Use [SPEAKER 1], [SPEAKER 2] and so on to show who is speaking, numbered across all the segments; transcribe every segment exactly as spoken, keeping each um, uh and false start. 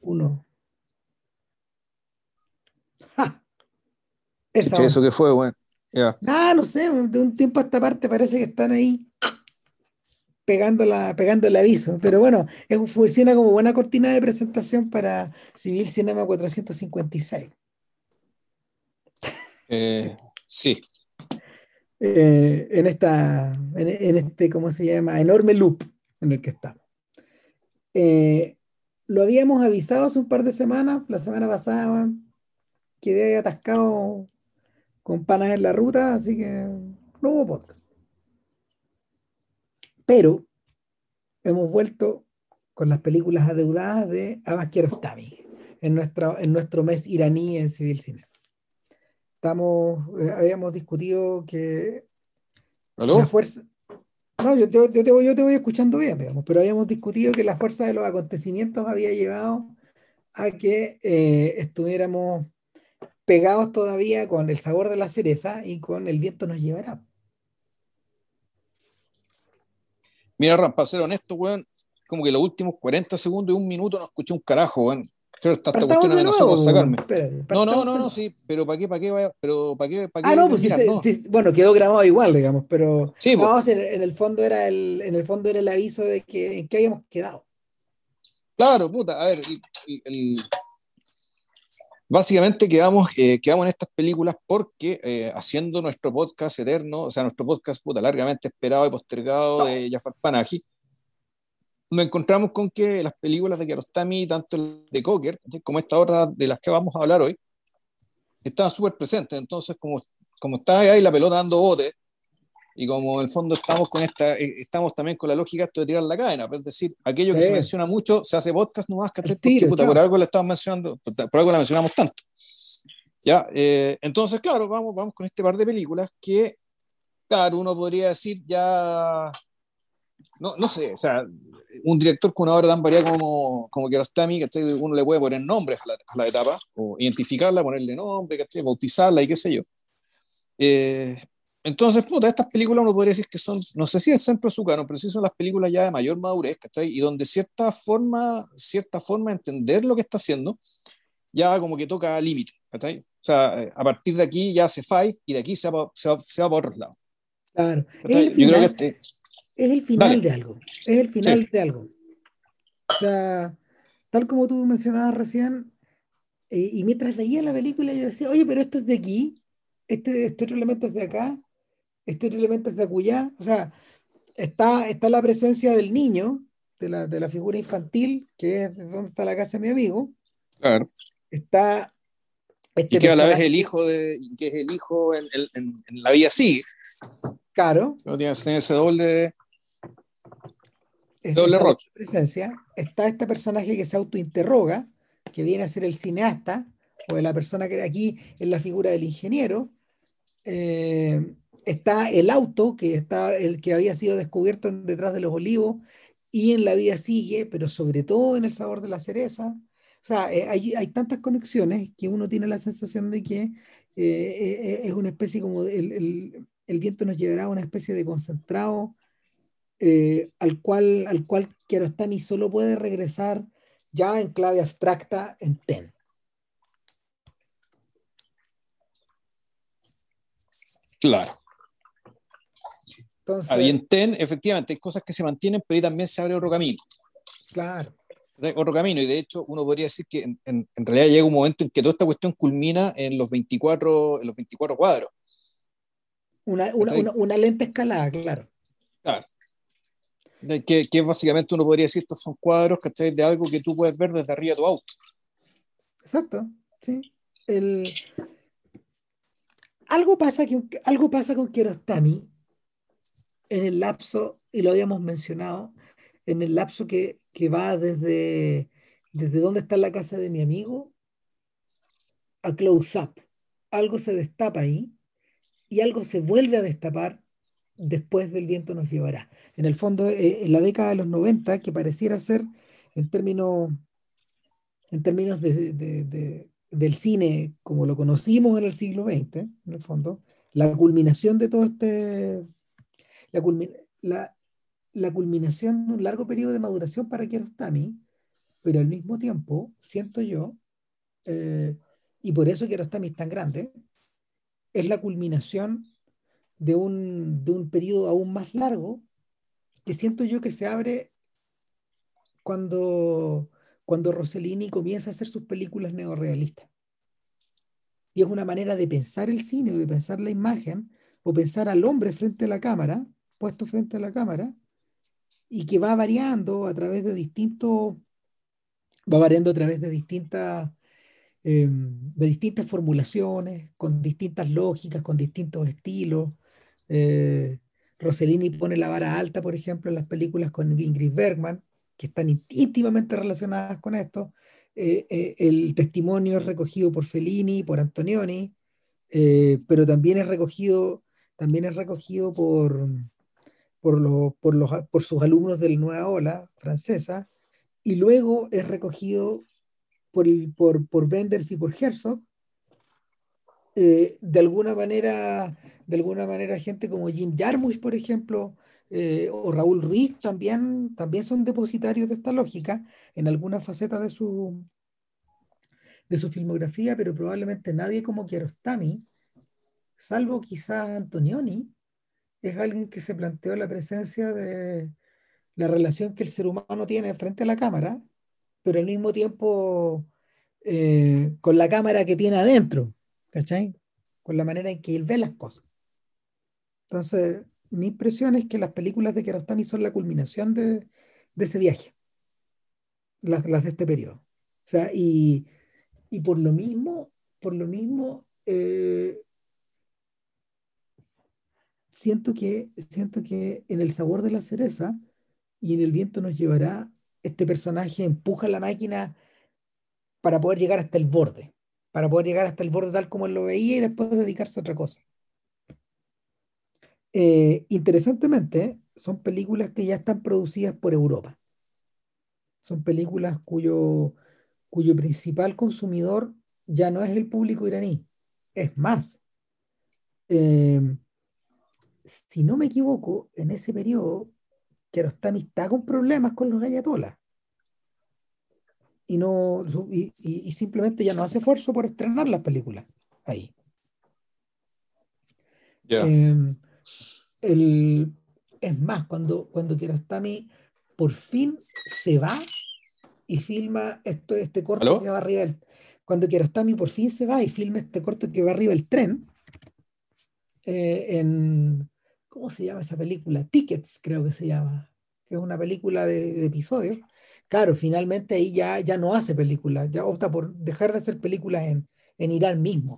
[SPEAKER 1] Uno. ¡Ja! Esa
[SPEAKER 2] Chiche, ¿eso
[SPEAKER 1] onda.
[SPEAKER 2] qué fue, weón? Ya.
[SPEAKER 1] Ah, no sé, de un tiempo a esta parte parece que están ahí pegando, la, pegando el aviso. Pero bueno, es, funciona como buena cortina de presentación para Civil Cinema cuatrocientos cincuenta y seis.
[SPEAKER 2] Eh, sí.
[SPEAKER 1] Eh, en esta, en, en este, ¿cómo se llama? Enorme loop en el que estamos. Eh, lo habíamos avisado hace un par de semanas, la semana pasada, quedé ahí atascado con panas en la ruta, así que no hubo podcast. Pero hemos vuelto con las películas adeudadas de Abbas Kiarostami en, nuestra, en nuestro mes iraní en Civil Cine. Estamos, eh, habíamos discutido que la
[SPEAKER 2] ¿Aló?
[SPEAKER 1] fuerza, no, yo, yo, yo te voy, yo te voy escuchando bien, digamos, pero habíamos discutido que la fuerza de los acontecimientos había llevado a que eh, estuviéramos pegados todavía con El sabor de la cereza y con El viento nos llevará.
[SPEAKER 2] Mira, Ram, para ser honesto, weón, como que los últimos cuarenta segundos y un minuto no escuché un carajo, weón. Creo que esta, esta
[SPEAKER 1] Partamos
[SPEAKER 2] cuestión
[SPEAKER 1] de
[SPEAKER 2] amenazó con
[SPEAKER 1] nuevo,
[SPEAKER 2] sacarme.
[SPEAKER 1] espérate,
[SPEAKER 2] No, no,
[SPEAKER 1] partamos
[SPEAKER 2] no,
[SPEAKER 1] de
[SPEAKER 2] no,
[SPEAKER 1] nuevo.
[SPEAKER 2] sí, pero ¿para qué, para qué vaya, pero ¿para qué, para
[SPEAKER 1] Ah,
[SPEAKER 2] qué
[SPEAKER 1] no, pues sí,
[SPEAKER 2] desviar?
[SPEAKER 1] se-
[SPEAKER 2] No.
[SPEAKER 1] sí, bueno, quedó grabado igual, digamos, pero
[SPEAKER 2] Sí, pues,
[SPEAKER 1] no, sí, en, en el fondo era el, en el fondo era el aviso de que en qué habíamos quedado.
[SPEAKER 2] claro, puta, a ver, el- el- el- básicamente quedamos, eh, quedamos en estas películas porque eh, haciendo nuestro podcast eterno, o sea, nuestro podcast puta, largamente esperado y postergado
[SPEAKER 1] No,
[SPEAKER 2] de Jafar Panahi, nos encontramos con que las películas de Kiarostami, tanto el de Cocker como esta otra de las que vamos a hablar hoy, estaban súper presentes. Entonces, como, como está ahí la pelota dando bote, y como en el fondo estamos con esta, eh, estamos también con la lógica esto de tirar la cadena, pues, es decir, aquello que se
[SPEAKER 1] sí,
[SPEAKER 2] menciona mucho se hace podcast nomás, ¿cachai?
[SPEAKER 1] al
[SPEAKER 2] Porque
[SPEAKER 1] tiro,
[SPEAKER 2] puta, por
[SPEAKER 1] chao.
[SPEAKER 2] algo la estamos mencionando, por algo la mencionamos tanto. Ya, eh, entonces, claro, vamos, vamos con este par de películas que, claro, uno podría decir ya, no, no sé, o sea, un director con una obra tan variada como, como Kiarostami, ¿cachai? Uno le puede poner nombres a la, a la etapa, o identificarla, ponerle nombre, ¿cachai? Bautizarla y qué sé yo. Eh, entonces, puta, estas películas uno podría decir que son, no sé si el centro de su canon, pero sí son las películas ya de mayor madurez, ¿cachai? Y donde cierta forma, cierta forma de entender lo que está haciendo, ya como que toca límite, ¿cachai? O sea, eh, a partir de aquí ya hace Five y de aquí se va, se va, se va para otros lados,
[SPEAKER 1] Claro, es el
[SPEAKER 2] ¿cachai? Yo creo que
[SPEAKER 1] final,
[SPEAKER 2] este,
[SPEAKER 1] es el final
[SPEAKER 2] dale,
[SPEAKER 1] de algo, es el
[SPEAKER 2] sí,
[SPEAKER 1] final de algo. O sea, tal como tú mencionabas recién, eh, y mientras veía la película yo decía, oye, pero esto es de aquí, este, este otro elemento es de acá, este otro elemento es de acullá. O sea, está, está la presencia del niño, de la, de la figura infantil, que es de donde está la casa de mi amigo.
[SPEAKER 2] claro.
[SPEAKER 1] Está
[SPEAKER 2] Y
[SPEAKER 1] este
[SPEAKER 2] que a la vez
[SPEAKER 1] personaje
[SPEAKER 2] el
[SPEAKER 1] que,
[SPEAKER 2] hijo de, y que es el hijo en, en, en la vida sigue,
[SPEAKER 1] claro,
[SPEAKER 2] no tiene ese doble,
[SPEAKER 1] es,
[SPEAKER 2] doble
[SPEAKER 1] esa
[SPEAKER 2] rol.
[SPEAKER 1] doble presencia. Está este personaje que se autointerroga, que viene a ser el cineasta, o de la persona que aquí es la figura del ingeniero. Eh, está el auto, que está el que había sido descubierto en- detrás de los olivos, y en La vida sigue, pero sobre todo en El sabor de la cereza. O sea, eh, hay, hay tantas conexiones que uno tiene la sensación de que eh, eh, eh, es una especie como de- el, el- el viento nos llevará a una especie de concentrado eh, al cual, al cual Kiarostami solo puede regresar ya en clave abstracta en Ten.
[SPEAKER 2] Claro. A
[SPEAKER 1] Entonces,
[SPEAKER 2] bien ten, efectivamente, hay cosas que se mantienen, pero ahí también se abre otro camino.
[SPEAKER 1] claro,
[SPEAKER 2] Otro camino, y de hecho uno podría decir que en, en, en realidad llega un momento en que toda esta cuestión culmina en los veinticuatro, en los veinticuatro cuadros.
[SPEAKER 1] una, una,
[SPEAKER 2] ¿Cachai?
[SPEAKER 1] una, una lenta escalada, claro.
[SPEAKER 2] Claro. Que, que básicamente uno podría decir estos son cuadros, ¿cachai? De algo que tú puedes ver desde arriba de tu auto.
[SPEAKER 1] Exacto, sí. El, algo, pasa que, algo pasa con Kiarostami en el lapso, y lo habíamos mencionado, en el lapso que, que va desde, desde dónde está la casa de mi amigo a Close Up. Algo se destapa ahí y algo se vuelve a destapar después del viento nos llevará. En el fondo, eh, en la década de los noventa que pareciera ser, en términos, en términos de, de- de- del cine como lo conocimos en el siglo veinte, en el fondo, la culminación de todo este, la, culmi- la, la culminación de un largo periodo de maduración para Kiarostami, pero al mismo tiempo, siento yo, eh, y por eso Kiarostami es tan grande, es la culminación de un, de un periodo aún más largo que siento yo que se abre cuando, cuando Rossellini comienza a hacer sus películas neorrealistas. Y es una manera de pensar el cine o de pensar la imagen o pensar al hombre frente a la cámara, puesto frente a la cámara, y que va variando a través de distintos, va variando a través de distintas, eh, de distintas formulaciones, con distintas lógicas, con distintos estilos. Eh, Rossellini pone la vara alta, por ejemplo, en las películas con Ingrid Bergman, que están ínt- íntimamente relacionadas con esto. Eh, eh, el testimonio es recogido por Fellini, por Antonioni, eh, pero también es recogido, también es recogido por, por, los por, los, por sus alumnos de la Nueva Ola francesa, y luego es recogido por, el- por, por Wenders y por Herzog. Eh, de alguna manera, de alguna manera gente como Jim Jarmusch, por ejemplo, eh, o Raúl Ruiz también, también son depositarios de esta lógica en algunas facetas de su, de su filmografía, pero probablemente nadie como Kiarostami, salvo quizás Antonioni, es alguien que se planteó la presencia de la relación que el ser humano tiene frente a la cámara, pero al mismo tiempo eh, con la cámara que tiene adentro, ¿cachai? Con la manera en que él ve las cosas. Entonces, mi impresión es que las películas de Kiarostami son la culminación de, de ese viaje, las, las de este periodo. O sea, y, y por lo mismo, por lo mismo, eh, siento que, siento que en El sabor de la cereza y en El viento nos llevará, este personaje empuja la máquina para poder llegar hasta el borde, para poder llegar hasta el borde tal como él lo veía y después dedicarse a otra cosa. Eh, interesantemente, son películas que ya están producidas por Europa. Son películas cuyo, cuyo principal consumidor ya no es el público iraní. Es más, eh, si no me equivoco, en ese periodo, Kiarostami está con problemas con los ayatolás y, no, su- y, y- y simplemente ya no hace esfuerzo por estrenar las películas ahí.
[SPEAKER 2] Ya.
[SPEAKER 1] Eh, el, es más, cuando, cuando Kiarostami por fin se va y filma esto, este corto que
[SPEAKER 2] ¿Aló?
[SPEAKER 1] va arriba del, cuando Kiarostami por fin se va y filma este corto que va arriba del tren, eh, en, ¿cómo se llama esa película? Tickets, creo que se llama, que es una película de, de episodios. Claro, finalmente ahí ya, ya no hace películas, ya opta por dejar de hacer películas en, en Irán mismo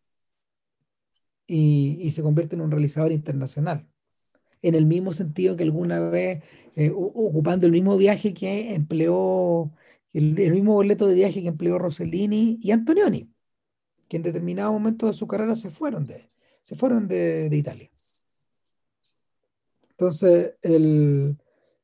[SPEAKER 1] y, y se convierte en un realizador internacional. En el mismo sentido que alguna vez, eh, o- ocupando el mismo viaje que empleó, el, el mismo boleto de viaje que empleó Rossellini y Antonioni, que en determinado momento de su carrera se fueron de, se fueron de, de Italia. Entonces, el,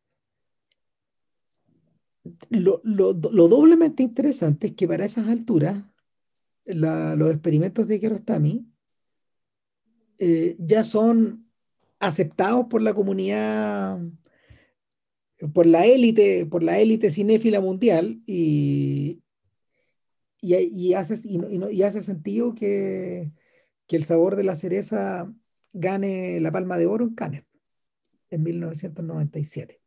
[SPEAKER 1] lo, lo- lo doblemente interesante es que para esas alturas, la- los experimentos de Kiarostami eh, ya son aceptados por la comunidad, por la élite, por la élite cinéfila mundial y, y, y hace, y, no- y no- y hace sentido que, que El sabor de la cereza gane la Palma de Oro en Cannes en mil novecientos noventa y siete.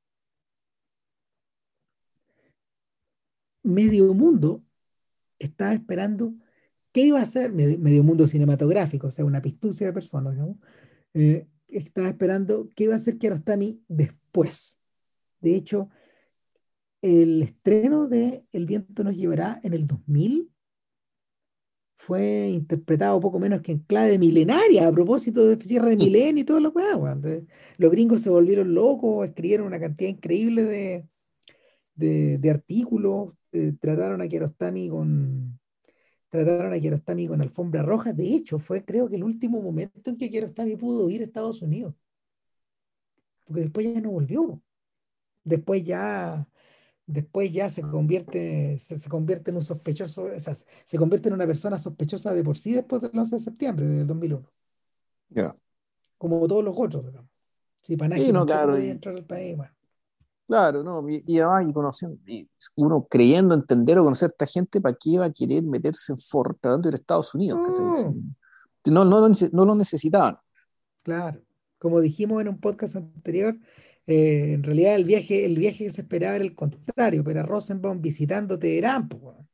[SPEAKER 1] Medio mundo estaba esperando qué iba a hacer, medio, medio mundo cinematográfico, o sea, una pistucia de personas, digamos, eh, estaba esperando qué iba a hacer Kiarostami después. De hecho, el estreno de El viento nos llevará en el dos mil fue interpretado poco menos que en clave milenaria a propósito de cierre de milenio y todo lo que los gringos se volvieron locos, escribieron una cantidad increíble de, de, de artículos, eh, trataron a Kiarostami con trataron a Kiarostami con alfombra roja. De hecho, fue creo que el último momento en que Kiarostami pudo ir a Estados Unidos, porque después ya no volvió. Después ya, después ya se convierte, se, se convierte en un sospechoso, o sea, se convierte en una persona sospechosa de por sí después del once de septiembre del dos mil uno,
[SPEAKER 2] Ya.
[SPEAKER 1] como todos los otros, digamos. Si
[SPEAKER 2] Sí,
[SPEAKER 1] Panaji
[SPEAKER 2] no,
[SPEAKER 1] tampoco
[SPEAKER 2] claro.
[SPEAKER 1] podía
[SPEAKER 2] Y,
[SPEAKER 1] entrar al país, bueno.
[SPEAKER 2] Claro, ¿no? Y, y además, y conociendo, y uno creyendo entender o conocer a esta gente, ¿para qué iba a querer meterse en forro tratando de ir a Estados Unidos? ¿Cachai? Si
[SPEAKER 1] No,
[SPEAKER 2] no, no, lo nece- no lo necesitaban.
[SPEAKER 1] claro. Como dijimos en un podcast anterior, eh, en realidad el viaje, el viaje que se esperaba era el contrario, pero era Rosenbaum visitando Teherán, pues, weón.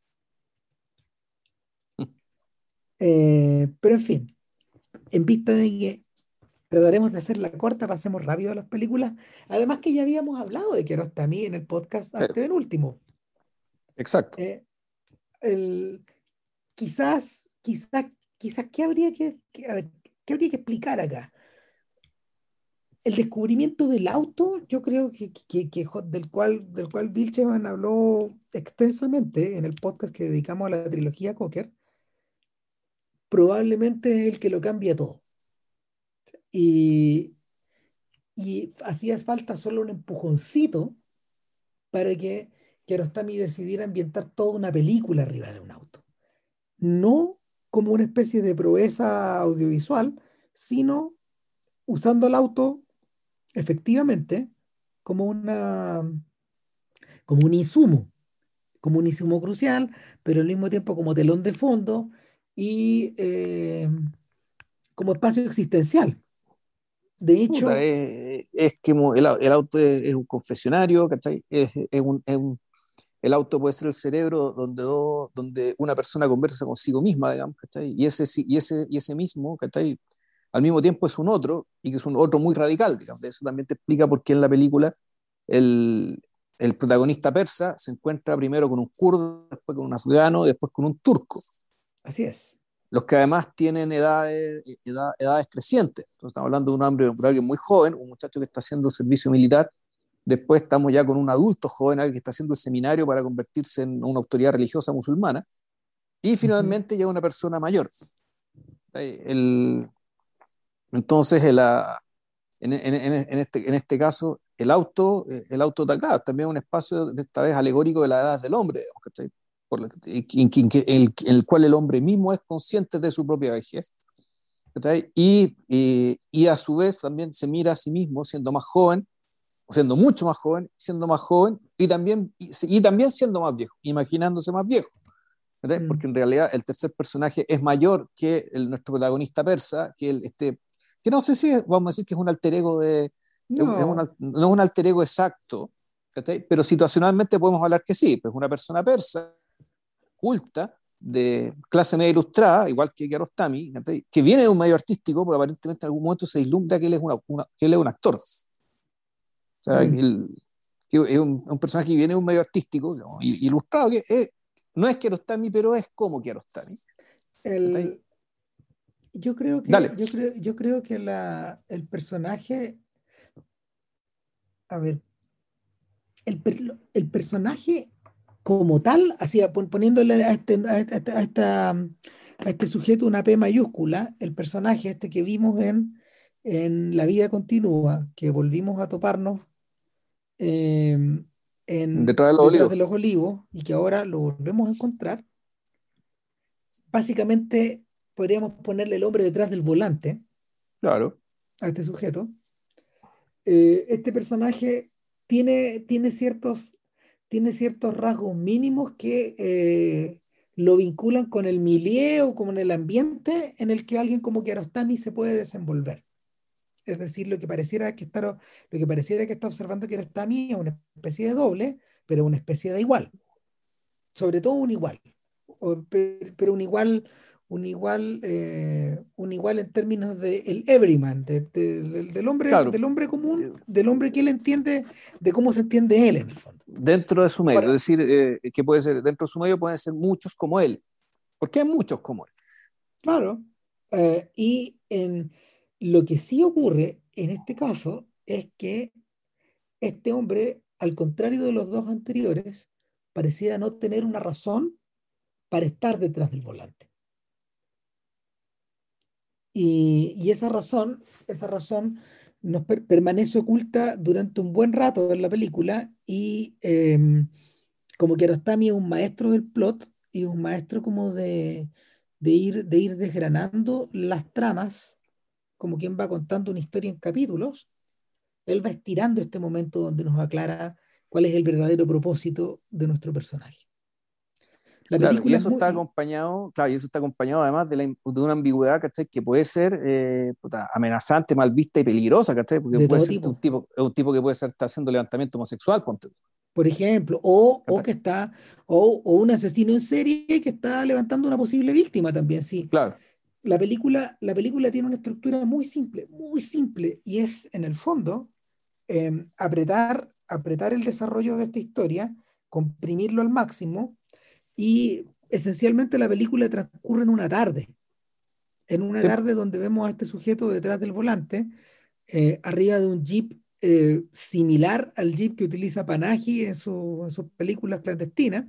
[SPEAKER 1] Eh, pero en fin, en vista de que trataremos de hacer la corta, pasemos rápido a las películas. Además que ya habíamos hablado de Kiarostami en el podcast
[SPEAKER 2] Eh,
[SPEAKER 1] antepenúltimo.
[SPEAKER 2] exacto.
[SPEAKER 1] Eh, el, quizás, quizás, quizás, ¿qué habría que, que- a ver, qué habría que explicar acá? El descubrimiento del auto, yo creo que, que- que jo- del cual, del cual Bill Chevan habló extensamente en el podcast que dedicamos a la trilogía Cocker, probablemente es el que lo cambia todo. Y, y hacía falta solo un empujoncito para que Kiarostami decidiera ambientar toda una película arriba de un auto. No como una especie de proeza audiovisual, sino usando el auto efectivamente como una, como un insumo, como un insumo crucial, pero al mismo tiempo como telón de fondo y eh, como espacio existencial. De
[SPEAKER 2] Puta,
[SPEAKER 1] hecho,
[SPEAKER 2] es, es que mo- el, au- el auto es, es un confesionario, ¿cachai? Es, es un, es un- el auto puede ser el cerebro donde, dos- donde una persona conversa consigo misma, digamos, ¿cachai? Y ese, sí- y ese, y ese mismo, ¿cachai? Al mismo tiempo es un otro, y que es un otro muy radical, digamos. Eso también te explica por qué en la película el, el protagonista persa se encuentra primero con un kurdo, después con un afgano, después con un turco,
[SPEAKER 1] así es.
[SPEAKER 2] los que además tienen edades, edad- edades crecientes. Entonces estamos hablando de un hombre, de alguien muy joven, un muchacho que está haciendo servicio militar. Después estamos ya con un adulto joven, alguien que está haciendo el seminario para convertirse en una autoridad religiosa musulmana. Y
[SPEAKER 1] Ujú.
[SPEAKER 2] finalmente ya una persona mayor. El, entonces, el, ah, en, en, en, en este, en este caso, el auto, eh, el auto claro, también es un espacio, de esta vez alegórico, de la edad del hombre, digamos, ¿cachai? Por la- en, en- en el, en el cual el hombre mismo es consciente de su propia vejez. ¿Cachai? Y, y, y a su vez también se mira a sí mismo siendo más joven, o siendo mucho más joven, siendo más joven y también, y, y también siendo más viejo, imaginándose más viejo. ¿Cachai?
[SPEAKER 1] Mm.
[SPEAKER 2] Porque en realidad el tercer personaje es mayor que el, nuestro protagonista persa, que, el, este, que no sé si es- vamos a decir que es un alter ego de, es un, es un
[SPEAKER 1] No,
[SPEAKER 2] al- no es un alter ego exacto, ¿cachai? Pero situacionalmente podemos hablar que sí, pues una persona persa culta, de clase media ilustrada, igual que Kiarostami, ¿cachai? Que viene de un medio artístico, porque aparentemente en algún momento se vislumbra que él es, una, una- que él es un actor. O sea, que,
[SPEAKER 1] mm,
[SPEAKER 2] él, que es un, un, personaje que viene de un medio artístico, ¿no? Ilustrado, que es, no es Kiarostami, pero es como Kiarostami. ¿Cachai?
[SPEAKER 1] el, yo creo
[SPEAKER 2] Dale.
[SPEAKER 1] que, yo creo, yo creo que la, el personaje, a ver, el, per- el personaje como tal, así pon- poniéndole a este, a, este, a esta- a este sujeto una P mayúscula, el personaje este que vimos en, en La vida continúa, que volvimos a toparnos eh, en
[SPEAKER 2] Detrás de los
[SPEAKER 1] Detrás
[SPEAKER 2] olivos.
[SPEAKER 1] de los Olivos y que ahora lo volvemos a encontrar, básicamente podríamos ponerle el hombre detrás del volante
[SPEAKER 2] Claro.
[SPEAKER 1] a este sujeto. Eh, este personaje tiene, tiene ciertos, tiene ciertos rasgos mínimos que eh, lo vinculan con el milieu o con el ambiente en el que alguien como Kiarostami se puede desenvolver. Es decir, lo que pareciera que está, lo que pareciera que está observando Kiarostami es una especie de doble, pero una especie de igual, sobre todo un igual, o- pe- pero un igual, un igual, eh, un igual en términos de el everyman, de- de- del, del hombre,
[SPEAKER 2] Claro.
[SPEAKER 1] del hombre común, del hombre que él entiende, de cómo se entiende él en el fondo.
[SPEAKER 2] Dentro de su medio.
[SPEAKER 1] Ahora,
[SPEAKER 2] Es decir, eh, que puede ser, dentro de su medio pueden ser muchos como él. Porque hay muchos como él.
[SPEAKER 1] claro, eh, y en lo que sí ocurre en este caso es que este hombre, al contrario de los dos anteriores, pareciera no tener una razón para estar detrás del volante. Y, y esa razón, esa razón nos per- permanece oculta durante un buen rato en la película y em, como Kiarostami es un maestro del plot y un maestro como de, de ir, de ir desgranando las tramas, como quien va contando una historia en capítulos, él va estirando este momento donde nos aclara cuál es el verdadero propósito de nuestro personaje. La
[SPEAKER 2] Claro, y
[SPEAKER 1] película es
[SPEAKER 2] eso está
[SPEAKER 1] muy
[SPEAKER 2] acompañado, claro, y eso está acompañado además de, la, de una ambigüedad, ¿cachai? Que puede ser eh, puta, amenazante, mal vista y peligrosa, ¿cachai? Porque
[SPEAKER 1] de
[SPEAKER 2] puede
[SPEAKER 1] todo
[SPEAKER 2] ser un
[SPEAKER 1] tipo.
[SPEAKER 2] tipo, un tipo que puede estar está haciendo levantamiento homosexual, ponte tú,
[SPEAKER 1] Por ejemplo, o, o
[SPEAKER 2] ¿cachai?
[SPEAKER 1] que está, o, o un asesino en serie que está levantando una posible víctima también, sí.
[SPEAKER 2] Claro,
[SPEAKER 1] La película, la película tiene una estructura muy simple, muy simple, y es, en el fondo, eh, apretar, apretar el desarrollo de esta historia, comprimirlo al máximo, y esencialmente la película transcurre en una tarde, en una
[SPEAKER 2] sí,
[SPEAKER 1] tarde donde vemos a este sujeto detrás del volante, eh, arriba de un jeep eh, similar al jeep que utiliza Panaji en, su- en sus películas clandestinas.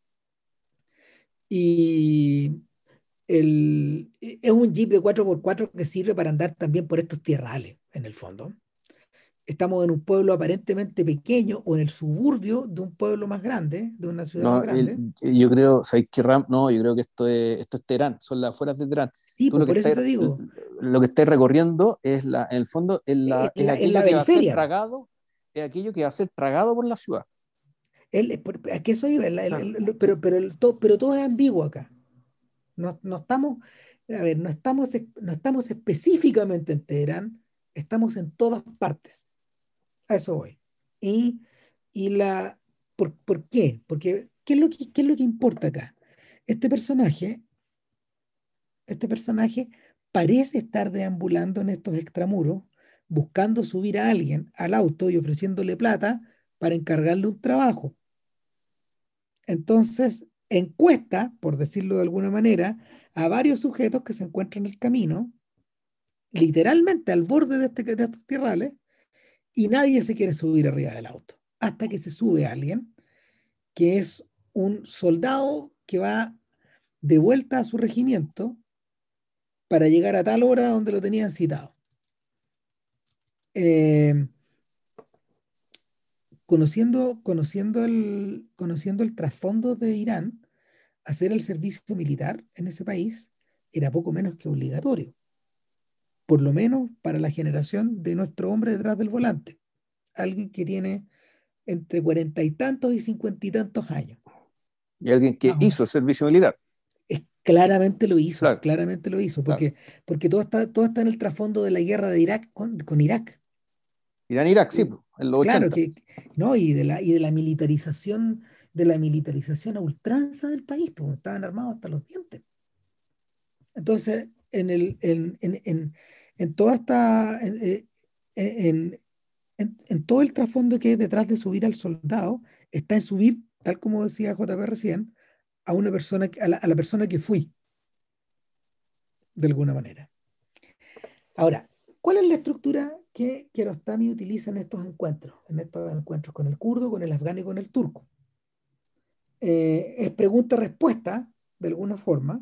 [SPEAKER 1] Y el, e, es un jeep de cuatro por cuatro que sirve para andar también por estos tierrales, en el fondo. Estamos en un pueblo aparentemente pequeño o en el suburbio de un pueblo más grande, de una ciudad más
[SPEAKER 2] no, el-
[SPEAKER 1] grande.
[SPEAKER 2] yo creo, ¿sabes qué, Ram? No, yo creo que esto es, esto es Teherán, son las afueras de Teherán.
[SPEAKER 1] Sí,
[SPEAKER 2] Tú
[SPEAKER 1] pues
[SPEAKER 2] lo que
[SPEAKER 1] por eso
[SPEAKER 2] estás,
[SPEAKER 1] te digo,
[SPEAKER 2] lo que estás recorriendo es la, en el fondo, es,
[SPEAKER 1] en
[SPEAKER 2] la, es
[SPEAKER 1] la, en
[SPEAKER 2] aquello
[SPEAKER 1] la
[SPEAKER 2] que va a ser
[SPEAKER 1] periferia.
[SPEAKER 2] tragado, es aquello que va a ser tragado por la ciudad.
[SPEAKER 1] El, por- ¿a qué eso iba? El- el-
[SPEAKER 2] Claro,
[SPEAKER 1] el-
[SPEAKER 2] sí.
[SPEAKER 1] pero, pero, el to- pero todo es ambiguo acá. No, no estamos, a ver, no estamos, es- no estamos específicamente en Teherán, estamos en todas partes. A eso voy. Y, y la, ¿por, por qué? Porque, ¿qué es lo que, qué es lo que importa acá? Este personaje, este personaje parece estar deambulando en estos extramuros, buscando subir a alguien al auto y ofreciéndole plata para encargarle un trabajo. Entonces, encuesta, por decirlo de alguna manera, a varios sujetos que se encuentran en el camino, literalmente al borde de, este, de estos tierrales, y nadie se quiere subir arriba del auto, hasta que se sube alguien que es un soldado que va de vuelta a su regimiento para llegar a tal hora donde lo tenían citado. Eh, conociendo, conociendo, el, conociendo el trasfondo de Irán, hacer el servicio militar en ese país era poco menos que obligatorio, por lo menos para la generación de nuestro hombre detrás del volante, alguien que tiene entre cuarenta y tantos y cincuenta y tantos años.
[SPEAKER 2] Y alguien que
[SPEAKER 1] Vamos,
[SPEAKER 2] hizo el servicio militar.
[SPEAKER 1] es, claramente lo hizo,
[SPEAKER 2] Claro,
[SPEAKER 1] claramente lo hizo,
[SPEAKER 2] claro.
[SPEAKER 1] porque, porque todo está, todo está en el trasfondo de la guerra de Irak con, con Irak.
[SPEAKER 2] Irán-Irak, sí,
[SPEAKER 1] Y
[SPEAKER 2] pues, en los
[SPEAKER 1] claro
[SPEAKER 2] ochenta.
[SPEAKER 1] que, no, y de la, y de la militarización, de la militarización a ultranza del país, porque estaban armados hasta los dientes. Entonces, en, el, en, en, en, en toda esta, en, eh, en, en, en todo el trasfondo que hay detrás de subir al soldado, está en subir, tal como decía J P recién, a una persona, que- a la, a la persona que fui, de alguna manera. Ahora, ¿cuál es la estructura que Kiarostami utiliza en estos encuentros? En estos encuentros con el kurdo, con el afgano y con el turco. Eh, es pregunta-respuesta, de alguna forma.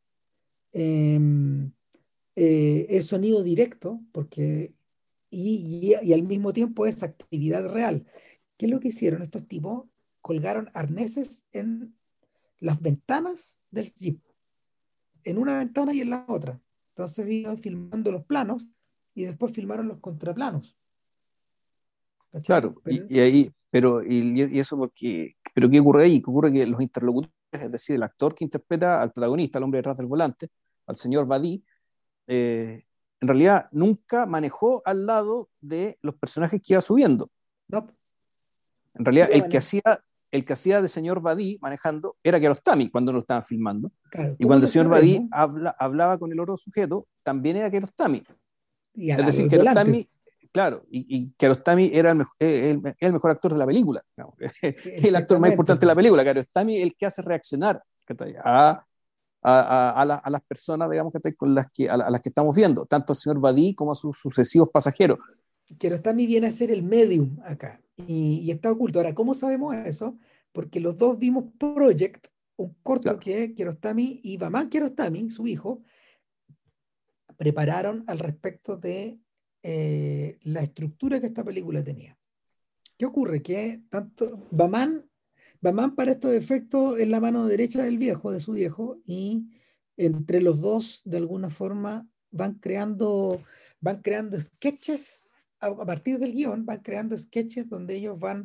[SPEAKER 1] Em, eh, es sonido directo, porque, y, y- y al mismo tiempo es actividad real. ¿Qué es lo que hicieron estos tipos? Colgaron arneses en las ventanas del jeep, en una ventana y en la otra. Entonces iban filmando los planos y después filmaron los contraplanos. ¿Cachai?
[SPEAKER 2] Claro, y,
[SPEAKER 1] Pero,
[SPEAKER 2] y ahí, pero, y, y eso porque, pero ¿qué ocurre ahí? ¿Qué ocurre que los interlocutores, es decir, el actor que interpreta al protagonista, al hombre detrás del volante, al señor Badí, eh, en realidad nunca manejó al lado de los personajes que iba subiendo.
[SPEAKER 1] no,
[SPEAKER 2] En realidad,
[SPEAKER 1] ¿cómo
[SPEAKER 2] el que
[SPEAKER 1] maneja?
[SPEAKER 2] hacía, el que hacía de señor Badí manejando era Kiarostami cuando lo estaban filmando.
[SPEAKER 1] Claro,
[SPEAKER 2] Y
[SPEAKER 1] ¿cómo
[SPEAKER 2] cuando el
[SPEAKER 1] lo
[SPEAKER 2] señor Badí
[SPEAKER 1] sabemos?
[SPEAKER 2] habla, hablaba con el otro sujeto, también era Kiarostami.
[SPEAKER 1] Y al,
[SPEAKER 2] Es
[SPEAKER 1] al,
[SPEAKER 2] decir,
[SPEAKER 1] al volante,
[SPEAKER 2] Kiarostami, claro, y, y Kiarostami era el, mejor, el, el, mejor actor de la película, digamos, el actor más
[SPEAKER 1] exactamente,
[SPEAKER 2] importante de la
[SPEAKER 1] po.
[SPEAKER 2] película. Kiarostami es el que hace reaccionar a, a, a, a, la, a las personas, digamos, con las que, a, a, las que estamos viendo, tanto al señor Badí como a sus sucesivos pasajeros.
[SPEAKER 1] Kiarostami viene a ser el medium acá y, y está oculto. Ahora, ¿cómo sabemos eso? Porque los dos vimos Project, un corto
[SPEAKER 2] Claro,
[SPEAKER 1] que Kiarostami y Bamán Kiarostami, su hijo, prepararon al respecto de eh, la estructura que esta película tenía. ¿Qué ocurre? Que tanto Bamán, Bamán para estos efectos es la mano derecha del viejo, de su viejo, y entre los dos, de alguna forma, van creando, van creando sketches a, a partir del guión, van creando sketches donde ellos van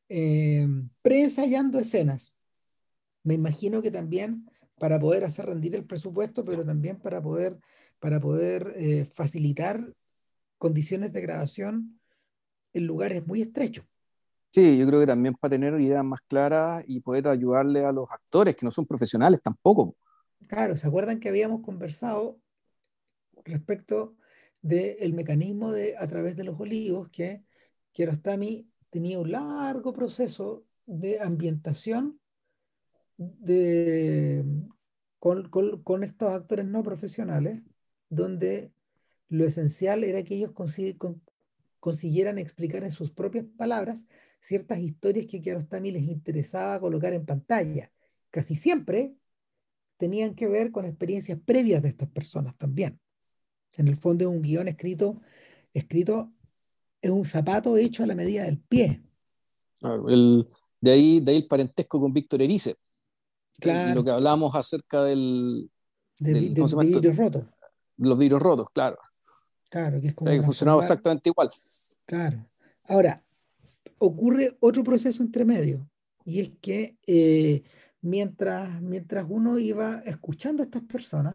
[SPEAKER 1] eh, preensayando escenas. Me imagino que también para poder hacer rendir el presupuesto, pero también para poder, para poder eh, facilitar condiciones de grabación en lugares muy estrechos.
[SPEAKER 2] Sí, yo creo que también para tener ideas más claras y poder ayudarle a los actores que no son profesionales tampoco.
[SPEAKER 1] Claro, ¿se acuerdan que habíamos conversado respecto del mecanismo de a través de los olivos que Kiarostami tenía un largo proceso de ambientación de, con, con- con estos actores no profesionales, donde lo esencial era que ellos consi- con- consiguieran explicar en sus propias palabras ciertas historias que Kiarostami les interesaba colocar en pantalla. Casi siempre tenían que ver con experiencias previas de estas personas también. En el fondo es un guión escrito, escrito, es un zapato hecho a la medida del pie.
[SPEAKER 2] Claro, el, de ahí, de ahí el parentesco con Víctor Erice. ¿Sí? Y lo
[SPEAKER 1] Claro,
[SPEAKER 2] que hablábamos acerca del,
[SPEAKER 1] de, vi-
[SPEAKER 2] del
[SPEAKER 1] de,
[SPEAKER 2] ¿cómo se llama
[SPEAKER 1] de
[SPEAKER 2] esto?
[SPEAKER 1] vidrios rotos.
[SPEAKER 2] De los vidrios rotos, claro.
[SPEAKER 1] Claro, que es como
[SPEAKER 2] Que funcionaba
[SPEAKER 1] transformar.
[SPEAKER 2] exactamente igual.
[SPEAKER 1] Claro. Ahora, ocurre otro proceso entre medio, y es que eh, mientras, mientras uno iba escuchando a estas personas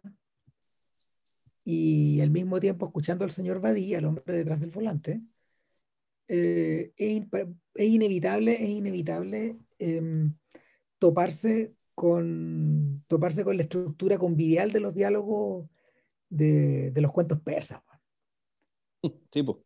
[SPEAKER 1] y al mismo tiempo escuchando al señor Badí, al hombre detrás del volante, eh, es, in- es inevitable, es inevitable em, toparse con, toparse con la estructura convivial de los diálogos de, de los cuentos persas,
[SPEAKER 2] Sí, pues.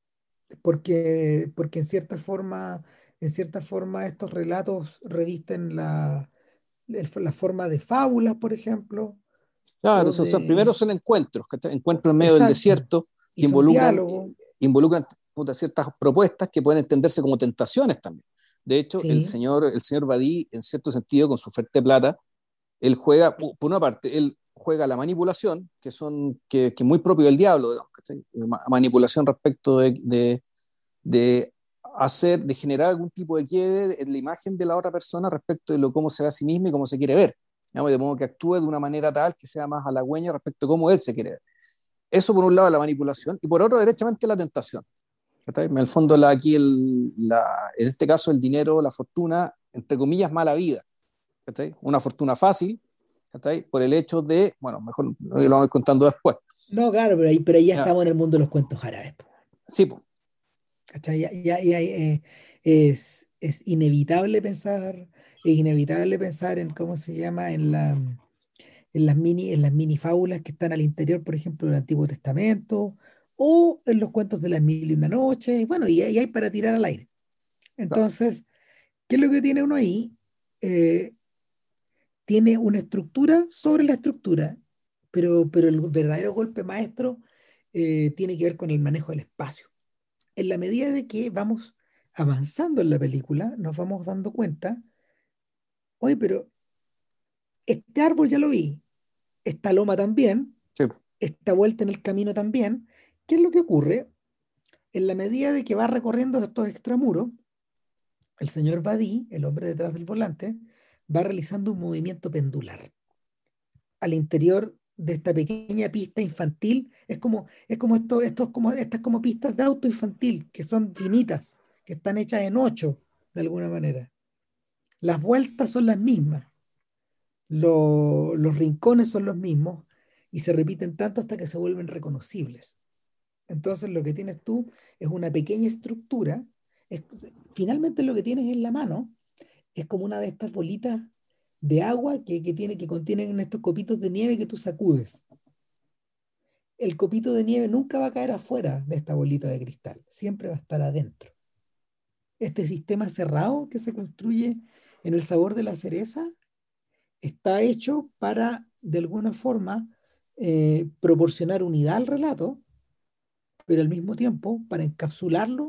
[SPEAKER 1] porque, porque en cierta forma, en cierta forma estos relatos revisten la, el- la forma de fábulas, por ejemplo,
[SPEAKER 2] Claro,
[SPEAKER 1] o
[SPEAKER 2] o sea, primero
[SPEAKER 1] de...
[SPEAKER 2] son encuentros, ¿cachai? Encuentros en medio del
[SPEAKER 1] Exacto,
[SPEAKER 2] desierto
[SPEAKER 1] y
[SPEAKER 2] que
[SPEAKER 1] son
[SPEAKER 2] involucran,
[SPEAKER 1] diálogos,
[SPEAKER 2] eh, involucran puta, ciertas propuestas que pueden entenderse como tentaciones también. De hecho, el
[SPEAKER 1] sí,
[SPEAKER 2] señor, el señor Badí, en cierto sentido, con su oferta de plata, él juega, por una parte, él juega la manipulación, que son que, que es muy propio del diablo, digamos, ¿cachai? Ma- manipulación respecto de, de, de hacer, de generar algún tipo de quiebre en la imagen de la otra persona respecto de lo, cómo se ve a sí mismo y cómo se quiere ver. Digamos, de modo que actúe de una manera tal que sea más halagüeña respecto de cómo él se quiere ver. Eso por un lado la manipulación y por otro derechamente la tentación. ¿Cachai? En el fondo la, aquí el, la, en este caso el dinero, la fortuna, entre comillas, mala vida. ¿Cachai? Una fortuna fácil, ¿cachai? Por el hecho de, bueno, mejor lo vamos a ir contando después.
[SPEAKER 1] no, claro, pero ahí, pero ahí ya
[SPEAKER 2] ¿Ya?
[SPEAKER 1] estamos en el mundo de los cuentos árabes, po,
[SPEAKER 2] Sí, pues,
[SPEAKER 1] ¿cachai? Ya, ya- ya, eh, es, es inevitable pensar, es inevitable pensar en cómo se llama, en la, en las mini, en las mini fábulas que están al interior, por ejemplo, del Antiguo Testamento, o en los cuentos de las mil y una noches, y bueno, y, y hay para tirar al aire.
[SPEAKER 2] claro,
[SPEAKER 1] Entonces, ¿qué es lo que tiene uno ahí? Eh, Tiene una estructura sobre la estructura, pero, pero el verdadero golpe maestro eh, tiene que ver con el manejo del espacio. En la medida de que vamos avanzando en la película, nos vamos dando cuenta, oye, pero este árbol ya lo vi, esta loma también,
[SPEAKER 2] sí,
[SPEAKER 1] esta vuelta en el camino también. ¿Qué es lo que ocurre? En la medida de que va recorriendo estos extramuros, el señor Badí, el hombre detrás del volante, va realizando un movimiento pendular al interior de esta pequeña pista infantil. Es como, es como esto, estos como, estas como pistas de auto infantil, que son finitas, que están hechas en ocho, de alguna manera. Las vueltas son las mismas, lo- los rincones son los mismos, y se repiten tanto hasta que se vuelven reconocibles. Entonces lo que tienes tú es una pequeña estructura. Es- Finalmente lo que tienes en la mano es como una de estas bolitas de agua que, que, tiene, que contienen estos copitos de nieve que tú sacudes. El copito de nieve nunca va a caer afuera de esta bolita de cristal, siempre va a estar adentro. Este sistema cerrado que se construye en el sabor de la cereza está hecho para, de alguna forma, eh, proporcionar unidad al relato, pero al mismo tiempo para encapsularlo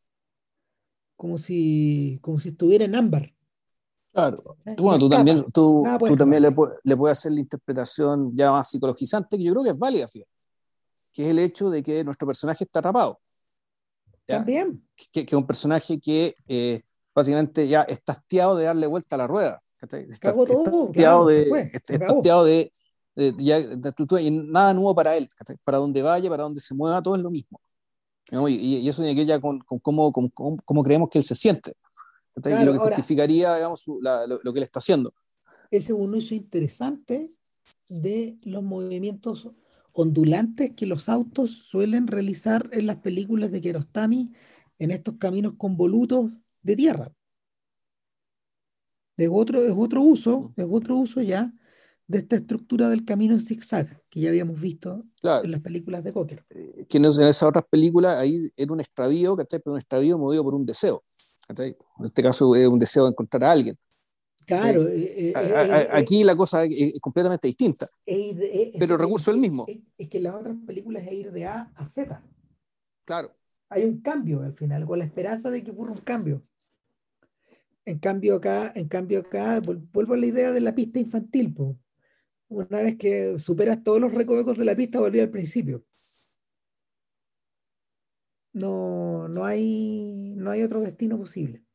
[SPEAKER 1] como si, como si estuviera en ámbar,
[SPEAKER 2] claro.
[SPEAKER 1] ¿eh?
[SPEAKER 2] Tú,
[SPEAKER 1] No
[SPEAKER 2] bueno, tú también,
[SPEAKER 1] escapa,
[SPEAKER 2] tú,
[SPEAKER 1] nada puede
[SPEAKER 2] tú también
[SPEAKER 1] escapar.
[SPEAKER 2] le, pu- le puedes hacer la interpretación ya más psicologizante, que yo creo que es válida, fíjate, que es el hecho de que nuestro personaje está atrapado, ¿ya?
[SPEAKER 1] También,
[SPEAKER 2] Que, que es un personaje que eh, básicamente ya está hastiado de darle vuelta a la rueda, ¿cachai? Está,
[SPEAKER 1] cagó
[SPEAKER 2] está
[SPEAKER 1] todo,
[SPEAKER 2] hastiado
[SPEAKER 1] claro, se
[SPEAKER 2] de,
[SPEAKER 1] fue, se
[SPEAKER 2] está, está
[SPEAKER 1] acabó.
[SPEAKER 2] hastiado de, de, de ya, de estructura, y nada nuevo para él, ¿cachai? Para donde vaya, para donde se mueva, todo es lo mismo, ¿no? Y, y eso tiene que ver ya con, con cómo, con, cómo, cómo creemos que él se siente. Y lo
[SPEAKER 1] Claro,
[SPEAKER 2] que
[SPEAKER 1] ahora,
[SPEAKER 2] justificaría, digamos, su- la- lo, lo que él está haciendo.
[SPEAKER 1] ese es un uso interesante de los movimientos ondulantes que los autos suelen realizar en las películas de Kiarostami en estos caminos convolutos de tierra. Es otro, es otro uso, es otro uso ya de esta estructura del camino en zigzag que ya habíamos visto en
[SPEAKER 2] Claro,
[SPEAKER 1] las películas de Cocker.
[SPEAKER 2] eh, que en, es- en esas otras películas ahí era un extravío, ¿cachai? Pero un extravío movido por un deseo, ¿cachai? En este caso es un deseo de encontrar a alguien, ¿cachai?
[SPEAKER 1] Claro, eh,
[SPEAKER 2] A-
[SPEAKER 1] eh,
[SPEAKER 2] a- a-
[SPEAKER 1] eh,
[SPEAKER 2] aquí la cosa es, es completamente distinta,
[SPEAKER 1] eh, eh, eh, es,
[SPEAKER 2] pero el
[SPEAKER 1] es
[SPEAKER 2] recurso es el
[SPEAKER 1] que,
[SPEAKER 2] mismo,
[SPEAKER 1] es, es que en las otras películas es ir de A a Z.
[SPEAKER 2] claro.
[SPEAKER 1] Hay un cambio al final, con la esperanza de que ocurra un cambio. En cambio acá, en cambio acá, vol- vuelvo a la idea de la pista infantil, po. Una vez que superas todos los recovecos de la pista, volví al principio. No, no hay, no hay otro destino posible.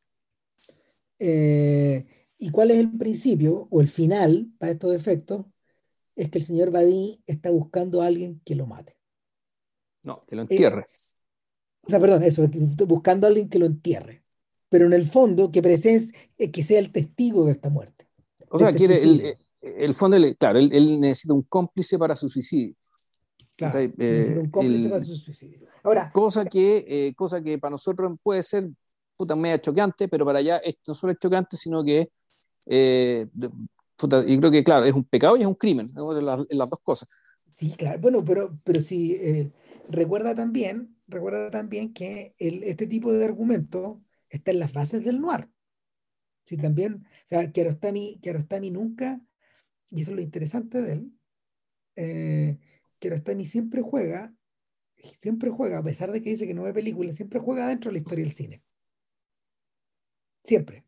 [SPEAKER 1] Eh, ¿y cuál es el principio o el final para estos efectos? Es que el señor Badí está buscando a alguien que lo mate.
[SPEAKER 2] No, que lo
[SPEAKER 1] Eh,
[SPEAKER 2] entierre.
[SPEAKER 1] o sea, perdón, eso, que está buscando a alguien que lo entierre. Pero en el fondo, que, presen- eh, que sea el testigo de esta muerte,
[SPEAKER 2] O
[SPEAKER 1] de
[SPEAKER 2] sea,
[SPEAKER 1] este
[SPEAKER 2] quiere el,
[SPEAKER 1] suicidio.
[SPEAKER 2] el, el fondo, él- claro, él, él necesita un cómplice para su suicidio.
[SPEAKER 1] Claro,
[SPEAKER 2] ¿Cachai?
[SPEAKER 1] necesita
[SPEAKER 2] Eh,
[SPEAKER 1] un cómplice para
[SPEAKER 2] el,
[SPEAKER 1] su suicidio. Ahora,
[SPEAKER 2] cosa, que, eh, cosa que para nosotros puede ser puta media chocante, pero para allá esto no solo es chocante, sino que eh, de- puta, y creo que, claro, es un pecado y es un crimen, ¿no? las, las dos cosas.
[SPEAKER 1] sí, claro, bueno, pero, pero sí, eh, recuerda también, recuerda también que el, este tipo de argumento está en las bases del noir. Sí, también, o sea, Kiarostami, Kiarostami nunca, y eso es lo interesante de él, eh, Kiarostami siempre juega, siempre juega, a pesar de que dice que no ve películas, siempre juega dentro de la historia del cine. Siempre.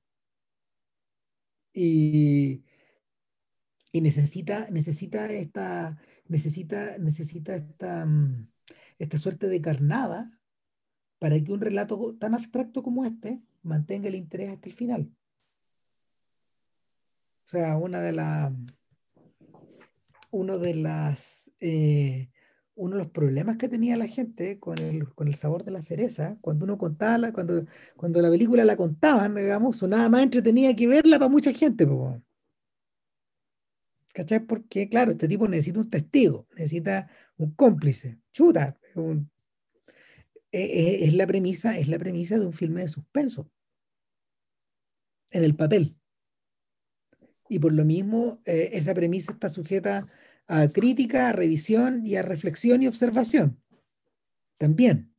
[SPEAKER 1] Y, y necesita, necesita esta, necesita, necesita esta, mm, esta suerte de carnada para que un relato tan abstracto como este mantenga el interés hasta el final. O sea, una de las, uno de las, eh, uno de los problemas que tenía la gente con el, con el sabor de la cereza, cuando uno contaba, la- cuando, cuando la película la contaban, digamos, sonaba más entretenida que verla para mucha gente, po, weón. ¿Cachai? Porque, claro, este tipo necesita un testigo, necesita un cómplice. Chuta, un- e- e- es la premisa, es la premisa de un filme de suspenso en el papel. Y por lo mismo, eh, esa premisa está sujeta a crítica, a revisión y a reflexión y observación también.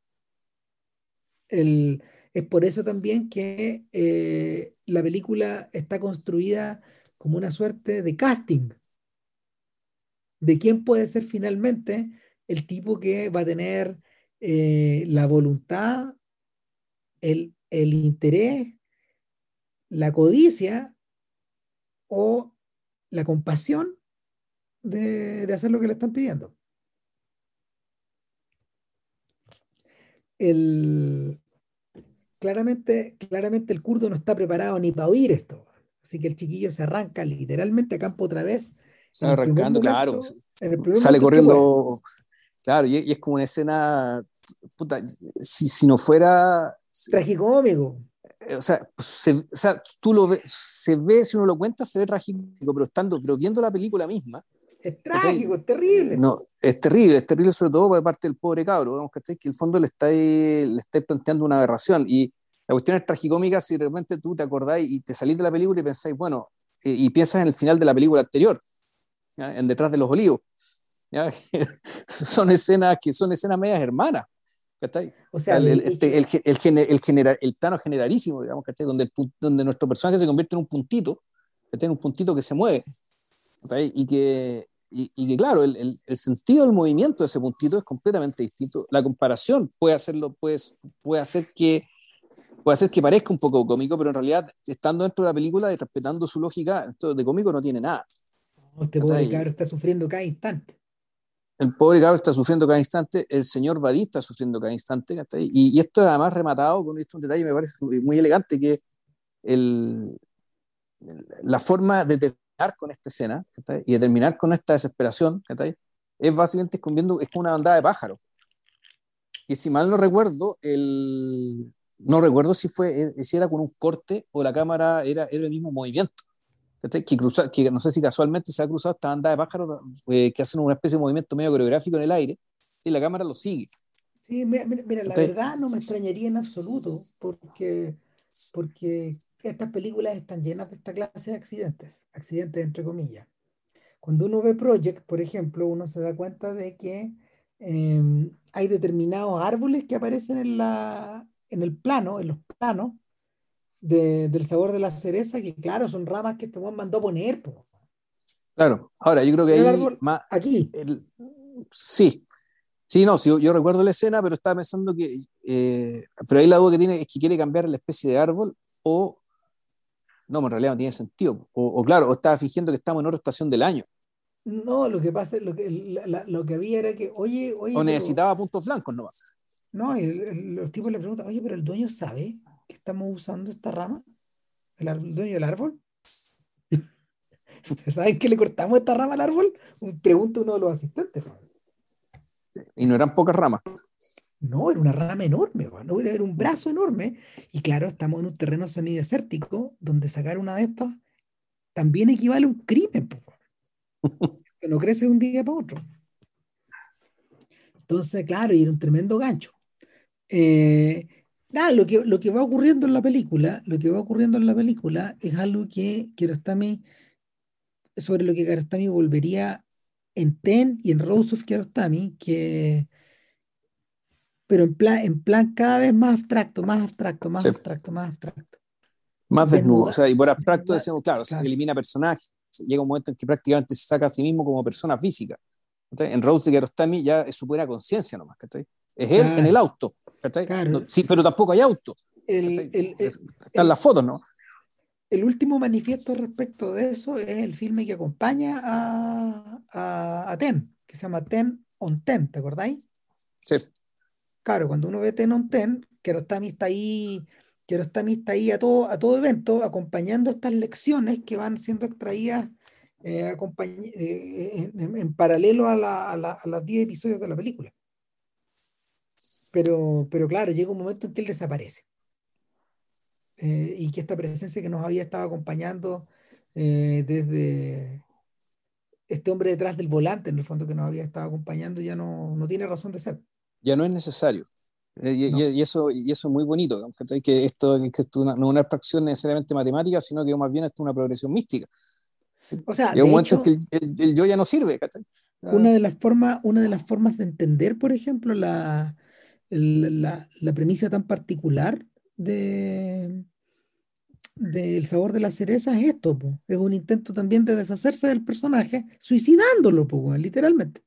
[SPEAKER 1] El, es por eso también que eh, la película está construida como una suerte de casting de quién puede ser finalmente el tipo que va a tener eh, la voluntad, el, el interés, la codicia o la compasión de, de hacer lo que le están pidiendo. El, claramente, claramente el kurdo no está preparado ni para oír esto. Así que el chiquillo se arranca literalmente a campo otra vez en
[SPEAKER 2] Sale
[SPEAKER 1] el primer
[SPEAKER 2] arrancando, claro,
[SPEAKER 1] momento, en el primer
[SPEAKER 2] sale
[SPEAKER 1] momento en que puede.
[SPEAKER 2] corriendo, claro, y, y es como una escena, puta, si, si no fuera,
[SPEAKER 1] Tragicómico.
[SPEAKER 2] eh, o sea, pues, se, o sea, tú lo ves, se ve, si uno lo cuenta, se ve trágico, pero estando, pero viendo la película misma,
[SPEAKER 1] Es
[SPEAKER 2] ¿cachai?
[SPEAKER 1] trágico, es
[SPEAKER 2] Eh,
[SPEAKER 1] terrible.
[SPEAKER 2] no, es terrible, es terrible sobre todo por parte del pobre cabro, ¿no? ¿Cachai? Que en el fondo le está, le está planteando una aberración y la cuestión es tragicómica si de repente tú te acordáis y te salís de la película y pensáis, bueno, eh, y piensas en el final de la película anterior, ¿ya? En Detrás de los Olivos, ¿ya? Son escenas que son escenas medias hermanas, ¿cachai?
[SPEAKER 1] O
[SPEAKER 2] O sea,
[SPEAKER 1] sea,
[SPEAKER 2] el,
[SPEAKER 1] de,
[SPEAKER 2] el,
[SPEAKER 1] es
[SPEAKER 2] este, el,
[SPEAKER 1] que,
[SPEAKER 2] el, genera, el, genera, el plano generalísimo, digamos, ¿cachai? Donde, el, donde nuestro personaje se convierte en un puntito, ¿cachai? En un puntito que se mueve, ¿cachai? Y que, y, y que claro, el, el, el, sentido del movimiento de ese puntito es completamente distinto. La comparación puede hacerlo, puede, puede hacer que puede hacer que parezca un poco cómico, pero en realidad, estando dentro de la película y respetando su lógica, esto de cómico no tiene nada.
[SPEAKER 1] oh, este pobre
[SPEAKER 2] ¿Cachai?
[SPEAKER 1] cabro está sufriendo cada instante.
[SPEAKER 2] El pobre Gabo está sufriendo cada instante, el señor Badí está sufriendo cada instante, ¿cachai? Y, y esto además rematado con esto, un detalle me parece muy elegante, que el, la forma de terminar con esta escena, ¿cachai? Y de terminar con esta desesperación, ¿cachai? Es básicamente es, viendo, es como una bandada de pájaros, que si mal no recuerdo, el, no recuerdo si fue, eh, si era con un corte o la cámara era, era el mismo movimiento. ¿Cachai? Que, cruza, que no sé si casualmente se ha cruzado esta banda de pájaros eh, que hacen una especie de movimiento medio coreográfico en el aire y la cámara lo sigue.
[SPEAKER 1] Sí, mira, mira, mira, la
[SPEAKER 2] ¿Cachai?
[SPEAKER 1] verdad no me extrañaría en absoluto, porque, porque estas películas están llenas de esta clase de accidentes, accidentes entre comillas. Cuando uno ve Project, por ejemplo, uno se da cuenta de que eh, hay determinados árboles que aparecen en la, en el plano, en los planos de- del sabor de la cereza, que claro, son ramas que este weón mandó a poner, po.
[SPEAKER 2] Claro, ahora yo creo que
[SPEAKER 1] Mira el
[SPEAKER 2] ahí
[SPEAKER 1] árbol
[SPEAKER 2] más,
[SPEAKER 1] aquí.
[SPEAKER 2] el, sí, sí, no, sí, yo, yo recuerdo la escena, pero estaba pensando que, eh, pero ahí la duda que tiene es que quiere cambiar la especie de árbol o, no, en realidad no tiene sentido, o, o claro, o estaba fingiendo que estamos en otra estación del año,
[SPEAKER 1] No, lo que pasa, lo que, la- la- lo que había era que, oye, oye,
[SPEAKER 2] o
[SPEAKER 1] pero
[SPEAKER 2] necesitaba puntos blancos nomás.
[SPEAKER 1] no, el- el- los tipos le preguntan, oye, pero el dueño sabe que estamos usando esta rama, el, ar- el dueño del árbol. ¿Ustedes saben que le cortamos esta rama al árbol? Un- Pregunta uno de los asistentes.
[SPEAKER 2] Y no eran pocas ramas.
[SPEAKER 1] No, era una rama enorme, weón, no, era era un brazo enorme. Y claro, estamos en un terreno semidesértico donde sacar una de estas también equivale a un crimen, po, weón, que no crece de un día para otro. Entonces, claro, y era un tremendo gancho. Eh, nada, lo que, lo que va ocurriendo en la película, lo que va ocurriendo en la película es algo que Kiarostami, sobre lo que Kiarostami volvería en Ten y en Rose of Kiarostami, que, pero en plan, en plan cada vez más abstracto, más abstracto, más
[SPEAKER 2] Sí,
[SPEAKER 1] abstracto, más abstracto.
[SPEAKER 2] más desnudo, o
[SPEAKER 1] Desnuda,
[SPEAKER 2] sea, y por abstracto
[SPEAKER 1] desnuda,
[SPEAKER 2] decimos, claro, se
[SPEAKER 1] claro,
[SPEAKER 2] elimina personajes, llega un momento en que prácticamente se saca a sí mismo como persona física. ¿Cachai? En Rose de Kiarostami ya es su buena conciencia nomás, ¿cachai? Es él en el
[SPEAKER 1] claro,
[SPEAKER 2] auto, ¿cachai? No,
[SPEAKER 1] claro.
[SPEAKER 2] sí, pero tampoco hay auto,
[SPEAKER 1] El,
[SPEAKER 2] ¿cachai?
[SPEAKER 1] el, el,
[SPEAKER 2] Están
[SPEAKER 1] el-
[SPEAKER 2] las fotos, ¿no?
[SPEAKER 1] el último manifiesto respecto de eso es el filme que acompaña a, a, a Ten, que se llama Ten on Ten, ¿te acordáis?
[SPEAKER 2] Sí.
[SPEAKER 1] Claro, cuando uno ve Ten on Ten, Kiarostami está ahí, Kiarostami está ahí a todo, a todo evento, acompañando estas lecciones que van siendo extraídas eh, acompañ- eh, en, en paralelo a, la, a, la- a los diez episodios de la película. Pero, pero claro, llega un momento en que él desaparece eh, y que esta presencia que nos había estado acompañando eh, desde este hombre detrás del volante, en el fondo que nos había estado acompañando, ya no, no tiene razón de ser.
[SPEAKER 2] Ya no es necesario. Eh, Y, y-
[SPEAKER 1] No.
[SPEAKER 2] y eso, y eso es muy bonito, ¿no? ¿Cachai? Que esto, que esto una- no es una abstracción necesariamente matemática, sino que más bien esto es una progresión mística.
[SPEAKER 1] O sea,
[SPEAKER 2] Llega un
[SPEAKER 1] de
[SPEAKER 2] momento en que
[SPEAKER 1] hecho,
[SPEAKER 2] el, el- el yo ya no sirve, ¿cachai? Ah,
[SPEAKER 1] una de las formas, una de las formas de entender, por ejemplo, la, el- la, la premisa tan particular de, del sabor de la cereza es esto, po. Es un intento también de deshacerse del personaje, suicidándolo, po, weón, literalmente.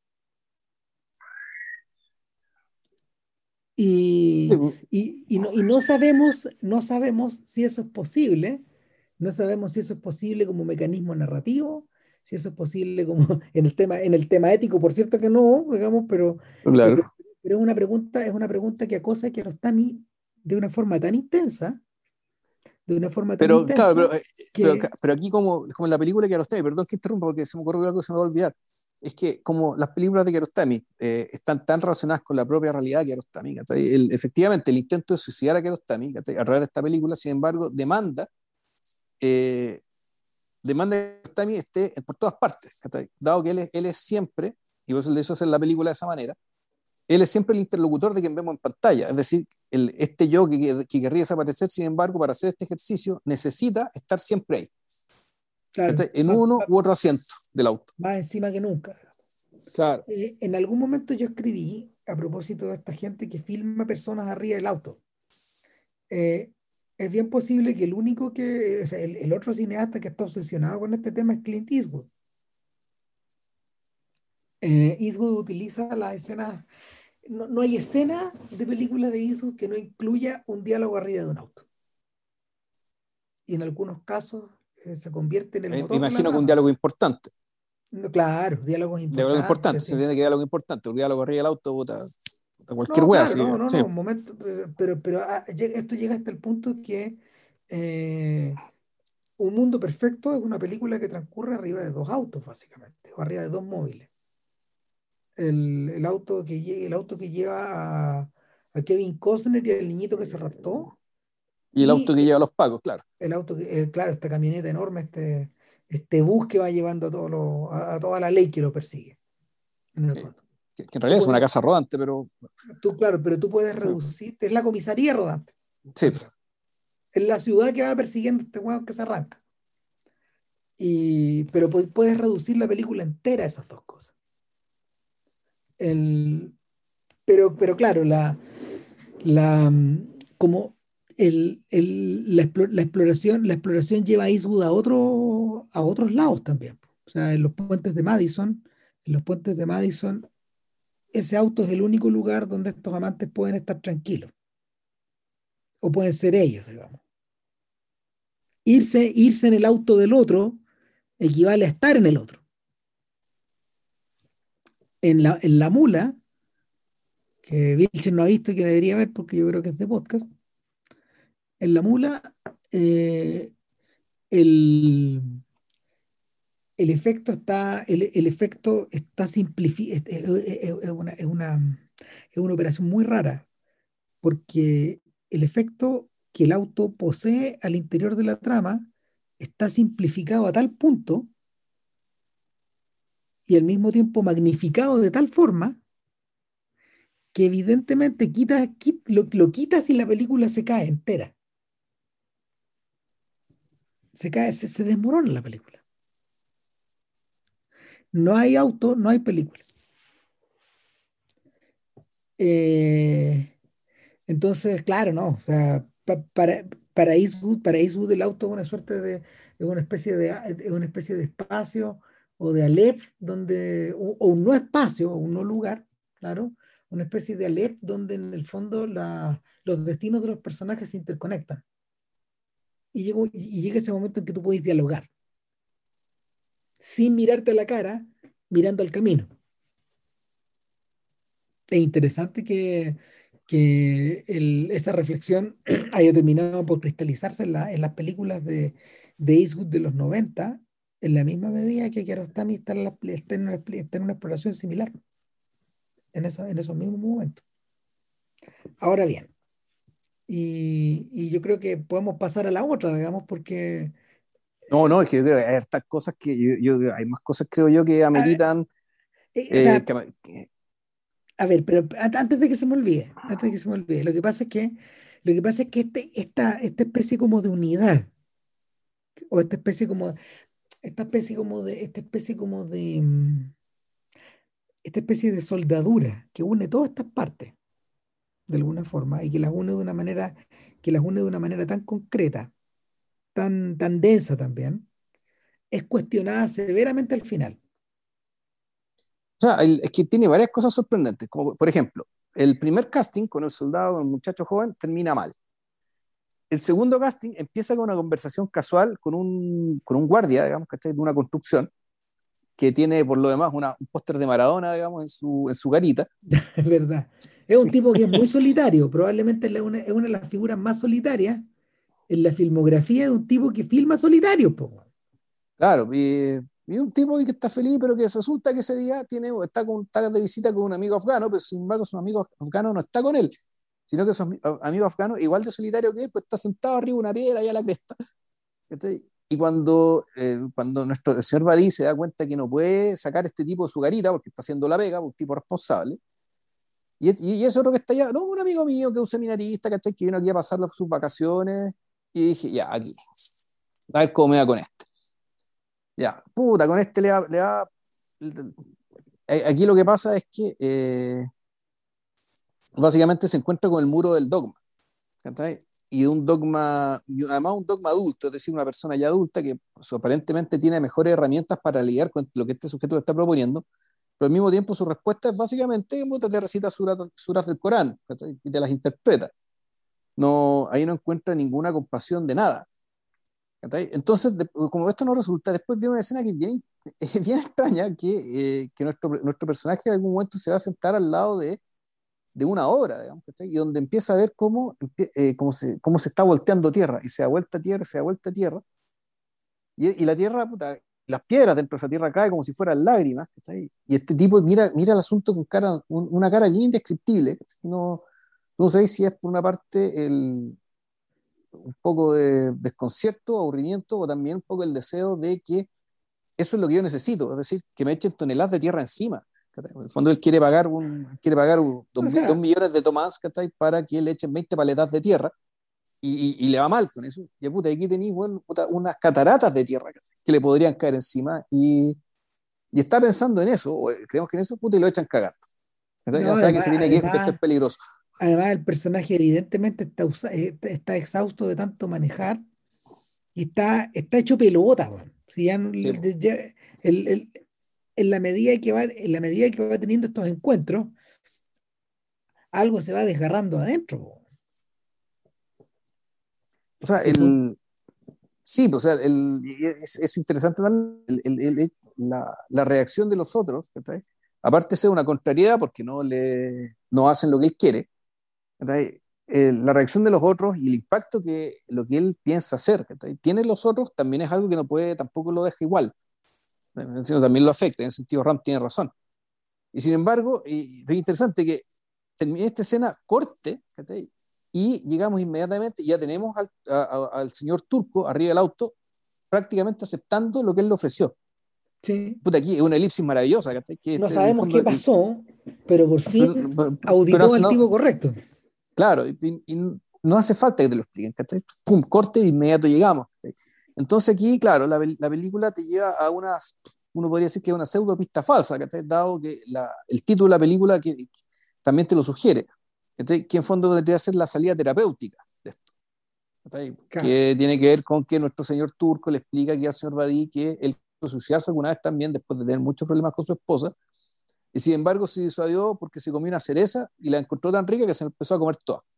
[SPEAKER 2] sí,
[SPEAKER 1] Y, y, y no, y no sabemos, no sabemos si eso es posible, no sabemos si eso es posible como mecanismo narrativo, si eso es posible como en el tema, en el tema ético, por cierto que no, digamos, pero, pero,
[SPEAKER 2] claro.
[SPEAKER 1] pero es una pregunta, es una pregunta que acosa a Kiarostami de una forma tan intensa, de una forma tan
[SPEAKER 2] Pero claro,
[SPEAKER 1] intensa
[SPEAKER 2] pero, eh, pero,
[SPEAKER 1] que,
[SPEAKER 2] pero aquí como, como en la película de Kiarostami, perdón que interrumpa porque se me ocurrió algo que se me va a olvidar, es que como las películas de Kiarostami eh, están tan relacionadas con la propia realidad de Kiarostami, ¿cachai? El, efectivamente el intento de suicidar a Kiarostami, ¿cachai? A través de esta película, sin embargo, demanda, eh, demanda que Kiarostami esté por todas partes, ¿cachai? Dado que él es, él es siempre, y por eso de eso hacer la película de esa manera, él es siempre el interlocutor de quien vemos en pantalla. Es decir, el, este yo que, que, que querría desaparecer, sin embargo, para hacer este ejercicio, necesita estar siempre ahí,
[SPEAKER 1] claro,
[SPEAKER 2] ¿cachai? En
[SPEAKER 1] más,
[SPEAKER 2] uno
[SPEAKER 1] más-
[SPEAKER 2] u otro asiento del auto.
[SPEAKER 1] más encima que nunca.
[SPEAKER 2] Claro.
[SPEAKER 1] Eh, en algún momento yo escribí a propósito de esta gente que filma personas arriba del auto. eh, es bien posible que el único que, o sea, el, el otro cineasta que está obsesionado con este tema es Clint Eastwood. Eh, Eastwood utiliza las escenas, no, no hay escena de película de Eastwood que no incluya un diálogo arriba de un auto. Y en algunos casos eh, se convierte en el
[SPEAKER 2] Eh,
[SPEAKER 1] motor de la
[SPEAKER 2] imagino que un
[SPEAKER 1] trama.
[SPEAKER 2] diálogo importante.
[SPEAKER 1] No, claro, diálogos
[SPEAKER 2] Un diálogo importante,
[SPEAKER 1] importantes,
[SPEAKER 2] se
[SPEAKER 1] sí.
[SPEAKER 2] entiende que diálogo importante. Un diálogo arriba del auto, puta, puta, cualquier
[SPEAKER 1] No,
[SPEAKER 2] wea,
[SPEAKER 1] claro,
[SPEAKER 2] así que,
[SPEAKER 1] no, no,
[SPEAKER 2] sí.
[SPEAKER 1] no, un momento, pero, pero, pero, ah, llega- esto llega hasta el punto que eh, Un Mundo Perfecto es una película que transcurre arriba de dos autos, básicamente, o arriba de dos móviles. El, el auto que, lle- el auto que lleva a, a Kevin Costner y al niñito que se raptó,
[SPEAKER 2] Y el auto
[SPEAKER 1] y
[SPEAKER 2] que lleva a los pagos, claro.
[SPEAKER 1] el auto, que- eh, claro, esta camioneta enorme, este, este bus que va llevando a, todo lo- a, a toda la ley que lo persigue, en el
[SPEAKER 2] Sí.
[SPEAKER 1] fondo.
[SPEAKER 2] Que, que en
[SPEAKER 1] Tú
[SPEAKER 2] realidad es una
[SPEAKER 1] puedes,
[SPEAKER 2] casa rodante, pero
[SPEAKER 1] tú, claro, pero tú puedes
[SPEAKER 2] sí,
[SPEAKER 1] reducir, es la comisaría rodante,
[SPEAKER 2] sí,
[SPEAKER 1] básicamente. Es la ciudad que va persiguiendo este hueón que se arranca. Y, pero pu- puedes reducir la película entera a esas dos cosas. El, pero, pero claro, la, la, mm, como el, el- la, explo- la exploración, la exploración lleva a Eastwood a, otro, a otros lados también. O sea, en los puentes de Madison, en los puentes de Madison, ese auto es el único lugar donde estos amantes pueden estar tranquilos, o pueden ser ellos, digamos. Irse, irse en el auto del otro equivale a estar en el otro. En la, en la mula, que Vilchen no ha visto y que debería ver porque yo creo que es de podcast, en la mula, eh, el, el efecto está, el, el efecto está simplificado, es, es- es una, es una- es una operación muy rara, porque el efecto que el auto posee al interior de la trama está simplificado a tal punto y al mismo tiempo magnificado de tal forma que evidentemente quita, quit- lo, lo quitas y la película se cae entera. Se cae, se, se desmorona la película. No hay auto, no hay película. Eh, Entonces, claro, no. O sea, pa- para, para Eastwood, para Eastwood el auto es una suerte de, es una especie de, es una especie de espacio o de Aleph donde, o, o un no espacio, o un no lugar, claro, una especie de Aleph donde en el fondo la- los destinos de los personajes se interconectan. Y, llegó, y llega ese momento en que tú puedes dialogar, sin mirarte a la cara, mirando al camino. Es interesante que, que el- esa reflexión haya terminado por cristalizarse en, la- en las películas de, de Eastwood de los noventa en la misma medida que Kiarostami está en, la- está en una, está en una exploración similar, en, esa- en esos mismos momentos. Ahora bien, y, y yo creo que podemos pasar a la otra, digamos, porque,
[SPEAKER 2] no, no, es que hay hartas cosas que yo, yo- hay más cosas creo yo que
[SPEAKER 1] a ver,
[SPEAKER 2] ameritan
[SPEAKER 1] eh, o
[SPEAKER 2] eh,
[SPEAKER 1] sea,
[SPEAKER 2] que, que-
[SPEAKER 1] a ver, pero an- antes de que se me olvide, antes de que se me olvide, lo que pasa es que, lo que pasa es que este, esta, esta especie como de unidad, o esta especie como esta especie como de, esta especie como de, mm, esta especie de soldadura que une todas estas partes de alguna forma y que las une de una manera, que las une de una manera tan concreta, tan, tan densa también, es cuestionada severamente al final.
[SPEAKER 2] o sea, el- es que tiene varias cosas sorprendentes, como por ejemplo, el primer casting con el soldado, el muchacho joven, termina mal. El segundo casting empieza con una conversación casual con un, con un guardia, digamos, ¿cachai? De una construcción, que tiene por lo demás una, un póster de Maradona, digamos, en su, en su garita.
[SPEAKER 1] Es verdad. Es un
[SPEAKER 2] Sí,
[SPEAKER 1] tipo que es muy solitario, probablemente es la- una, es una de las figuras más solitarias en la filmografía de un tipo que filma solitario, po.
[SPEAKER 2] claro, y, y un tipo que está feliz, pero que resulta que ese día tiene, está, con, está de visita con un amigo afgano, pero sin embargo su amigo afgano no está con él, sino que su ami- amigo afgano, igual de solitario que él, pues está sentado arriba de una piedra allá a la cresta. ¿Cachai? Y cuando, eh, cuando nuestro el señor Badí se da cuenta que no puede sacar a este tipo de su garita porque está haciendo la pega, un tipo responsable, y, es- y ese otro que está allá, no, un amigo mío que es un seminarista, ¿cachai? Que vino aquí a pasar las- sus vacaciones, y dije, ya, aquí, a ver cómo me va con este. Ya, puta, con este le va, le va- eh, aquí lo que pasa es que eh, básicamente se encuentra con el muro del dogma, ¿cachai? Y de un dogma, y además un dogma adulto, es decir, una persona ya adulta que pues, aparentemente tiene mejores herramientas para lidiar con lo que este sujeto le está proponiendo, pero al mismo tiempo su respuesta es básicamente, puta, te recita surat, suras del Corán, ¿cachai? Y te las interpreta. No, ahí no encuentra ninguna compasión de nada. ¿Cachai? Entonces, de- como esto no resulta, después viene una escena que es bien, es bien extraña, que, eh, que nuestro, nuestro personaje en algún momento se va a sentar al lado de, de una obra, digamos, ¿cachai? Y donde empieza a ver cómo, empie- eh, cómo, se, cómo se está volteando tierra, y se da vuelta a tierra, se da vuelta a tierra, y, y la tierra, puta, las piedras dentro de esa tierra caen como si fueran lágrimas, ¿cachai? Y este tipo mira, mira el asunto con cara, un- una cara bien indescriptible, ¿cachai? No, No sé si es por una parte el, un poco de desconcierto, aburrimiento o también un poco el deseo de que eso es lo que yo necesito, es decir, que me echen toneladas de tierra encima. En el fondo él quiere pagar, un, quiere pagar un, dos,
[SPEAKER 1] O
[SPEAKER 2] dos
[SPEAKER 1] sea,
[SPEAKER 2] millones de tomás, ¿cachai? Para que le echen veinte paletas de tierra y, y, y le va mal con eso. Y puta, aquí tenéis bueno, puta, unas cataratas de tierra, ¿cachai? Que le podrían caer encima y, y está pensando en eso, o creemos que en eso, puta, y lo echan cagando. ¿Cachai?
[SPEAKER 1] no,
[SPEAKER 2] Ya sabe que
[SPEAKER 1] además,
[SPEAKER 2] se viene aquí porque esto es
[SPEAKER 1] además,
[SPEAKER 2] peligroso.
[SPEAKER 1] además el personaje evidentemente está, usa- eh, está exhausto de tanto manejar y está, está hecho pelota, weón. Si ya, no-
[SPEAKER 2] Sí,
[SPEAKER 1] ya- ya- el- el- en la medida que va, en la medida que va teniendo estos encuentros, algo se va desgarrando adentro, weón.
[SPEAKER 2] o sea,
[SPEAKER 1] Supo-
[SPEAKER 2] el, sí, pues, o sea, el, es, es interesante también el, el, el, la, la, reacción de los otros, ¿cachai? Aparte de ser una contrariedad porque no, le, no hacen lo que él quiere, eh, la reacción de los otros y el impacto que lo que él piensa hacer, tiene los otros, también es algo que no puede, tampoco lo deja igual, sino también lo afecta. En ese sentido, Ram tiene razón. Y sin embargo, y, es interesante que termine esta escena corte, ¿cachai? Y llegamos inmediatamente, y ya tenemos al, a, a, al señor turco arriba del auto, prácticamente aceptando lo que él le ofreció.
[SPEAKER 1] sí.
[SPEAKER 2] Puta, aquí es una elipsis maravillosa, ¿cachai? Que
[SPEAKER 1] No
[SPEAKER 2] este, en el
[SPEAKER 1] sabemos qué
[SPEAKER 2] fondo, el,
[SPEAKER 1] pasó, pero por
[SPEAKER 2] pero,
[SPEAKER 1] fin
[SPEAKER 2] pero
[SPEAKER 1] auditó al
[SPEAKER 2] no,
[SPEAKER 1] tipo correcto.
[SPEAKER 2] claro, y, y no hace falta que te lo expliquen, ¿cachai? Pum, corte de inmediato llegamos. ¿Cachai? Entonces aquí, claro, la, la, película te lleva a unas, uno podría decir que es una pseudo pista falsa, ¿cachai? Dado que la, el título de la película que, que también te lo sugiere, ¿cachai? Que en fondo debería ser la salida terapéutica de esto, ¿cachai?
[SPEAKER 1] Claro.
[SPEAKER 2] Que tiene que ver con que nuestro señor turco le explica aquí al señor Badí que él quiso suicidarse alguna vez también después de tener muchos problemas con su esposa, y sin embargo se disuadió porque se comió una cereza y la encontró tan rica que se empezó a comer toda.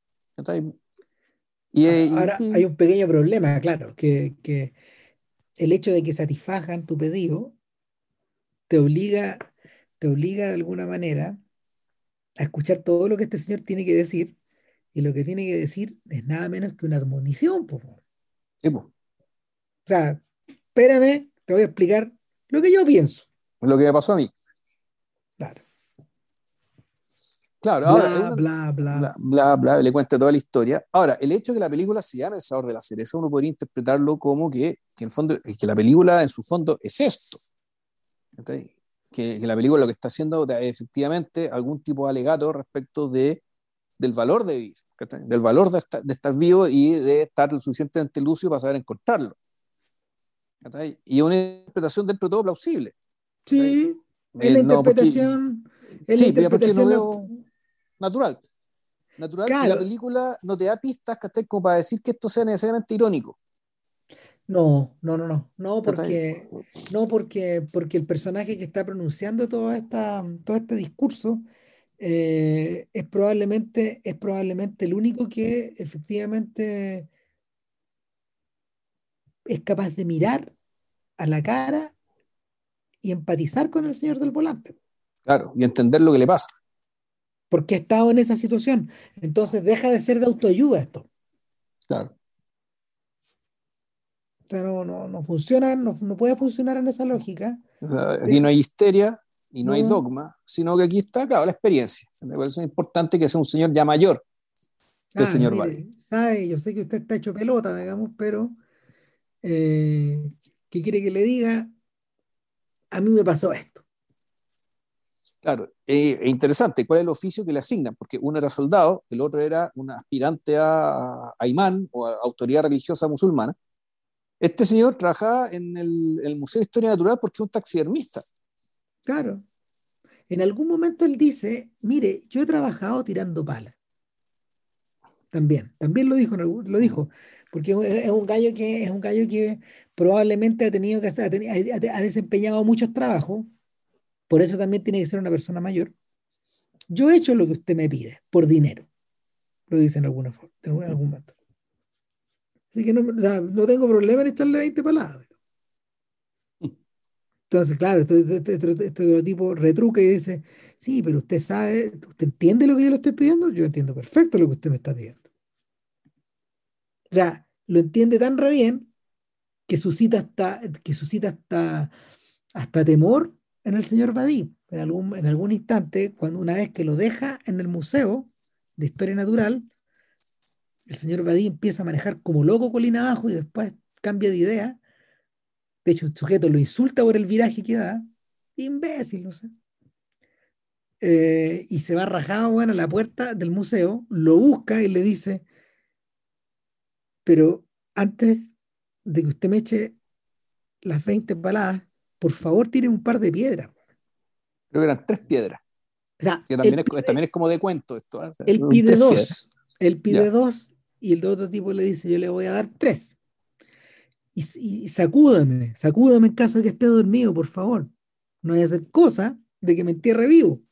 [SPEAKER 2] Y,
[SPEAKER 1] Ahora,
[SPEAKER 2] y,
[SPEAKER 1] ahora hay
[SPEAKER 2] y,
[SPEAKER 1] un pequeño problema, claro, que, que el hecho de que satisfagan tu pedido te obliga, te obliga de alguna manera a escuchar todo lo que este señor tiene que decir, y lo que tiene que decir es nada menos que una admonición, po. O
[SPEAKER 2] y, pues,
[SPEAKER 1] sea, espérame, te voy a explicar lo que yo pienso.
[SPEAKER 2] lo que me pasó a mí.
[SPEAKER 1] Claro.
[SPEAKER 2] Claro, ahora es
[SPEAKER 1] Bla,
[SPEAKER 2] una,
[SPEAKER 1] bla, bla.
[SPEAKER 2] bla, bla, bla, le cuenta toda la historia. Ahora, el hecho de que la película se llame El sabor de la cereza, uno podría interpretarlo como que, que en fondo, que la película en su fondo es esto. ¿Entendés? Que, que la película lo que está haciendo es efectivamente algún tipo de alegato respecto de, del valor de vivir, ¿entendés? Del valor de estar, de estar vivo y de estar lo suficientemente lúcido para saber encontrarlo. ¿Entendés? Y una interpretación dentro de todo plausible. ¿Entendés?
[SPEAKER 1] Sí, es la
[SPEAKER 2] Eh, no, porque
[SPEAKER 1] interpretación, es la
[SPEAKER 2] sí, porque no
[SPEAKER 1] interpretación,
[SPEAKER 2] veo
[SPEAKER 1] nat-
[SPEAKER 2] natural. Natural, y la
[SPEAKER 1] claro,
[SPEAKER 2] película no te da pistas, ¿cachai? Como para decir que esto sea necesariamente irónico.
[SPEAKER 1] no, no, no, no, no,
[SPEAKER 2] ¿Cachai?
[SPEAKER 1] porque, no porque, porque el personaje que está pronunciando todo, esta, todo este discurso eh, es probablemente, es probablemente el único que efectivamente es capaz de mirar a la cara y empatizar con el señor del volante,
[SPEAKER 2] Claro, y entender lo que le pasa.
[SPEAKER 1] porque ha estado en esa situación. Entonces deja de ser de autoayuda esto.
[SPEAKER 2] Claro.
[SPEAKER 1] O sea, no, no, no funciona, no, no puede funcionar en esa lógica.
[SPEAKER 2] O sea, aquí no
[SPEAKER 1] De,
[SPEAKER 2] hay histeria y no hay
[SPEAKER 1] no,
[SPEAKER 2] dogma, sino que aquí está, claro, la experiencia. Me parece importante que sea un señor ya mayor que el
[SPEAKER 1] ah,
[SPEAKER 2] señor Badi.
[SPEAKER 1] mire, sabe, yo sé que usted está hecho pelota, digamos, pero eh, ¿qué quiere que le diga? A mí me pasó esto.
[SPEAKER 2] Claro, eh, es interesante cuál es el oficio que le asignan, porque uno era soldado, el otro era un aspirante a, a imán o a autoridad religiosa musulmana. Este señor trabajaba en el, el Museo de Historia Natural porque es un taxidermista.
[SPEAKER 1] Claro. En algún momento él dice, mire, yo he trabajado tirando palas. También, también lo dijo, en algún- lo
[SPEAKER 2] Mm.
[SPEAKER 1] dijo, porque es es un gallo que es un gallo que probablemente ha tenido que hacer- ha, teni- ha- ha desempeñado muchos trabajos, por eso también tiene que ser una persona mayor. Yo he hecho lo que usted me pide, por dinero, lo dice en alguna forma, en algún en algún momento. Así que no, o sea, no tengo problema en echarle veinte palabras. Entonces, claro, este, este, este- este otro tipo retruca y dice, sí, pero usted sabe, ¿usted entiende lo que yo le estoy pidiendo? Yo entiendo perfecto lo que usted me está pidiendo. O sea, lo entiende tan re bien que suscita hasta, que suscita hasta, hasta temor en el señor Badí. En algún, en algún instante, cuando una vez que lo deja en el museo, de historia natural, el señor Badí empieza a manejar como loco colina abajo y después cambia de idea. De hecho, el sujeto lo insulta por el viraje que da. Imbécil, no sé. Eh, y se va rajado, bueno, a la puerta del museo, lo busca y le dice, pero antes de que usted me eche las veinte paladas, por favor tire un par de piedras.
[SPEAKER 2] Creo que eran tres piedras,
[SPEAKER 1] O sea,
[SPEAKER 2] que también
[SPEAKER 1] él
[SPEAKER 2] es,
[SPEAKER 1] pide,
[SPEAKER 2] también es como de cuento esto, ¿eh? O sea,
[SPEAKER 1] él
[SPEAKER 2] son
[SPEAKER 1] pide
[SPEAKER 2] tres piedras.
[SPEAKER 1] dos, él pide
[SPEAKER 2] Ya,
[SPEAKER 1] dos y el otro tipo le dice, yo le voy a dar tres. Y, y sacúdame, sacúdame en caso de que esté dormido, por favor. No voy a hacer cosa de que me entierre vivo.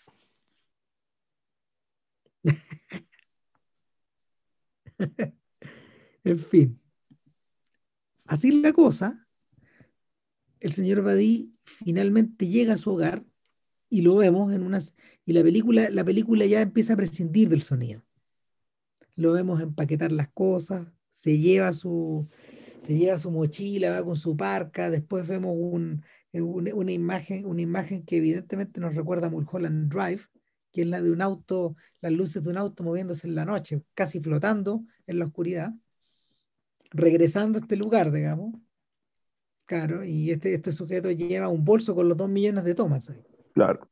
[SPEAKER 1] En fin, así es la cosa. El señor Badí finalmente llega a su hogar y lo vemos en unas y la película la película ya empieza a prescindir del sonido. Lo vemos empaquetar las cosas, se lleva su se lleva su mochila, va con su parca, después vemos un, un- una imagen una imagen que evidentemente nos recuerda a Mulholland Drive, que es la de un auto, las luces de un auto moviéndose en la noche, casi flotando en la oscuridad, regresando a este lugar, digamos. Claro, y este, este sujeto lleva un bolso con los dos millones de tomas ahí.
[SPEAKER 2] claro.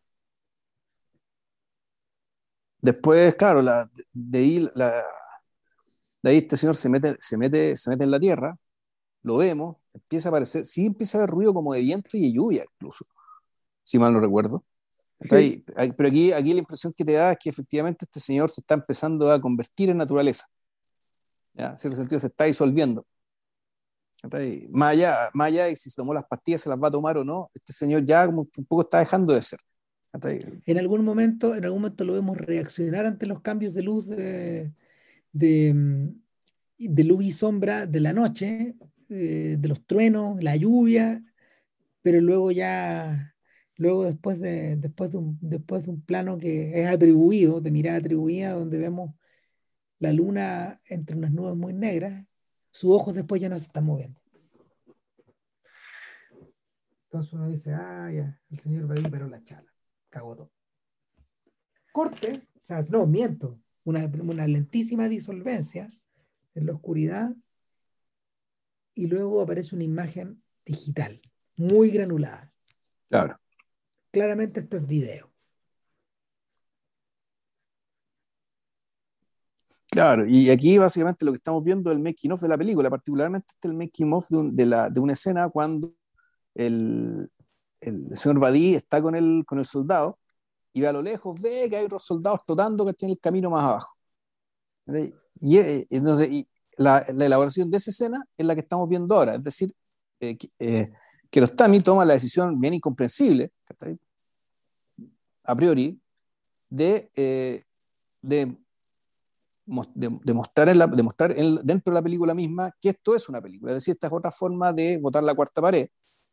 [SPEAKER 2] Después, claro, la, de ahí, la, de ahí este señor se mete, se mete, se mete en la tierra, lo vemos, empieza a aparecer, sí empieza a haber ruido como de viento y de lluvia incluso, si mal no recuerdo.
[SPEAKER 1] Sí.
[SPEAKER 2] Entonces, hay- pero aquí, aquí la impresión que te da es que efectivamente este señor se está empezando a convertir en naturaleza, ¿ya? En cierto sentido se está disolviendo. Entonces, más allá, más allá de si se tomó las pastillas, se las va a tomar o no, este señor ya como un poco está dejando de ser. Entonces,
[SPEAKER 1] En algún momento, en algún momento lo vemos reaccionar ante los cambios de luz de, de, mm, de luz y sombra de la noche, eh, de los truenos, la lluvia, pero luego ya, luego después de, después de un, después de un plano que es atribuido, de mirada atribuida, donde vemos la luna entre unas nubes muy negras, sus ojos después ya no se están moviendo. Entonces uno dice, ah, ya, el señor va a ir, pero la chala, cagó todo. Corte, o sea, no, miento, una, una lentísima disolvencia en la oscuridad y luego aparece una imagen digital, muy granulada.
[SPEAKER 2] claro,
[SPEAKER 1] Claramente esto es video.
[SPEAKER 2] claro. Y aquí básicamente lo que estamos viendo es el making of de la película, particularmente este es el making of de, un- de, la, de una escena cuando el, el señor Badí está con el, con el soldado y ve a lo lejos, ve que hay otros soldados trotando que están en el camino más abajo. ¿Entendés? Y, eh, entonces, y la, la elaboración de esa escena es la que estamos viendo ahora, es decir, eh, que, eh, Kiarostami toma la decisión bien incomprensible, ¿cachai? A priori, de, eh, de, de, de mostrar, en la, de mostrar en, dentro de la película misma que esto es una película, es decir, esta es otra forma de botar la cuarta pared,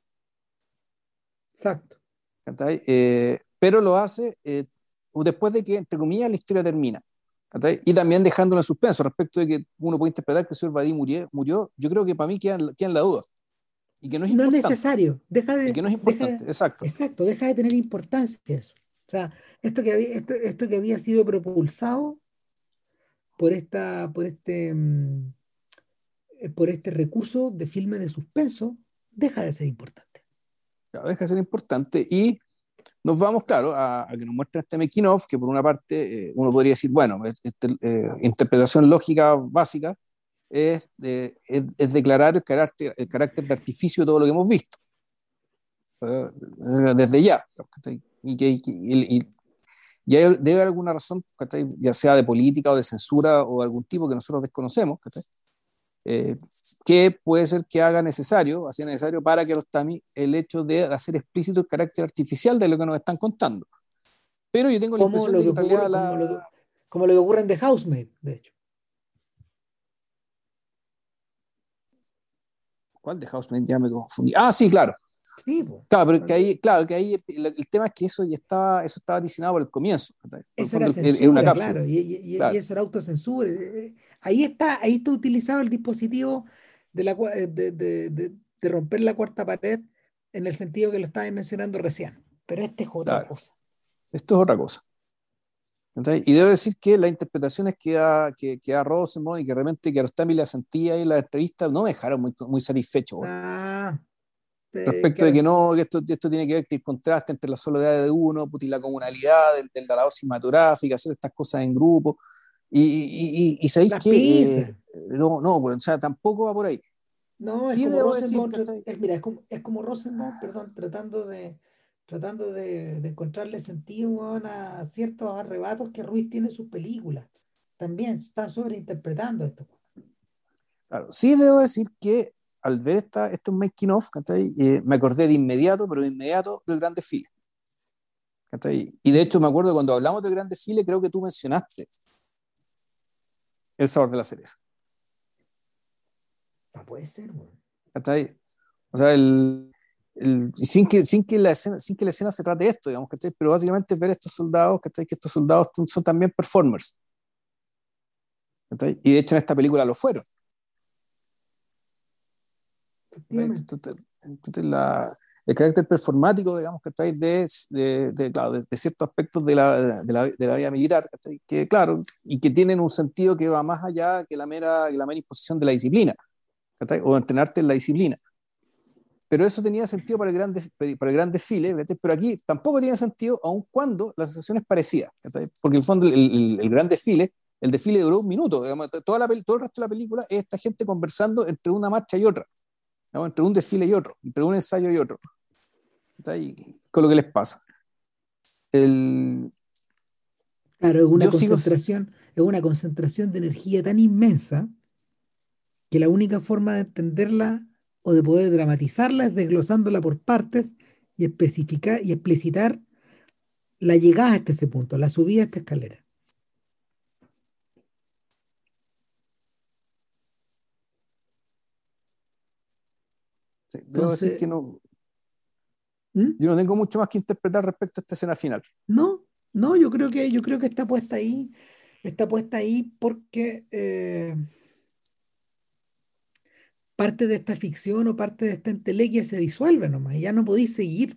[SPEAKER 1] Exacto.
[SPEAKER 2] ¿cachai? Eh, pero lo hace eh, después de que, entre comillas, la historia termina. ¿Cachai? Y también dejándolo en suspenso respecto de que uno puede interpretar que el señor Badí murió, murió, yo creo que para mí queda, queda en la duda y que no es
[SPEAKER 1] No es
[SPEAKER 2] importante,
[SPEAKER 1] necesario, deja
[SPEAKER 2] y
[SPEAKER 1] de,
[SPEAKER 2] que no es
[SPEAKER 1] deja,
[SPEAKER 2] importante, exacto,
[SPEAKER 1] exacto, deja de tener importancia eso. O sea, esto que había, esto, esto que había sido propulsado por esta, por este, mm, eh, por este recurso de filme de suspenso, deja de ser importante.
[SPEAKER 2] claro, deja de ser importante y nos vamos, claro, a, a que nos muestra este making of, que por una parte eh, uno podría decir, bueno, este, eh, interpretación lógica básica es, de, es, es declarar el carácter, el carácter de artificio de todo lo que hemos visto, eh, desde ya, y que, y, y, y hay, debe haber alguna razón, ¿cachai? Ya sea de política o de censura o de algún tipo que nosotros desconocemos, ¿cachai? Eh, que puede ser que haga necesario, hacía necesario para que los Tami el hecho de hacer explícito el carácter artificial de lo que nos están contando. Pero yo tengo la
[SPEAKER 1] Como
[SPEAKER 2] impresión
[SPEAKER 1] lo
[SPEAKER 2] de
[SPEAKER 1] que
[SPEAKER 2] que en realidad
[SPEAKER 1] ocurre, como lo
[SPEAKER 2] la...
[SPEAKER 1] que, como lo que ocurre en The Housemaid, de hecho.
[SPEAKER 2] ¿Cuál de Housemate? Ya me confundí. Ah, sí, claro.
[SPEAKER 1] Sí, po.
[SPEAKER 2] Claro, pero que ahí, claro, que ahí el, el tema es que eso ya estaba, eso estaba diseñado por el comienzo. ¿Verdad? Por el
[SPEAKER 1] Eso era
[SPEAKER 2] fondo era una
[SPEAKER 1] censura,
[SPEAKER 2] cápsula.
[SPEAKER 1] claro, y, y- y
[SPEAKER 2] Claro,
[SPEAKER 1] eso era autocensura. Eh, eh, Ahí está, ahí está utilizado el dispositivo de, la, cua- eh, de, de- de- de romper la cuarta pared en el sentido que lo estaba mencionando recién. Pero este es otra
[SPEAKER 2] claro.
[SPEAKER 1] cosa.
[SPEAKER 2] Esto es otra cosa. ¿Cachai? Y debo decir que las interpretaciones que da, que, que da Rosenbaum y que realmente Kiarostami la sentía ahí en la entrevista no me dejaron muy, muy satisfecho, güey.
[SPEAKER 1] Ah, eh,
[SPEAKER 2] Respecto de
[SPEAKER 1] claro,
[SPEAKER 2] que no, que esto, esto tiene que ver con el contraste entre la soledad de uno puta, y la comunalidad, del, de la labor cinematográfica, hacer estas cosas en grupo. Y, y, y, y sabéis
[SPEAKER 1] las
[SPEAKER 2] que
[SPEAKER 1] pinzas.
[SPEAKER 2] eh, no, no, bueno, o sea, tampoco va por ahí.
[SPEAKER 1] No, es
[SPEAKER 2] Sí
[SPEAKER 1] como
[SPEAKER 2] debo decir,
[SPEAKER 1] Rosenbaum, tra-
[SPEAKER 2] ¿cachai?
[SPEAKER 1] es, mira, es como, es como Rosenbaum, perdón, tratando de, tratando de, de encontrarle sentido, weón, a ciertos arrebatos que Ruiz tiene en sus películas. También están sobreinterpretando esto.
[SPEAKER 2] Claro, sí debo decir que al ver esta, estos making of, ¿cachai? Eh, me acordé de inmediato, pero de inmediato del gran desfile. ¿Cachai? Y de
[SPEAKER 1] ¿Mm?
[SPEAKER 2] hecho me acuerdo cuando hablamos del gran desfile, creo que tú mencionaste el sabor de la cereza.
[SPEAKER 1] No puede ser, weón.
[SPEAKER 2] ¿Cachai? O sea, el, el- sin, que, sin, que la escena, sin que la escena se trate de esto, digamos, ¿cachai? Pero básicamente es ver estos soldados, ¿cachai? Que estos soldados son, son también performers. ¿Cachai? Y de hecho en esta película lo fueron. ¿Cachai?
[SPEAKER 1] Efectivamente.
[SPEAKER 2] Entonces, entonces la, el carácter performático, digamos, ¿cachai? De, de, de, claro, de, de ciertos aspectos de la, de la, de la vida militar, ¿cachai? Que claro, y que tienen un sentido que va más allá que la mera, que la mera imposición de la disciplina, ¿cachai? O entrenarte en la disciplina. Pero eso tenía sentido para el gran, def- para el gran desfile, ¿cachai? Pero aquí tampoco tiene sentido, aun cuando la sensación es parecida, ¿cachai? Porque en el fondo el, el, el gran desfile, el desfile duró un minuto, digamos, toda la, todo el resto de la película es esta gente conversando entre una marcha y otra, ¿no? Entre un desfile y otro, entre un ensayo y otro, ¿cachai? Con lo que les pasa. El,
[SPEAKER 1] Claro, es una
[SPEAKER 2] yo sigo,
[SPEAKER 1] concentración, es una concentración de energía tan inmensa que la única forma de entenderla o de poder dramatizarla es desglosándola por partes y especificar y explicitar la llegada hasta ese punto, la subida a esta escalera.
[SPEAKER 2] sí, debo decir
[SPEAKER 1] Entonces,
[SPEAKER 2] que no,
[SPEAKER 1] ¿mm?
[SPEAKER 2] yo no tengo mucho más que interpretar respecto a esta escena final.
[SPEAKER 1] No, no, yo creo que yo creo que está puesta ahí, está puesta ahí porque eh, parte de esta ficción o parte de esta entelequia se disuelve nomás, y ya no podéis seguir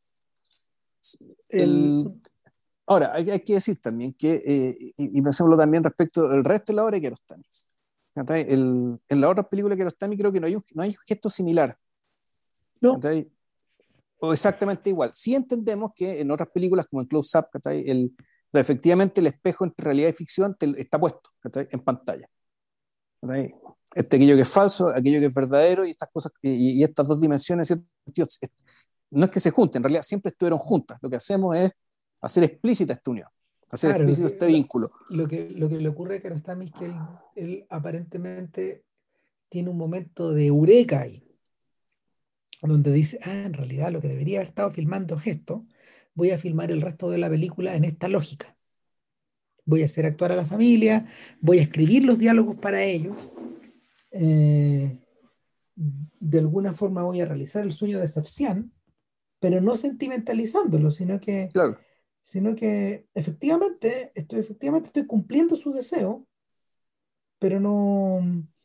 [SPEAKER 1] el.
[SPEAKER 2] El, ahora, hay, hay que decir también que, eh, y, y pensémoslo también respecto del resto de la obra de Kiarostami. El, en la otra película de Kiarostami creo que no hay un, no hay un gesto similar.
[SPEAKER 1] No,
[SPEAKER 2] ¿Cachai? O exactamente igual. Sí entendemos que en otras películas, como en Close Up, ¿cachai? El, efectivamente el espejo entre realidad y ficción te, está puesto, ¿cachai? En pantalla. ¿Cachai? Este, aquello que es falso, aquello que es verdadero y estas cosas y, y estas dos dimensiones, ¿cierto? No es que se junten, en realidad siempre estuvieron juntas. Lo que hacemos es hacer explícita esta unión, hacer
[SPEAKER 1] claro, lo
[SPEAKER 2] explícito
[SPEAKER 1] que,
[SPEAKER 2] este
[SPEAKER 1] lo,
[SPEAKER 2] vínculo.
[SPEAKER 1] lo que, lo que le ocurre a Kiarostami es que él, él aparentemente tiene un momento de eureka ahí, donde dice, ah, en realidad lo que debería haber estado filmando es esto, voy a filmar el resto de la película en esta lógica. Voy a hacer actuar a la familia, voy a escribir los diálogos para ellos, eh, de alguna forma voy a realizar el sueño de Safsián, pero no sentimentalizándolo, sino que,
[SPEAKER 2] Claro,
[SPEAKER 1] sino que efectivamente estoy, efectivamente estoy cumpliendo su deseo, pero no,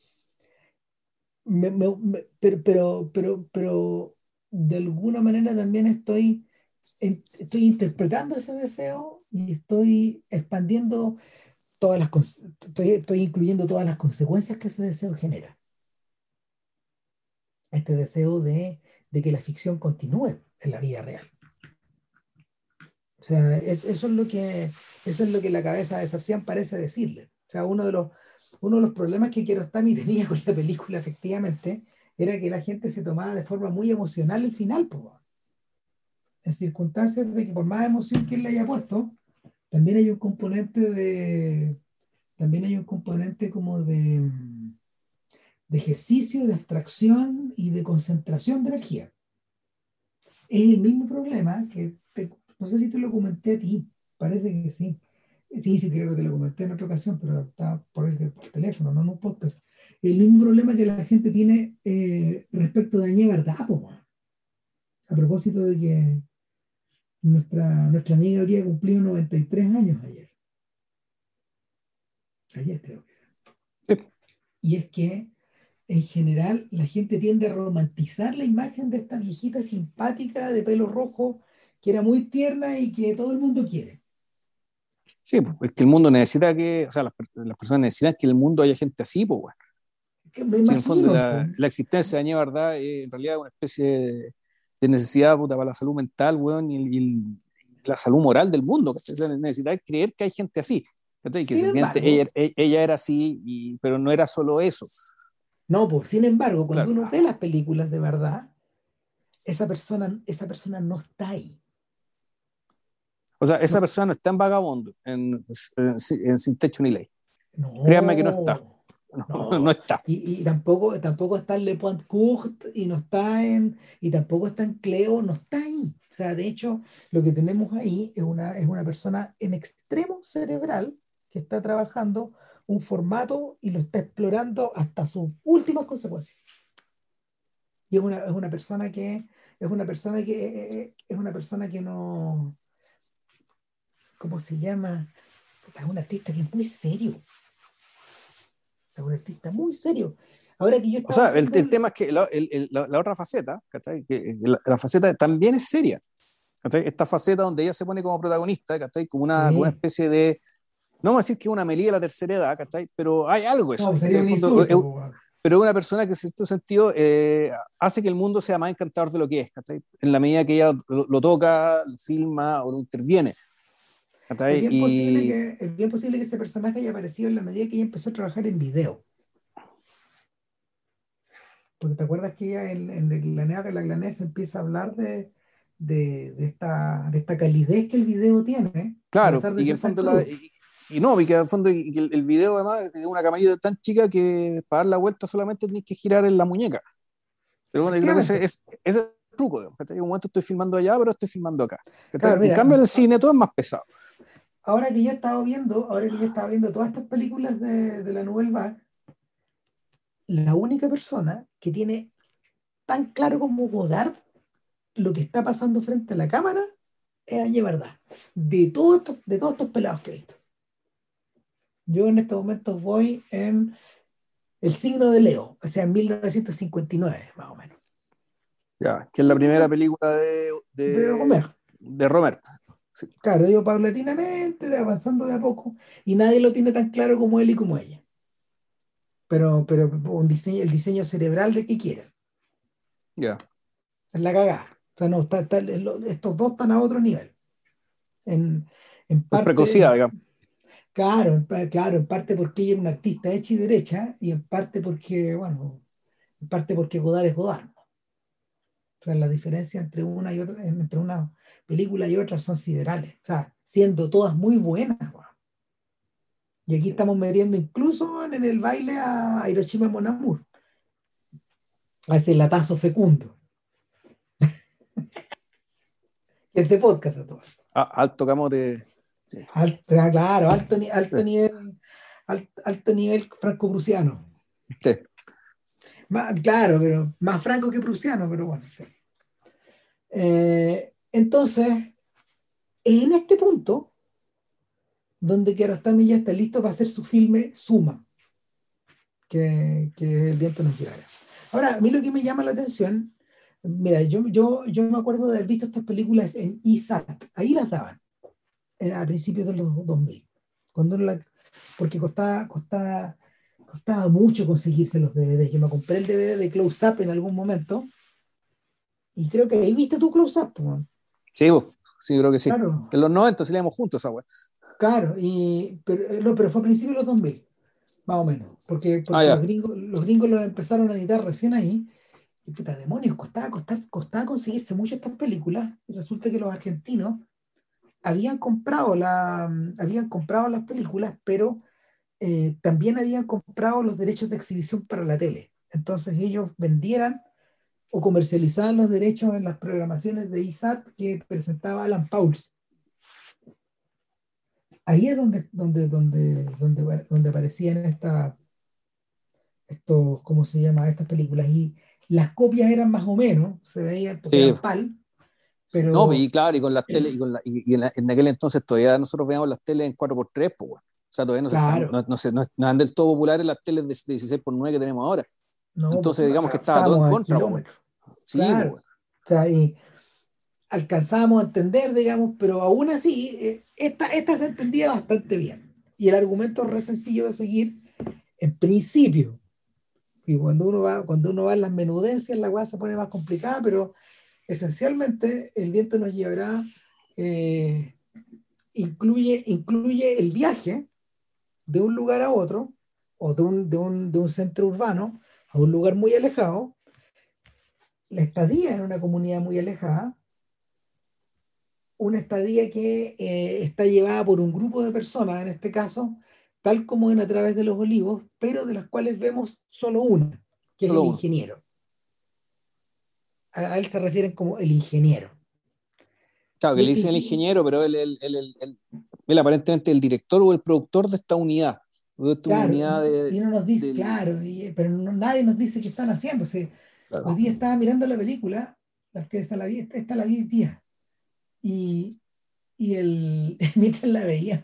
[SPEAKER 1] me- me- me- pero, pero, pero, pero de alguna manera también estoy, en- estoy interpretando ese deseo y estoy expandiendo todas las, cons- estoy, estoy incluyendo todas las consecuencias que ese deseo genera. Este deseo de, de que la ficción continúe en la vida real. O sea, es- eso es lo que, eso es lo que la cabeza de Safsian parece decirle. O sea, uno de los, uno de los problemas que Kiarostami tenía con la película, efectivamente, era que la gente se tomaba de forma muy emocional el final, po, weón. En circunstancias de que por más emoción que él le haya puesto, también hay un componente de, también hay un componente como de, mm, de ejercicio, de abstracción y de concentración de energía. Es el mismo problema que, te- no sé si te lo comenté a ti, parece que sí. Sí, sí, creo que te lo comenté en otra ocasión, pero está por, el- por teléfono, no en un podcast. El mismo problema que la gente tiene eh, respecto de Añé Verdad, po, weón. A propósito de que nuestra, nuestra amiga habría cumplido noventa y tres años ayer. Ayer creo que.
[SPEAKER 2] sí,
[SPEAKER 1] Y es que en general la gente tiende a romantizar la imagen de esta viejita simpática de pelo rojo que era muy tierna y que todo el mundo quiere.
[SPEAKER 2] Sí, pues, es que el mundo necesita que, o sea, las, las personas necesitan que en el mundo haya gente así, pues, bueno.
[SPEAKER 1] Que me
[SPEAKER 2] Sí, en el fondo
[SPEAKER 1] imagino, po.
[SPEAKER 2] la, la existencia de Ñe Verdad es en realidad una especie de, de necesidad puta, para la salud mental, weón, y, y la salud moral del mundo. ¿Cachai? O sea, necesidad de creer que hay gente así. ¿Cachai? Que
[SPEAKER 1] Sin
[SPEAKER 2] efectivamente ella,
[SPEAKER 1] embargo,
[SPEAKER 2] ella era así, y, pero no era solo eso.
[SPEAKER 1] no, pues, sin embargo, cuando
[SPEAKER 2] Claro.
[SPEAKER 1] uno ve las películas de verdad, esa persona, esa persona no está ahí.
[SPEAKER 2] O sea, esa
[SPEAKER 1] No,
[SPEAKER 2] persona no está en Vagabondo, en, en, en Sin Techo ni Ley. Créanme que no está.
[SPEAKER 1] no,
[SPEAKER 2] No, no
[SPEAKER 1] no.
[SPEAKER 2] está.
[SPEAKER 1] Y, y tampoco, tampoco está en Le Point Court y no está en, y tampoco está en Cleo, no está ahí. O sea, de hecho, lo que tenemos ahí es una, es una persona en extremo cerebral que está trabajando un formato y lo está explorando hasta sus últimas consecuencias. Y es una, es una persona que, es una persona que, eh, eh, es una persona que no, ¿cómo se llama? Es un artista que es muy serio, es un artista muy serio. Ahora que yo
[SPEAKER 2] O
[SPEAKER 1] estaba
[SPEAKER 2] sea, el,
[SPEAKER 1] haciendo
[SPEAKER 2] el
[SPEAKER 1] el,
[SPEAKER 2] tema es que la, el, el, la, la otra faceta, ¿cachai? Que la, la, faceta también es seria. ¿Cachai? Esta faceta donde ella se pone como protagonista, ¿cachai? Como una, como una
[SPEAKER 1] sí,
[SPEAKER 2] especie de, no vamos a decir que es una Melía de la tercera edad, ¿cachai? Pero hay algo eso
[SPEAKER 1] no,
[SPEAKER 2] ahí,
[SPEAKER 1] pues
[SPEAKER 2] ¿cachai?
[SPEAKER 1] sería
[SPEAKER 2] En el
[SPEAKER 1] un
[SPEAKER 2] fondo, es,
[SPEAKER 1] insulto, po, weón.
[SPEAKER 2] pero es una persona que en cierto sentido eh, hace que el mundo sea más encantador de lo que es, ¿cachai? En la medida que ella lo, lo toca, lo filma o lo interviene,
[SPEAKER 1] Es
[SPEAKER 2] ¿cachai?
[SPEAKER 1] bien posible
[SPEAKER 2] Y
[SPEAKER 1] que, es bien posible que ese personaje haya aparecido en la medida que ella empezó a trabajar en video. Porque te acuerdas que ella en, en la Nea la Glanés empieza a hablar de, de, de esta, de esta calidez que el video tiene, a
[SPEAKER 2] claro,
[SPEAKER 1] pesar de
[SPEAKER 2] y que en
[SPEAKER 1] ser
[SPEAKER 2] el
[SPEAKER 1] tan
[SPEAKER 2] fondo la,
[SPEAKER 1] crudo.
[SPEAKER 2] y, y no, y que en el fondo y que el, el video además es una camarita tan chica que para dar la vuelta solamente tienes que girar en la muñeca. Pero bueno, yo creo que ese,
[SPEAKER 1] Efectivamente.
[SPEAKER 2] ese, ese es el truco. digamos, ¿cachai? En un momento estoy filmando allá, pero estoy filmando acá. ¿Cachai?
[SPEAKER 1] Claro,
[SPEAKER 2] En
[SPEAKER 1] mira,
[SPEAKER 2] cambio, en el cine todo es más pesado.
[SPEAKER 1] ahora que yo he estado viendo, ahora que yo estaba viendo todas estas películas de, de la Nouvelle Vague, la única persona que tiene tan claro como Godard lo que está pasando frente a la cámara es Añe Verdad. De todos estos, de todos estos pelados que he visto. Yo en estos momentos voy en El signo de Leo, o sea, en mil novecientos cincuenta y nueve, más o menos.
[SPEAKER 2] Ya, que es la primera
[SPEAKER 1] Película
[SPEAKER 2] película de,
[SPEAKER 1] de
[SPEAKER 2] de,
[SPEAKER 1] Romer.
[SPEAKER 2] de Romer. Sí.
[SPEAKER 1] Claro, digo paulatinamente, de avanzando de a poco, y nadie lo tiene tan claro como él y como ella. Pero, pero un diseño, el diseño cerebral de que quieren,
[SPEAKER 2] Ya.
[SPEAKER 1] es la cagada. O sea, no, está- está- lo- estos dos están a otro nivel. En, en
[SPEAKER 2] Es
[SPEAKER 1] parte,
[SPEAKER 2] precocidad,
[SPEAKER 1] en-
[SPEAKER 2] digamos.
[SPEAKER 1] claro, en, pa- claro, en parte porque ella es una artista hecha y derecha, y en parte porque, bueno, en parte porque Godard es Godard. O sea, la diferencia entre una y otra, entre una película y otra son siderales. O sea, siendo todas muy buenas, weón. Y aquí estamos metiendo incluso en el baile a Hiroshima Mon Amour, a ese latazo fecundo, que es de podcast a todo.
[SPEAKER 2] Ah, alto camote. Sí.
[SPEAKER 1] Alto, ah, claro, alto, ni-
[SPEAKER 2] Sí.
[SPEAKER 1] alto nivel, alto, alto nivel franco-prusiano.
[SPEAKER 2] Sí.
[SPEAKER 1] Más- claro, pero más franco que prusiano, pero bueno. Sí. Eh, entonces, en este punto, donde Kiarostami ya está listo para hacer su filme Suma, que, que el viento nos llevará. Ahora, a mí lo que me llama la atención, mira, yo, yo, yo me acuerdo de haber visto estas películas en I S A T, ahí las daban, era a principios de los dos mil, cuando la, porque costaba, costaba, costaba mucho conseguirse los D V Ds. Yo me compré el D V D de Close Up en algún momento, y creo que ahí viste tu Close Up, pues,
[SPEAKER 2] Sí, vos. Sí, creo que sí.
[SPEAKER 1] claro,
[SPEAKER 2] En los noventa salíamos juntos esa weá.
[SPEAKER 1] claro, y, pero, eh, no, pero fue a principios de los dos mil más o menos, porque,
[SPEAKER 2] Ah,
[SPEAKER 1] porque los
[SPEAKER 2] ya.
[SPEAKER 1] gringos, los gringos los empezaron a editar recién ahí. Y puta, demonios, costaba, costaba, costaba conseguirse mucho estas películas. Y resulta que los argentinos habían comprado, la, habían comprado las películas, pero eh, también habían comprado los derechos de exhibición para la tele. Entonces ellos vendieran o comercializaban los derechos en las programaciones de I S A T que presentaba Alan Pauls. Ahí es donde, donde, donde, donde, donde aparecían esta, estos, ¿cómo se llama? Estas películas. Y las copias eran más o menos, se veían porque
[SPEAKER 2] Sí.
[SPEAKER 1] eran PAL,
[SPEAKER 2] No,
[SPEAKER 1] pero
[SPEAKER 2] y claro, y con las teles, y, con la, y, y en, la- en aquel entonces todavía nosotros veíamos las teles en cuatro por tres, pues, weón. O sea, todavía no, se están,
[SPEAKER 1] claro,
[SPEAKER 2] no, no, se, no, no andan del todo populares las teles de dieciséis por nueve que tenemos ahora.
[SPEAKER 1] no, pues,
[SPEAKER 2] Entonces,
[SPEAKER 1] o
[SPEAKER 2] digamos que
[SPEAKER 1] sea,
[SPEAKER 2] estaba todo en
[SPEAKER 1] estábamos a
[SPEAKER 2] contra, pues, weón.
[SPEAKER 1] kilómetros,
[SPEAKER 2] Sí, pues,
[SPEAKER 1] claro.
[SPEAKER 2] weón.
[SPEAKER 1] O sea, y, alcanzábamos a entender, digamos, pero aún así, eh, esta, esta se entendía bastante bien. Y el argumento es re sencillo de seguir en principio. Y cuando uno va, cuando uno va en las menudencias, la cosa se pone más complicada, pero esencialmente el viento nos llevará, eh, incluye, incluye el viaje de un lugar a otro, o de un, de un, de un centro urbano a un lugar muy alejado, la estadía en una comunidad muy alejada, una estadía que eh, está llevada por un grupo de personas, en este caso, tal como en A través de los olivos, pero de las cuales vemos solo una, que es
[SPEAKER 2] Solo
[SPEAKER 1] el
[SPEAKER 2] uno.
[SPEAKER 1] ingeniero. A, a él se refieren como el ingeniero.
[SPEAKER 2] Claro,
[SPEAKER 1] Y
[SPEAKER 2] que le
[SPEAKER 1] este
[SPEAKER 2] dicen el
[SPEAKER 1] ingeniero,
[SPEAKER 2] ingeniero, pero él, él, él, él- él- él aparentemente el director o el productor de esta unidad, de esta
[SPEAKER 1] claro,
[SPEAKER 2] unidad
[SPEAKER 1] no-
[SPEAKER 2] de,
[SPEAKER 1] y uno nos dice,
[SPEAKER 2] del...
[SPEAKER 1] claro, y- pero no- nadie nos dice qué están haciendo. O sea, hoy
[SPEAKER 2] Claro.
[SPEAKER 1] día estaba mirando la película, la que esta la vi, esta la vi hoy día, y, y el, mientras la veía,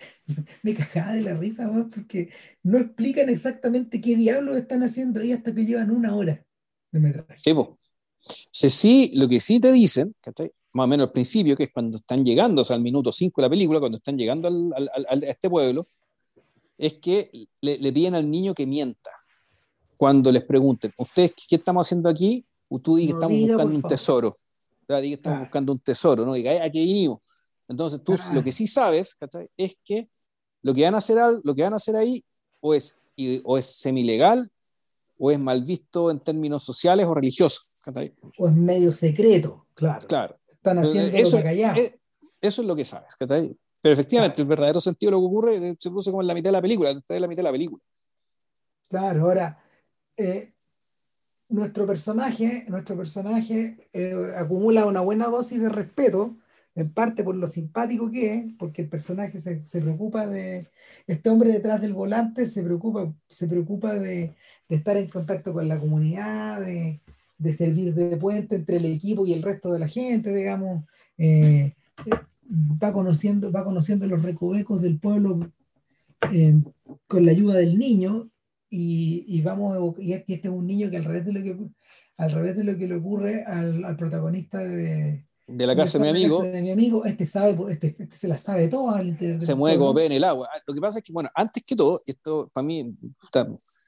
[SPEAKER 1] me cagaba de la risa, weón, porque no explican exactamente qué diablos están haciendo ahí hasta que llevan una hora de metraje.
[SPEAKER 2] Sí, po. Sí, sí, lo que sí te dicen, ¿cachai? Más o menos al principio, que es cuando están llegando, o sea, al minuto cinco de la película, cuando están llegando al, al- al- al- a este pueblo, es que le, le piden al niño que mienta. Cuando les pregunten, ¿ustedes qué, qué estamos haciendo aquí? Tú di que
[SPEAKER 1] No
[SPEAKER 2] estamos
[SPEAKER 1] diga, por
[SPEAKER 2] buscando un
[SPEAKER 1] favor.
[SPEAKER 2] tesoro. O sea, di que estamos
[SPEAKER 1] Claro,
[SPEAKER 2] buscando un tesoro, ¿no? Diga, "Ay, aquí vinimos". Entonces tú lo que
[SPEAKER 1] claro.
[SPEAKER 2] sí sabes, ¿cachai? Es que lo que van a hacer, al- lo que van a hacer ahí o es, y- o es semilegal o es mal visto en términos sociales o religiosos, ¿cachai?
[SPEAKER 1] O es medio secreto, claro.
[SPEAKER 2] Claro.
[SPEAKER 1] Están
[SPEAKER 2] Pero, eh,
[SPEAKER 1] haciéndolo
[SPEAKER 2] Eso,
[SPEAKER 1] para callado.
[SPEAKER 2] es, eso es lo que sabes, ¿cachai? Pero efectivamente,
[SPEAKER 1] Claro,
[SPEAKER 2] el verdadero sentido de lo que ocurre eh, se produce como en la mitad de la película, está en la mitad de la película.
[SPEAKER 1] claro. Ahora, eh, nuestro personaje, nuestro personaje eh, acumula una buena dosis de respeto, en parte por lo simpático que es, porque el personaje se, se preocupa de, este hombre detrás del volante se preocupa, se preocupa de, de estar en contacto con la comunidad, de, de servir de puente entre el equipo y el resto de la gente, digamos. eh, eh, va conociendo, va conociendo los recovecos del pueblo eh, con la ayuda del niño y, y vamos evo- y este este es un niño que al revés de lo que al revés de lo que le ocurre al, al protagonista de
[SPEAKER 2] De la
[SPEAKER 1] ¿Dónde
[SPEAKER 2] casa de
[SPEAKER 1] está
[SPEAKER 2] mi
[SPEAKER 1] la casa
[SPEAKER 2] amigo,
[SPEAKER 1] de mi amigo? Este sabe, este, este se la sabe toda al interior
[SPEAKER 2] se
[SPEAKER 1] del
[SPEAKER 2] mueve como
[SPEAKER 1] pueblo.
[SPEAKER 2] pez en el agua. Ah, lo que pasa es que, bueno, antes que todo, esto para mí, puta,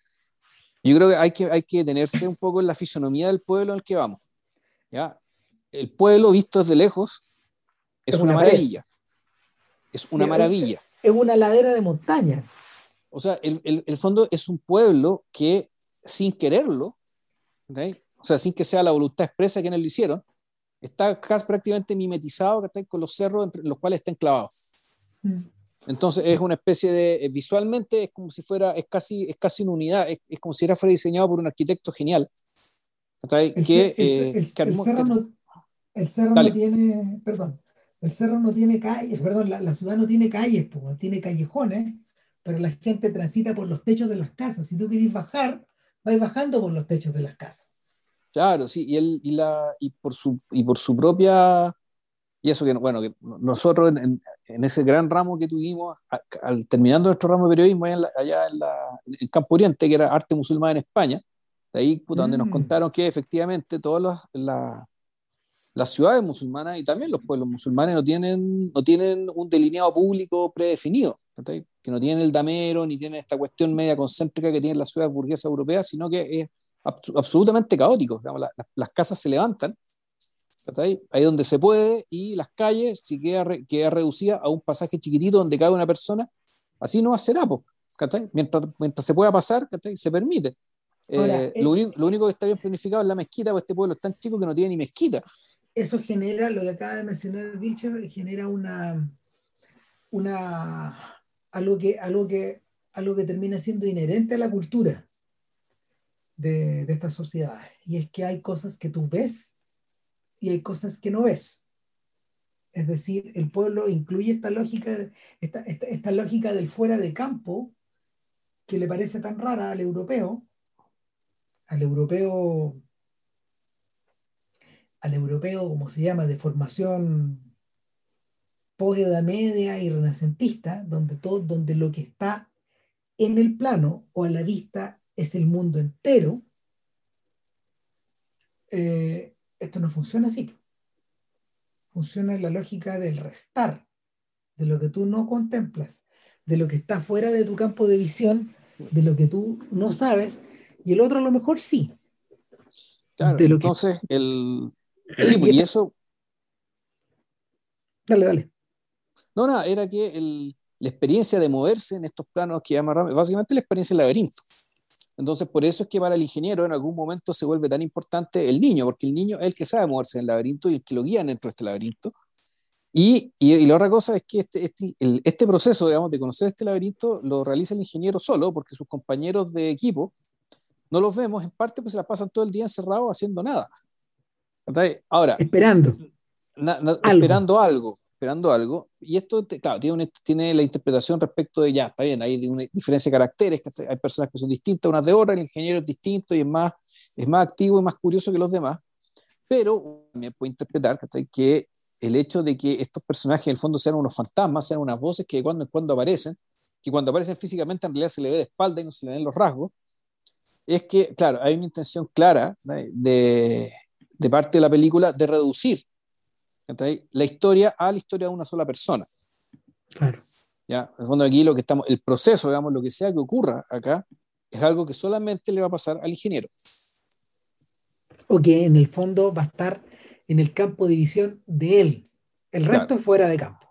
[SPEAKER 2] yo creo que hay que, hay que detenerse un poco en la fisonomía del pueblo al que vamos, ¿ya? El pueblo visto desde lejos
[SPEAKER 1] Es
[SPEAKER 2] es una
[SPEAKER 1] una pared,
[SPEAKER 2] maravilla, es una
[SPEAKER 1] es,
[SPEAKER 2] maravilla.
[SPEAKER 1] es una ladera de montaña.
[SPEAKER 2] O sea, el, el, el fondo es un pueblo que sin quererlo, ¿okay? O sea, sin que sea la voluntad expresa de quienes lo hicieron, está casi prácticamente mimetizado, ¿cachai? Con los cerros entre los cuales está enclavado.
[SPEAKER 1] Mm.
[SPEAKER 2] Entonces es una especie de, eh, visualmente es como si fuera, es casi, es casi una unidad, es, es como si era fuera diseñado por un arquitecto genial, ¿cachai?
[SPEAKER 1] El, ce-
[SPEAKER 2] Que,
[SPEAKER 1] el, ce-
[SPEAKER 2] eh,
[SPEAKER 1] el,
[SPEAKER 2] que,
[SPEAKER 1] el
[SPEAKER 2] armó,
[SPEAKER 1] cerro
[SPEAKER 2] que
[SPEAKER 1] no, el cerro no
[SPEAKER 2] dale,
[SPEAKER 1] tiene, perdón, el cerro no tiene calles, perdón, la, la ciudad no tiene calles, po, tiene callejones, pero la gente transita por los techos de las casas. Si tú querés bajar, vais bajando por los techos de las casas.
[SPEAKER 2] claro, sí, y, él, y, la, y, por su, y por su propia, y eso que, bueno, que nosotros en, en, en ese gran ramo que tuvimos, a- al, terminando nuestro ramo de periodismo allá en, la, allá en, la, en Campo Oriente, que era arte musulmán en España, de ahí, puta, donde nos
[SPEAKER 1] Mm,
[SPEAKER 2] contaron que efectivamente todas las, las las ciudades musulmanas y también los pueblos musulmanes no tienen, no tienen un delineado público predefinido, ¿sí? Que no tienen el damero, ni tienen esta cuestión media concéntrica que tienen las ciudades burguesas europeas, sino que es abs absolutamente caótico. Digamos, la, la, las casas se levantan, ¿sí? Ahí donde se puede, y las calles si queda, re, queda reducida a un pasaje chiquitito donde cabe una persona, así no va a ser Apo, mientras, mientras se pueda pasar, ¿sí? Se permite.
[SPEAKER 1] Ahora,
[SPEAKER 2] Eh, lo,
[SPEAKER 1] eh,
[SPEAKER 2] único, lo único que está bien planificado es la mezquita, porque este pueblo es tan chico que no tiene ni mezquita.
[SPEAKER 1] eso genera, lo que acaba de mencionar Vilcher, genera una, una, algo que, algo que, algo que termina siendo inherente a la cultura de, de estas sociedades. Y es que hay cosas que tú ves y hay cosas que no ves. Es decir, el pueblo incluye esta lógica, esta, esta, esta lógica del fuera de campo que le parece tan rara al europeo, al europeo, al europeo, como se llama, de formación posguerra media y renacentista, donde todo, donde lo que está en el plano o a la vista es el mundo entero. Eh, esto no funciona así. funciona la lógica del restar, de lo que tú no contemplas, de lo que está fuera de tu campo de visión, de lo que tú no sabes, y el otro a lo mejor sí,
[SPEAKER 2] Claro,
[SPEAKER 1] de lo que...
[SPEAKER 2] entonces, el... Sí,
[SPEAKER 1] Y
[SPEAKER 2] pues, y
[SPEAKER 1] esta-
[SPEAKER 2] eso,
[SPEAKER 1] dale, dale.
[SPEAKER 2] no, nada, era que el, la experiencia de moverse en estos planos que llama Ram- básicamente la experiencia del laberinto. Entonces, por eso es que para el ingeniero en algún momento se vuelve tan importante el niño, porque el niño es el que sabe moverse en el laberinto y el que lo guía dentro de este laberinto. Y, y, y la otra cosa es que este, este, el, este proceso, digamos, de conocer este laberinto lo realiza el ingeniero solo, porque sus compañeros de equipo no los vemos, en parte pues se la pasan todo el día encerrados haciendo nada. Entonces, ahora,
[SPEAKER 1] Esperando
[SPEAKER 2] na- na-
[SPEAKER 1] algo.
[SPEAKER 2] esperando algo, esperando algo, y esto, te- claro, tiene, una- tiene la interpretación respecto de, ya, está bien, hay de una diferencia de caracteres, que hay personas que son distintas unas de otras, el ingeniero es distinto y es más, es más activo y más curioso que los demás, pero también puede interpretar ¿cachai? Que el hecho de que estos personajes en el fondo sean unos fantasmas, sean unas voces que de cuando en cuando aparecen, que cuando aparecen físicamente en realidad se le ve de espalda y no se le ven los rasgos, es que, claro, hay una intención clara de, de parte de la película de reducir ¿cachai? La historia a la historia de una sola persona.
[SPEAKER 1] Claro.
[SPEAKER 2] ¿Ya? En el fondo aquí lo que estamos, el proceso, digamos, lo que sea que ocurra acá, es algo que solamente le va a pasar al ingeniero.
[SPEAKER 1] O que en el fondo va a estar en el campo de visión de él. El resto
[SPEAKER 2] Claro,
[SPEAKER 1] es fuera de campo.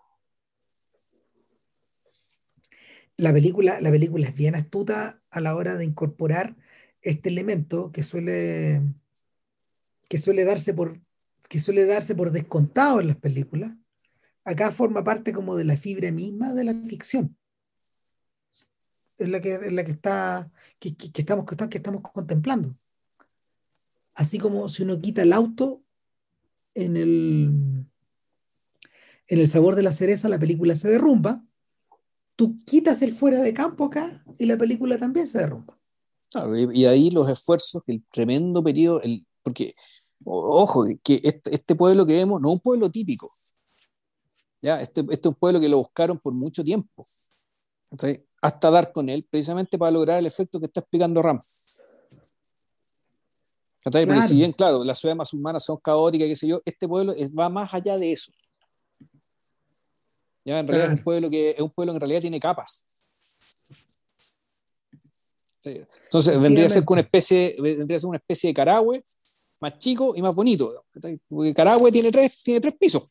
[SPEAKER 1] La película, la película es bien astuta a la hora de incorporar este elemento que suele, que suele darse por, que suele darse por descontado en las películas. Acá forma parte como de la fibra misma de la ficción. Es la que, es la que está, que, que- que estamos, que, está- que estamos contemplando. Así como si uno quita el auto en el, en el sabor de la cereza, la película se derrumba. Tú quitas el fuera de campo acá y la película también se derrumba.
[SPEAKER 2] claro y, y, ahí los esfuerzos, el tremendo periodo, el, porque, o, ojo, que este, este, pueblo que vemos no es un pueblo típico, ¿ya? Este, este es un pueblo que lo buscaron por mucho tiempo, ¿sí? Hasta dar con él, precisamente para lograr el efecto que está explicando Ram. ¿Sí? Porque si
[SPEAKER 1] Claro,
[SPEAKER 2] bien, claro, las ciudades más humanas son caóticas, qué sé yo, este pueblo es, va más allá de eso. ¿Ya? En realidad es un
[SPEAKER 1] claro.
[SPEAKER 2] pueblo que, es un pueblo que en realidad tiene capas. ¿Sí? Entonces vendría a ser una
[SPEAKER 1] Efectivamente.
[SPEAKER 2] especie, vendría a ser una especie de Carahue más chico y más bonito. ¿Sí? Porque Carahue tiene tres, tiene tres pisos.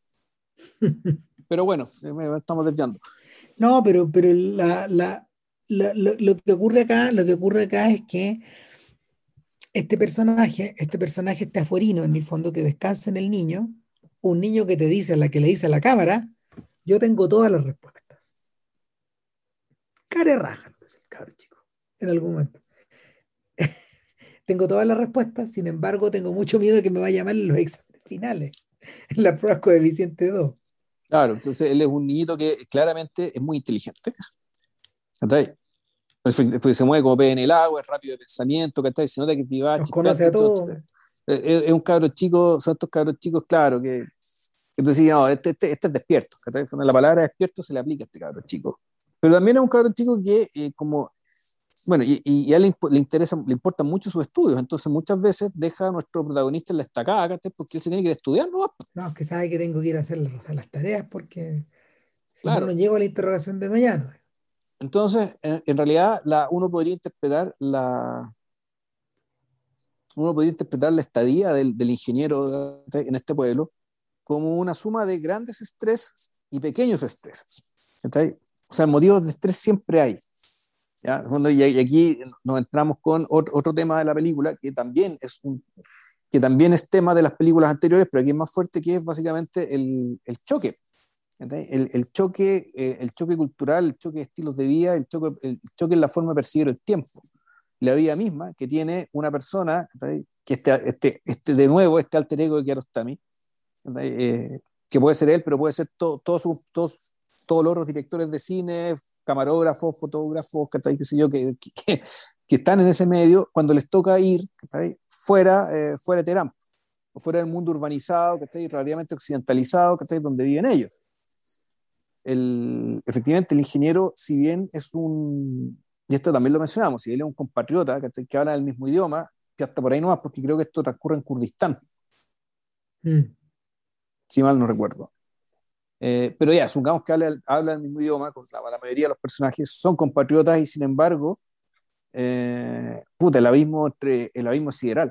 [SPEAKER 2] Pero bueno, estamos desviando.
[SPEAKER 1] No, pero, pero la, la, la- lo, lo que ocurre acá, lo que ocurre acá es que este personaje, este personaje este afuerino, en el fondo, que descansa en el niño, un niño que te dice, a la que le dice a la cámara, yo tengo todas las respuestas. Care raja, lo dice el cabro chico, en algún momento. Tengo todas las respuestas, sin embargo, tengo mucho miedo de que me vaya mal en los exámenes finales, en la prueba coeficiente dos.
[SPEAKER 2] Claro, entonces él es un niñito que claramente es muy inteligente. ¿Sí? Pues se mueve como pez en el agua, es rápido de pensamiento, ¿cachai? Se nota que es vivaz,
[SPEAKER 1] Los conoce
[SPEAKER 2] chispeante,
[SPEAKER 1] a
[SPEAKER 2] entonces,
[SPEAKER 1] todos.
[SPEAKER 2] eh, es, es un cabro chico, son estos cabros chicos, claro, que, que tú decís, no, este, este, este es despierto, ¿cachai? Cuando la palabra despierto se le aplica a este cabro chico. Pero también es un cabro chico que, eh, como, bueno, y, y a él le, imp- le interesa, le importan mucho sus estudios, entonces muchas veces deja a nuestro protagonista en la estacada, ¿cachai? Porque él se tiene que ir a estudiar, ¿no?
[SPEAKER 1] No, es que sabe que tengo que ir a hacer las, las tareas porque si no, no
[SPEAKER 2] Claro.
[SPEAKER 1] llego a la interrogación de mañana.
[SPEAKER 2] Entonces, en, en realidad, la, uno podría interpretar la, uno podría interpretar la estadía del, del ingeniero en este pueblo como una suma de grandes estreses y pequeños estreses. ¿Entendés? O sea, motivos de estrés siempre hay. ¿Ya? Y aquí nos entramos con otro, otro tema de la película que también es un, que también es tema de las películas anteriores, pero aquí es más fuerte, que es básicamente el, el choque. El, el, choque eh, el choque cultural, el choque de estilos de vida, el choque, el choque en la forma de percibir el tiempo, la vida misma que tiene una persona, ¿sí? Que este, este, este, de nuevo, este alter ego de Kiarostami, eh, que puede ser él, pero puede ser to, todos, sus, todos, todos los otros directores de cine, camarógrafos, fotógrafos, ¿sí? Qué sé yo, que, que, que, están en ese medio cuando les toca ir, ¿sí? fuera, eh, fuera de Terán, o fuera del mundo urbanizado, que está relativamente occidentalizado, que está donde viven ellos. El, efectivamente, el ingeniero, si bien es un, y esto también lo mencionamos, si él es un compatriota que, que habla el mismo idioma, que hasta por ahí no más, porque creo que esto transcurre en Kurdistán.
[SPEAKER 1] Mm.
[SPEAKER 2] si mal no recuerdo. Eh, pero ya, supongamos que habla, habla el mismo idioma, con la, la mayoría de los personajes son compatriotas y sin embargo, eh, puta, el abismo, entre, el abismo sideral.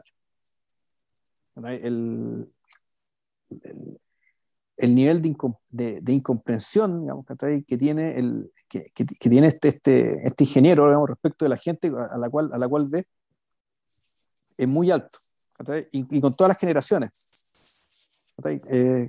[SPEAKER 2] El, el, el nivel de, incom, de, de incomprensión, digamos, que tiene, el, que, que, que tiene este, este, este ingeniero, digamos, respecto de la gente a la cual, a la cual ve, es muy alto, y, y con todas las generaciones. Eh,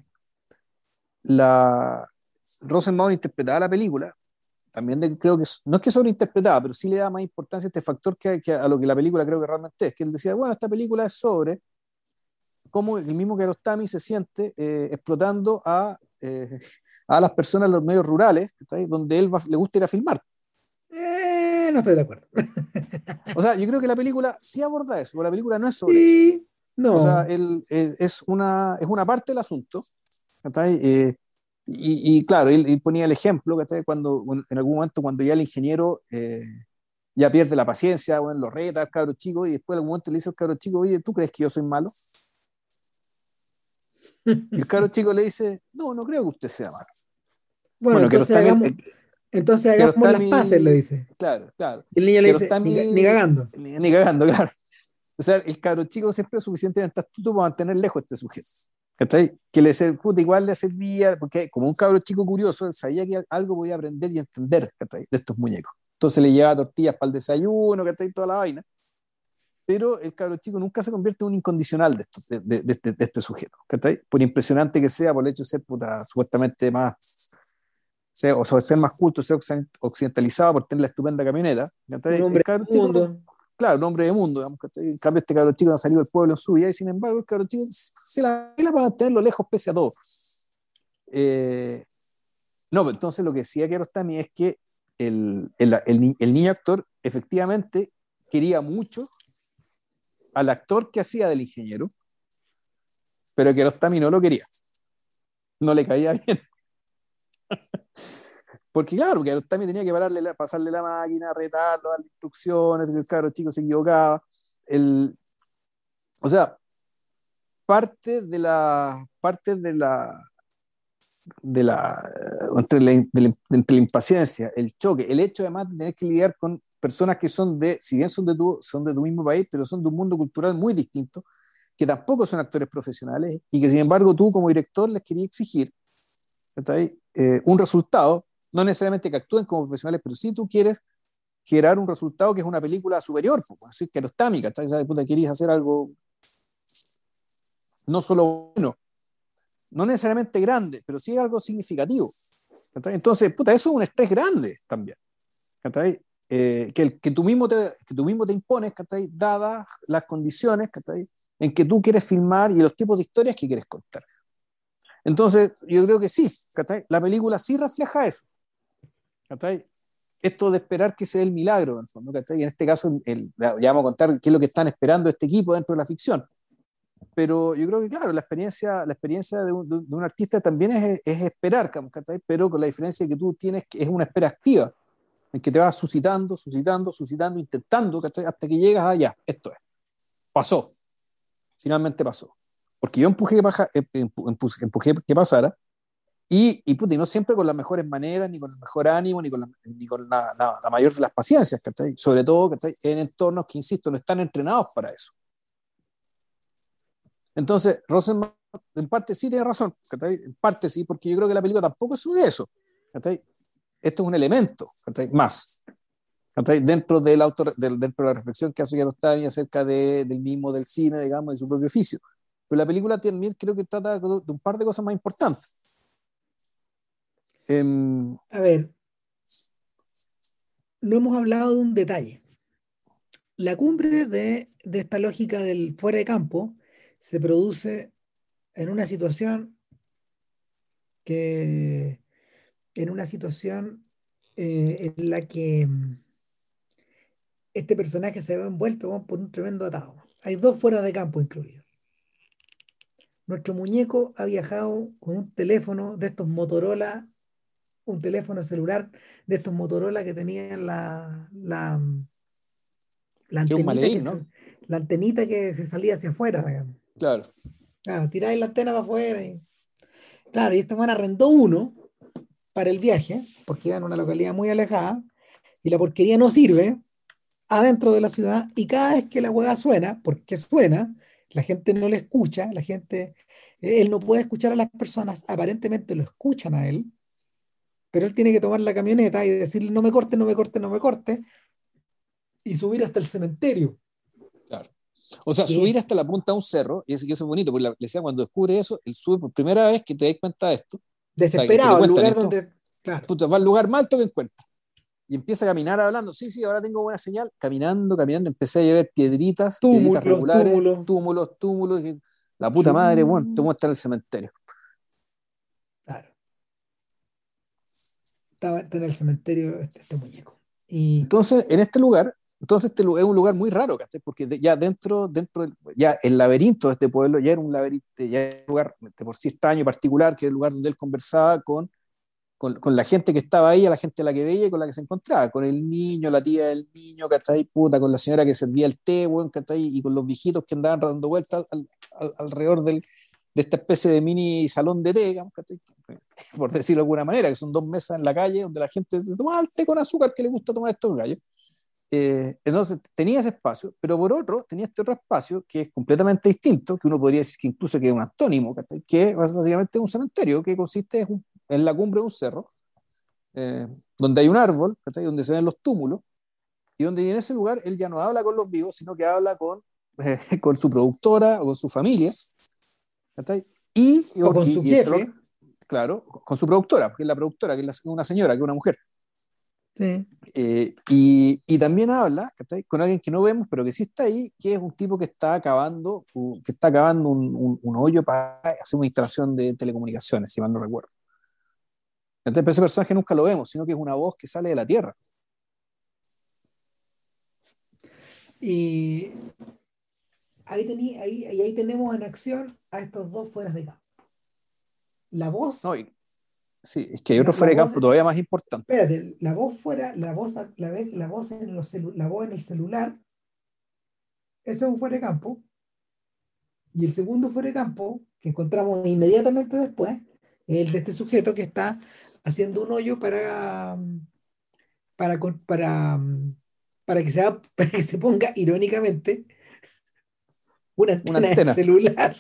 [SPEAKER 2] la Rosenbaum interpretaba la película, también de, creo que no es que sobreinterpretaba, pero sí le da más importancia a este factor que, que a lo que la película creo que realmente es, que él decía, bueno, esta película es sobre cómo el mismo Kiarostami se siente eh, explotando a, eh, a las personas en los medios rurales, donde él va, le gusta ir a filmar.
[SPEAKER 1] Eh, no estoy de acuerdo.
[SPEAKER 2] O sea, yo creo que la película sí aborda eso, pero la película no es sobre eso.
[SPEAKER 1] Sí,
[SPEAKER 2] O sea,
[SPEAKER 1] no.
[SPEAKER 2] él, eh, es, una, es una parte del asunto. Eh, y, y, claro, él, él, ponía el ejemplo, cuando en algún momento cuando ya el ingeniero eh, ya pierde la paciencia, bueno, lo reta al cabro chico y después en algún momento le dice al cabro chico, oye, ¿tú crees que yo soy malo? Y el cabro chico le dice, no, no creo que usted sea malo.
[SPEAKER 1] Bueno,
[SPEAKER 2] Bueno,
[SPEAKER 1] entonces
[SPEAKER 2] Kiarostami,
[SPEAKER 1] hagamos,
[SPEAKER 2] eh,
[SPEAKER 1] entonces hagamos las paces, le
[SPEAKER 2] Kiarostami,
[SPEAKER 1] dice.
[SPEAKER 2] claro, claro,
[SPEAKER 1] Y el niño le dice, ni, ca- ni
[SPEAKER 2] Kiarostami,
[SPEAKER 1] cagando.
[SPEAKER 2] ni, ni cagando, claro. O sea, el cabro chico siempre es suficientemente astuto para mantener lejos a este sujeto. ¿Cachai? Que le puta, igual le servía, porque como un cabro chico curioso, él sabía que algo podía aprender y entender, ¿cachai? De estos muñecos. Entonces le llevaba tortillas para el desayuno, ¿cachai? Toda la vaina. Pero el cabro chico nunca se convierte en un incondicional de, esto, de, de, de, este, de este sujeto, ¿cachai? Por impresionante que sea, por el hecho de ser puta, supuestamente más, sea, o ser más culto, ser occidentalizado por tener la estupenda camioneta,
[SPEAKER 1] Un
[SPEAKER 2] ¿cachai? El
[SPEAKER 1] hombre
[SPEAKER 2] cabro
[SPEAKER 1] del
[SPEAKER 2] chico,
[SPEAKER 1] mundo.
[SPEAKER 2] claro, un hombre de mundo, digamos, ¿cachai? En cambio, este cabro chico no ha salido del pueblo en su vida y sin embargo, el cabro chico se la pela para tenerlo lejos pese a todo. Eh, no, entonces lo que decía Kiarostami es que el, el, el, el niño actor efectivamente quería mucho al actor que hacía del ingeniero, pero Kiarostami no lo quería, no le caía bien. Porque claro, Kiarostami tenía que pararle la, pasarle la máquina, retarlo, darle instrucciones, el cabro chico se equivocaba. El, o sea, parte de la, parte de la, de la, entre la, de la, entre la impaciencia, el choque, el hecho además de tener que lidiar con personas que son de, si bien son de tu, son de tu mismo país, pero son de un mundo cultural muy distinto, que tampoco son actores profesionales y que sin embargo tú como director les querías exigir eh, un resultado, no necesariamente que actúen como profesionales, pero sí tú quieres generar un resultado que es una película superior, pues, así que Kiarostami, ¿cachai? ¿Sabes? Puta, querías hacer algo no solo bueno, no necesariamente grande, pero sí algo significativo. ¿Cachai? Entonces, puta, eso es un estrés grande también. ¿Cachai? Eh, que, el, que, tú mismo te, que tú mismo te impones, ¿cachai? Dadas las condiciones, ¿cachai? En que tú quieres filmar y los tipos de historias que quieres contar. Entonces, yo creo que sí, ¿cachai? La película sí refleja eso. ¿Cachai? Esto de esperar que sea el milagro, en el fondo, ¿cachai? Y en este caso, el, ya vamos a contar qué es lo que están esperando este equipo dentro de la ficción. Pero yo creo que, claro, la experiencia, la experiencia de, un, de un artista también es, es esperar, ¿cachai? Pero con la diferencia que tú tienes, que es una espera activa, en que te vas suscitando, suscitando, suscitando, intentando, ¿cachai? Hasta que llegas allá, esto es, pasó, finalmente pasó. Porque yo empujé que, paja, empujé, empujé que pasara, y, y, puta, y no siempre con las mejores maneras, ni con el mejor ánimo, ni con la, ni con la, la, la mayor de las paciencias, ¿cachai? Sobre todo, ¿cachai? En entornos que, insisto, no están entrenados para eso. Entonces, Rosenman en parte sí tiene razón, ¿cachai? En parte sí, porque yo creo que la película tampoco es sobre eso, ¿cachai? Esto es un elemento, ¿cachai? Más, ¿cachai? Dentro, del auto, del, dentro de la reflexión que hace Kiarostami acerca de, del mismo del cine, digamos, de su propio oficio. Pero la película también creo que trata de un par de cosas más importantes. Eh,
[SPEAKER 1] A ver, no hemos hablado de un detalle. La cumbre de, de esta lógica del fuera de campo se produce en una situación que, en una situación eh, en la que mm, este personaje se ve envuelto weón, por un tremendo atado. Hay dos fuera de campo incluidos. Nuestro muñeco ha viajado con un teléfono de estos Motorola, un teléfono celular de estos Motorola que tenían la, la, la
[SPEAKER 2] que es un
[SPEAKER 1] antenita que
[SPEAKER 2] maleín, ¿no?
[SPEAKER 1] se, la antenita que se salía hacia afuera, digamos.
[SPEAKER 2] Claro.
[SPEAKER 1] Ah, tiráis la antena para afuera y, Claro, y este weón arrendó uno para el viaje, porque iba en una localidad muy alejada, y la porquería no sirve adentro de la ciudad, y cada vez que la hueá suena, porque suena, la gente no le escucha, la gente, él no puede escuchar a las personas, aparentemente lo escuchan a él, pero él tiene que tomar la camioneta y decirle no me corte, no me corte, no me corte, y subir hasta el cementerio,
[SPEAKER 2] Claro. O sea,
[SPEAKER 1] que
[SPEAKER 2] subir
[SPEAKER 1] es
[SPEAKER 2] hasta la punta de un cerro, y eso, y eso es bonito, porque la, le decía, cuando descubre eso, él sube por primera vez que te das cuenta de esto, o sea, que, que le
[SPEAKER 1] desesperado, el
[SPEAKER 2] cuentan
[SPEAKER 1] lugar
[SPEAKER 2] esto,
[SPEAKER 1] donde, claro,
[SPEAKER 2] puta, va al lugar más alto que encuentra. Y empieza a caminar hablando, sí, sí, ahora tengo buena señal, caminando, caminando, empecé a llevar piedritas, piedritas
[SPEAKER 1] túmulos,
[SPEAKER 2] regulares,
[SPEAKER 1] túmulos,
[SPEAKER 2] túmulos, túmulos, y la puta madre, bueno, te
[SPEAKER 1] chu,
[SPEAKER 2] muestra el cementerio.
[SPEAKER 1] claro, estaba está en el cementerio este, este muñeco. Y
[SPEAKER 2] Entonces, en este lugar, entonces este lu- es un lugar muy raro, ¿cachai? Porque de- ya dentro, dentro, del- ya el laberinto de este pueblo ya era un laberinto, ya era un lugar de por sí extraño y particular, que era el lugar donde él conversaba con, con, con la gente que estaba ahí, a la gente a la que veía y con la que se encontraba, con el niño, la tía del niño, ¿cachai? Puta, con la señora que servía el té, weón, ¿cachai? Y con los viejitos que andaban dando vueltas al- al- alrededor del, de esta especie de mini salón de té, digamos, ¿cachai? Por decirlo de alguna manera, que son dos mesas en la calle donde la gente se toma el té con azúcar que le gusta tomar estos gallos. Eh, entonces tenía ese espacio, pero por otro tenía este otro espacio que es completamente distinto, que uno podría decir que incluso que es un antónimo, ¿cachai? Que es básicamente un cementerio, que consiste en, un- en la cumbre de un cerro, eh, donde hay un árbol, ¿cachai? Donde se ven los túmulos, y donde en ese lugar él ya no habla con los vivos, sino que habla con, eh, con su productora o con su familia, ¿cachai? Y,
[SPEAKER 1] o con su
[SPEAKER 2] y, y entre otros,
[SPEAKER 1] jefe,
[SPEAKER 2] claro, con su productora, porque es la productora, que es la- una señora, que es una mujer.
[SPEAKER 1] sí.
[SPEAKER 2] Eh, y, y también habla, ¿cachai? Con alguien que no vemos, pero que sí está ahí, que es un tipo que está acabando, u- que está acabando un, un- un hoyo para hacer una instalación de telecomunicaciones, si mal no recuerdo. Entonces, pero ese personaje nunca lo vemos, sino que es una voz que sale de la tierra.
[SPEAKER 1] Y ahí, tení, ahí, y ahí tenemos en acción a estos dos fuera de campo. La
[SPEAKER 2] No,
[SPEAKER 1] voz,
[SPEAKER 2] y, sí, es que hay
[SPEAKER 1] la,
[SPEAKER 2] otro
[SPEAKER 1] la
[SPEAKER 2] fuera de
[SPEAKER 1] voz,
[SPEAKER 2] campo todavía más importante.
[SPEAKER 1] espérate, la voz fuera, la voz, la vez, la voz en los celu- la voz en el celular, ese es un fuera de campo. Y el segundo fuera de campo, que encontramos inmediatamente después, es el de este sujeto que está haciendo un hoyo para, para, con- para, para que sea, para que se ponga irónicamente una
[SPEAKER 2] Una
[SPEAKER 1] antena de
[SPEAKER 2] antena.
[SPEAKER 1] celular.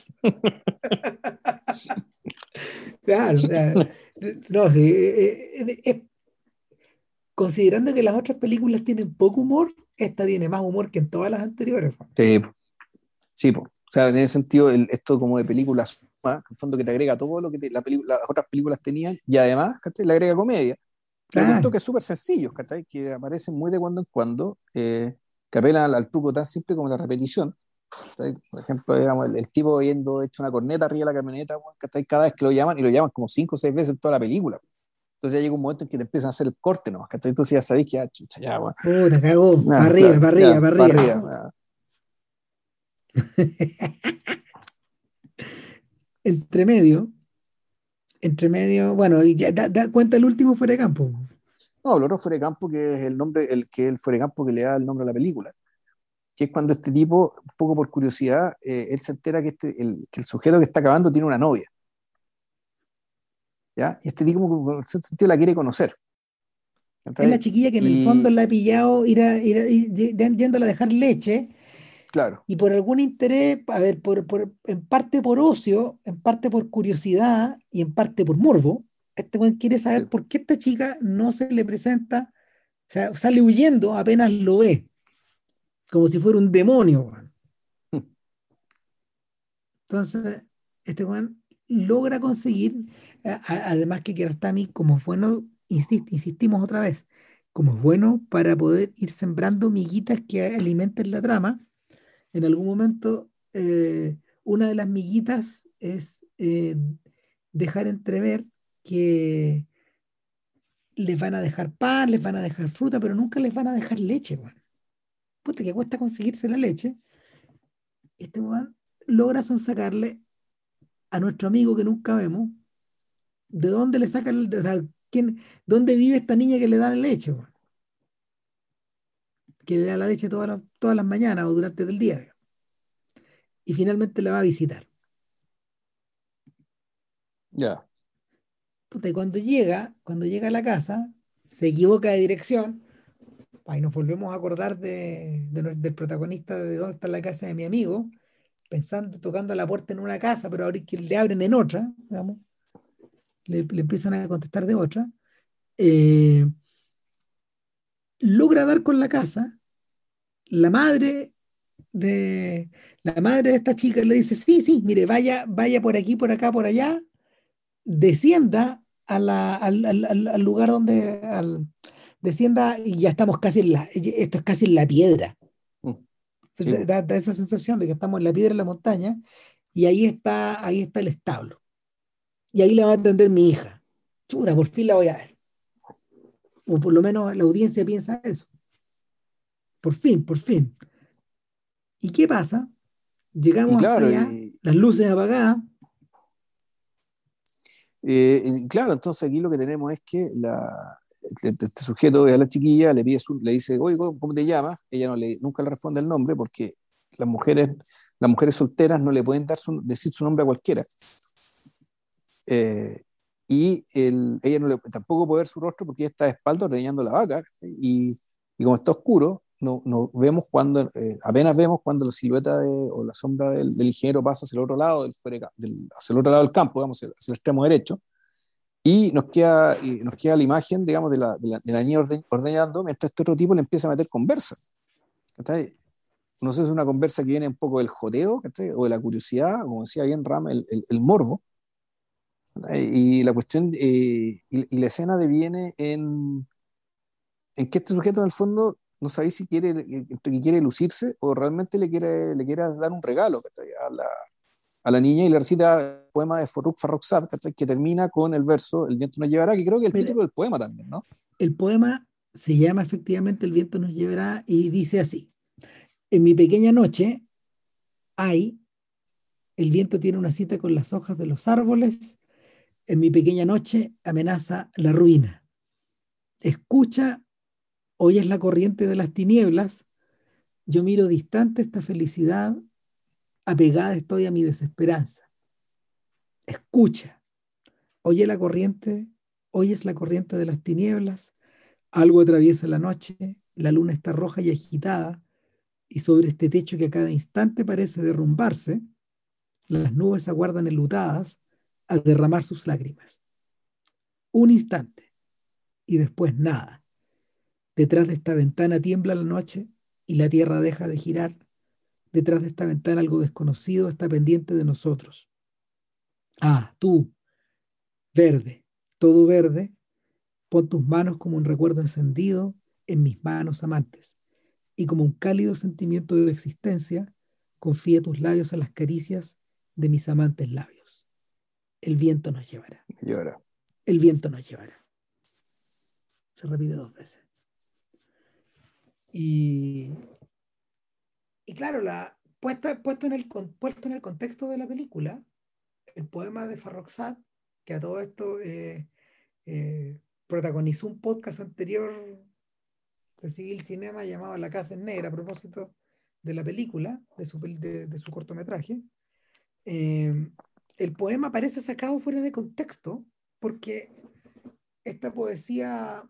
[SPEAKER 1] Claro, o sea, no, sí, eh, eh, eh, considerando que las otras películas tienen poco humor, esta tiene más humor que en todas las anteriores.
[SPEAKER 2] Sí, sí, po. O sea, en ese sentido, el- esto como de películas, en el fondo que te agrega todo lo que te- la peli- las otras películas tenían, y además, ¿cachai? Le agrega comedia, pero con
[SPEAKER 1] Claro,
[SPEAKER 2] toques súper sencillos, ¿cachai? Que aparecen muy de cuando en cuando, eh, que apelan al, al truco tan simple como la repetición. ¿Cachai? Por ejemplo, digamos, el, el tipo yendo hecho una corneta arriba de la camioneta, weón, ¿cachai? Cada vez que lo llaman, y lo llaman como cinco o seis veces en toda la película. Entonces ya llega un momento en que te empiezan a hacer el corte, ¿no? ¿Cachai? Entonces ya sabéis que ya, chucha, ya, bueno,
[SPEAKER 1] puta, cagó, para
[SPEAKER 2] ya,
[SPEAKER 1] arriba,
[SPEAKER 2] claro,
[SPEAKER 1] para arriba,
[SPEAKER 2] ya,
[SPEAKER 1] para
[SPEAKER 2] para
[SPEAKER 1] arriba.
[SPEAKER 2] arriba. Ya.
[SPEAKER 1] Entre medio, entre medio, bueno, y ya da, da cuenta el último fuera de campo.
[SPEAKER 2] No, el otro fuera de campo que es el nombre, el que es el fuera de campo que le da el nombre a la película, que es cuando este tipo, un poco por curiosidad, eh, él se entera que, este, el, que el sujeto que está acabando tiene una novia, ¿ya? Y este tipo, como en cierto sentido, la quiere conocer,
[SPEAKER 1] Es la
[SPEAKER 2] ¿cachai?
[SPEAKER 1] chiquilla que en el fondo
[SPEAKER 2] Y,
[SPEAKER 1] la ha pillado ir a, ir a- ir- y- yéndola a dejar leche
[SPEAKER 2] claro,
[SPEAKER 1] y por algún interés, a ver, por, por- en parte por ocio, en parte por curiosidad y en parte por morbo, este weón quiere saber
[SPEAKER 2] sí,
[SPEAKER 1] por qué esta chica no se le presenta, o sea, sale huyendo apenas lo ve, como si fuera un demonio, weón. Entonces, este weón logra conseguir, a- a- además que Kiarostami, como es bueno, insi- insistimos otra vez, como es bueno para poder ir sembrando miguitas que alimenten la trama, en algún momento eh, una de las miguitas es eh, dejar entrever que les van a dejar pan, les van a dejar fruta, pero nunca les van a dejar leche, weón. Puta, que cuesta conseguirse la leche. Este weón logra sonsacarle a nuestro amigo que nunca vemos, ¿de dónde le saca el, o sea, quién, dónde vive esta niña que le da la leche, weón? Que le da la leche todas las, todas las mañanas o durante el día, digamos. Y finalmente la va a visitar.
[SPEAKER 2] ya.
[SPEAKER 1] puta, y cuando llega, cuando llega a la casa, se equivoca de dirección. Ahí nos volvemos a acordar de, de nue- del protagonista de dónde está la casa de mi amigo, pensando, tocando a la puerta en una casa, pero ahora que le abren en otra, digamos, le, le empiezan a contestar de otra. Eh, Logra dar con la casa, la madre de la madre de esta chica le dice, sí, sí, mire, vaya, vaya por aquí, por acá, por allá, descienda a la- al, al- al- al lugar donde, al- descienda y ya estamos casi en la, esto es casi en la piedra.
[SPEAKER 2] Mm, sí,
[SPEAKER 1] Da,
[SPEAKER 2] po.
[SPEAKER 1] da- da esa sensación de que estamos en la piedra en la montaña y ahí está, ahí está el establo. Y ahí la va a atender mi hija. Chuta, por fin la voy a ver. O por lo menos la audiencia piensa eso. Por fin, por fin. ¿Y qué pasa?
[SPEAKER 2] Y
[SPEAKER 1] Llegamos hasta
[SPEAKER 2] claro,
[SPEAKER 1] allá,
[SPEAKER 2] y,
[SPEAKER 1] las luces apagadas.
[SPEAKER 2] eh, y claro, entonces aquí lo que tenemos es que la, este, este sujeto ve a la chiquilla, le pide su- le dice, oye, ¿cómo cómo te llamas? Ella no le, nunca le responde el nombre porque las mujeres, las mujeres solteras no le pueden dar su- decir su nombre a cualquiera. Eh, y el, ella no le, tampoco puede ver su rostro porque ella está de espaldas ordeñando la vaca, ¿cachai? y, y como está oscuro, no, no vemos cuando, eh, apenas vemos cuando la silueta de, o la sombra del, del ingeniero pasa hacia el otro lado del, fuera- del- hacia el otro lado del campo, digamos, hacia, hacia el extremo derecho, y nos queda, y nos queda la imagen, digamos, de la, de la, de la niña orde, ordeñando, mientras este otro tipo le empieza a meter conversa. ¿Cachai? No sé si es una conversa que viene un poco del joteo, ¿cachai? O de la curiosidad, como decía bien Ram, el, el, el morbo. Y la cuestión, eh, y, y, la escena deviene en, en que este sujeto en el fondo no sabe si quiere, eh, que quiere lucirse o realmente le quiere, le quiere dar un regalo, ¿cachai? A la, a la niña, y le recita el poema de Farrukh Farrokhzad, ¿cachai? Que termina con el verso El viento nos llevará, que creo que es el
[SPEAKER 1] Mira,
[SPEAKER 2] título del poema también, ¿no?
[SPEAKER 1] el poema se llama efectivamente El viento nos llevará y dice así. En mi pequeña noche hay, el viento tiene una cita con las hojas de los árboles. En mi pequeña noche amenaza la ruina. Escucha, oyes la corriente de las tinieblas. Yo miro distante esta felicidad, apegada estoy a mi desesperanza. Escucha, oye la corriente, oyes la corriente de las tinieblas. Algo atraviesa la noche, la luna está roja y agitada, y sobre este techo que a cada instante parece derrumbarse, las nubes aguardan enlutadas a derramar sus lágrimas. Un instante, y después nada. Detrás de esta ventana tiembla la noche y la tierra deja de girar. Detrás de esta ventana algo desconocido está pendiente de nosotros. Ah, tú, verde, todo verde, pon tus manos como un recuerdo encendido en mis manos amantes, y como un cálido sentimiento de existencia, confía tus labios a las caricias de mis amantes labios. El viento nos llevará.
[SPEAKER 2] Y ahora,
[SPEAKER 1] El viento nos llevará. Se repite dos veces. Y, y claro, la, puesta, puesto, en el, puesto en el contexto de la película, el poema de Farrokhzad, que a todo esto eh, eh, protagonizó un podcast anterior de Civil Cinema llamado La Casa en Negra a propósito de la película, de su, de, de su cortometraje. Eh, el poema parece sacado fuera de contexto porque esta poesía,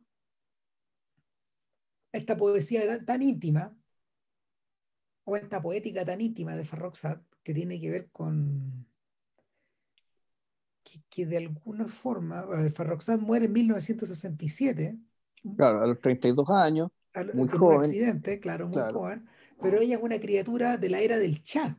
[SPEAKER 1] esta poesía tan íntima o esta poética tan íntima de Farrokhzad que tiene que ver con que, que de alguna forma, a ver, Farrokhzad muere en mil novecientos sesenta y siete
[SPEAKER 2] claro, a los treinta y dos años, muy
[SPEAKER 1] en un
[SPEAKER 2] joven,
[SPEAKER 1] accidente, claro, muy
[SPEAKER 2] claro,
[SPEAKER 1] joven, pero ella es una criatura de la era del Shah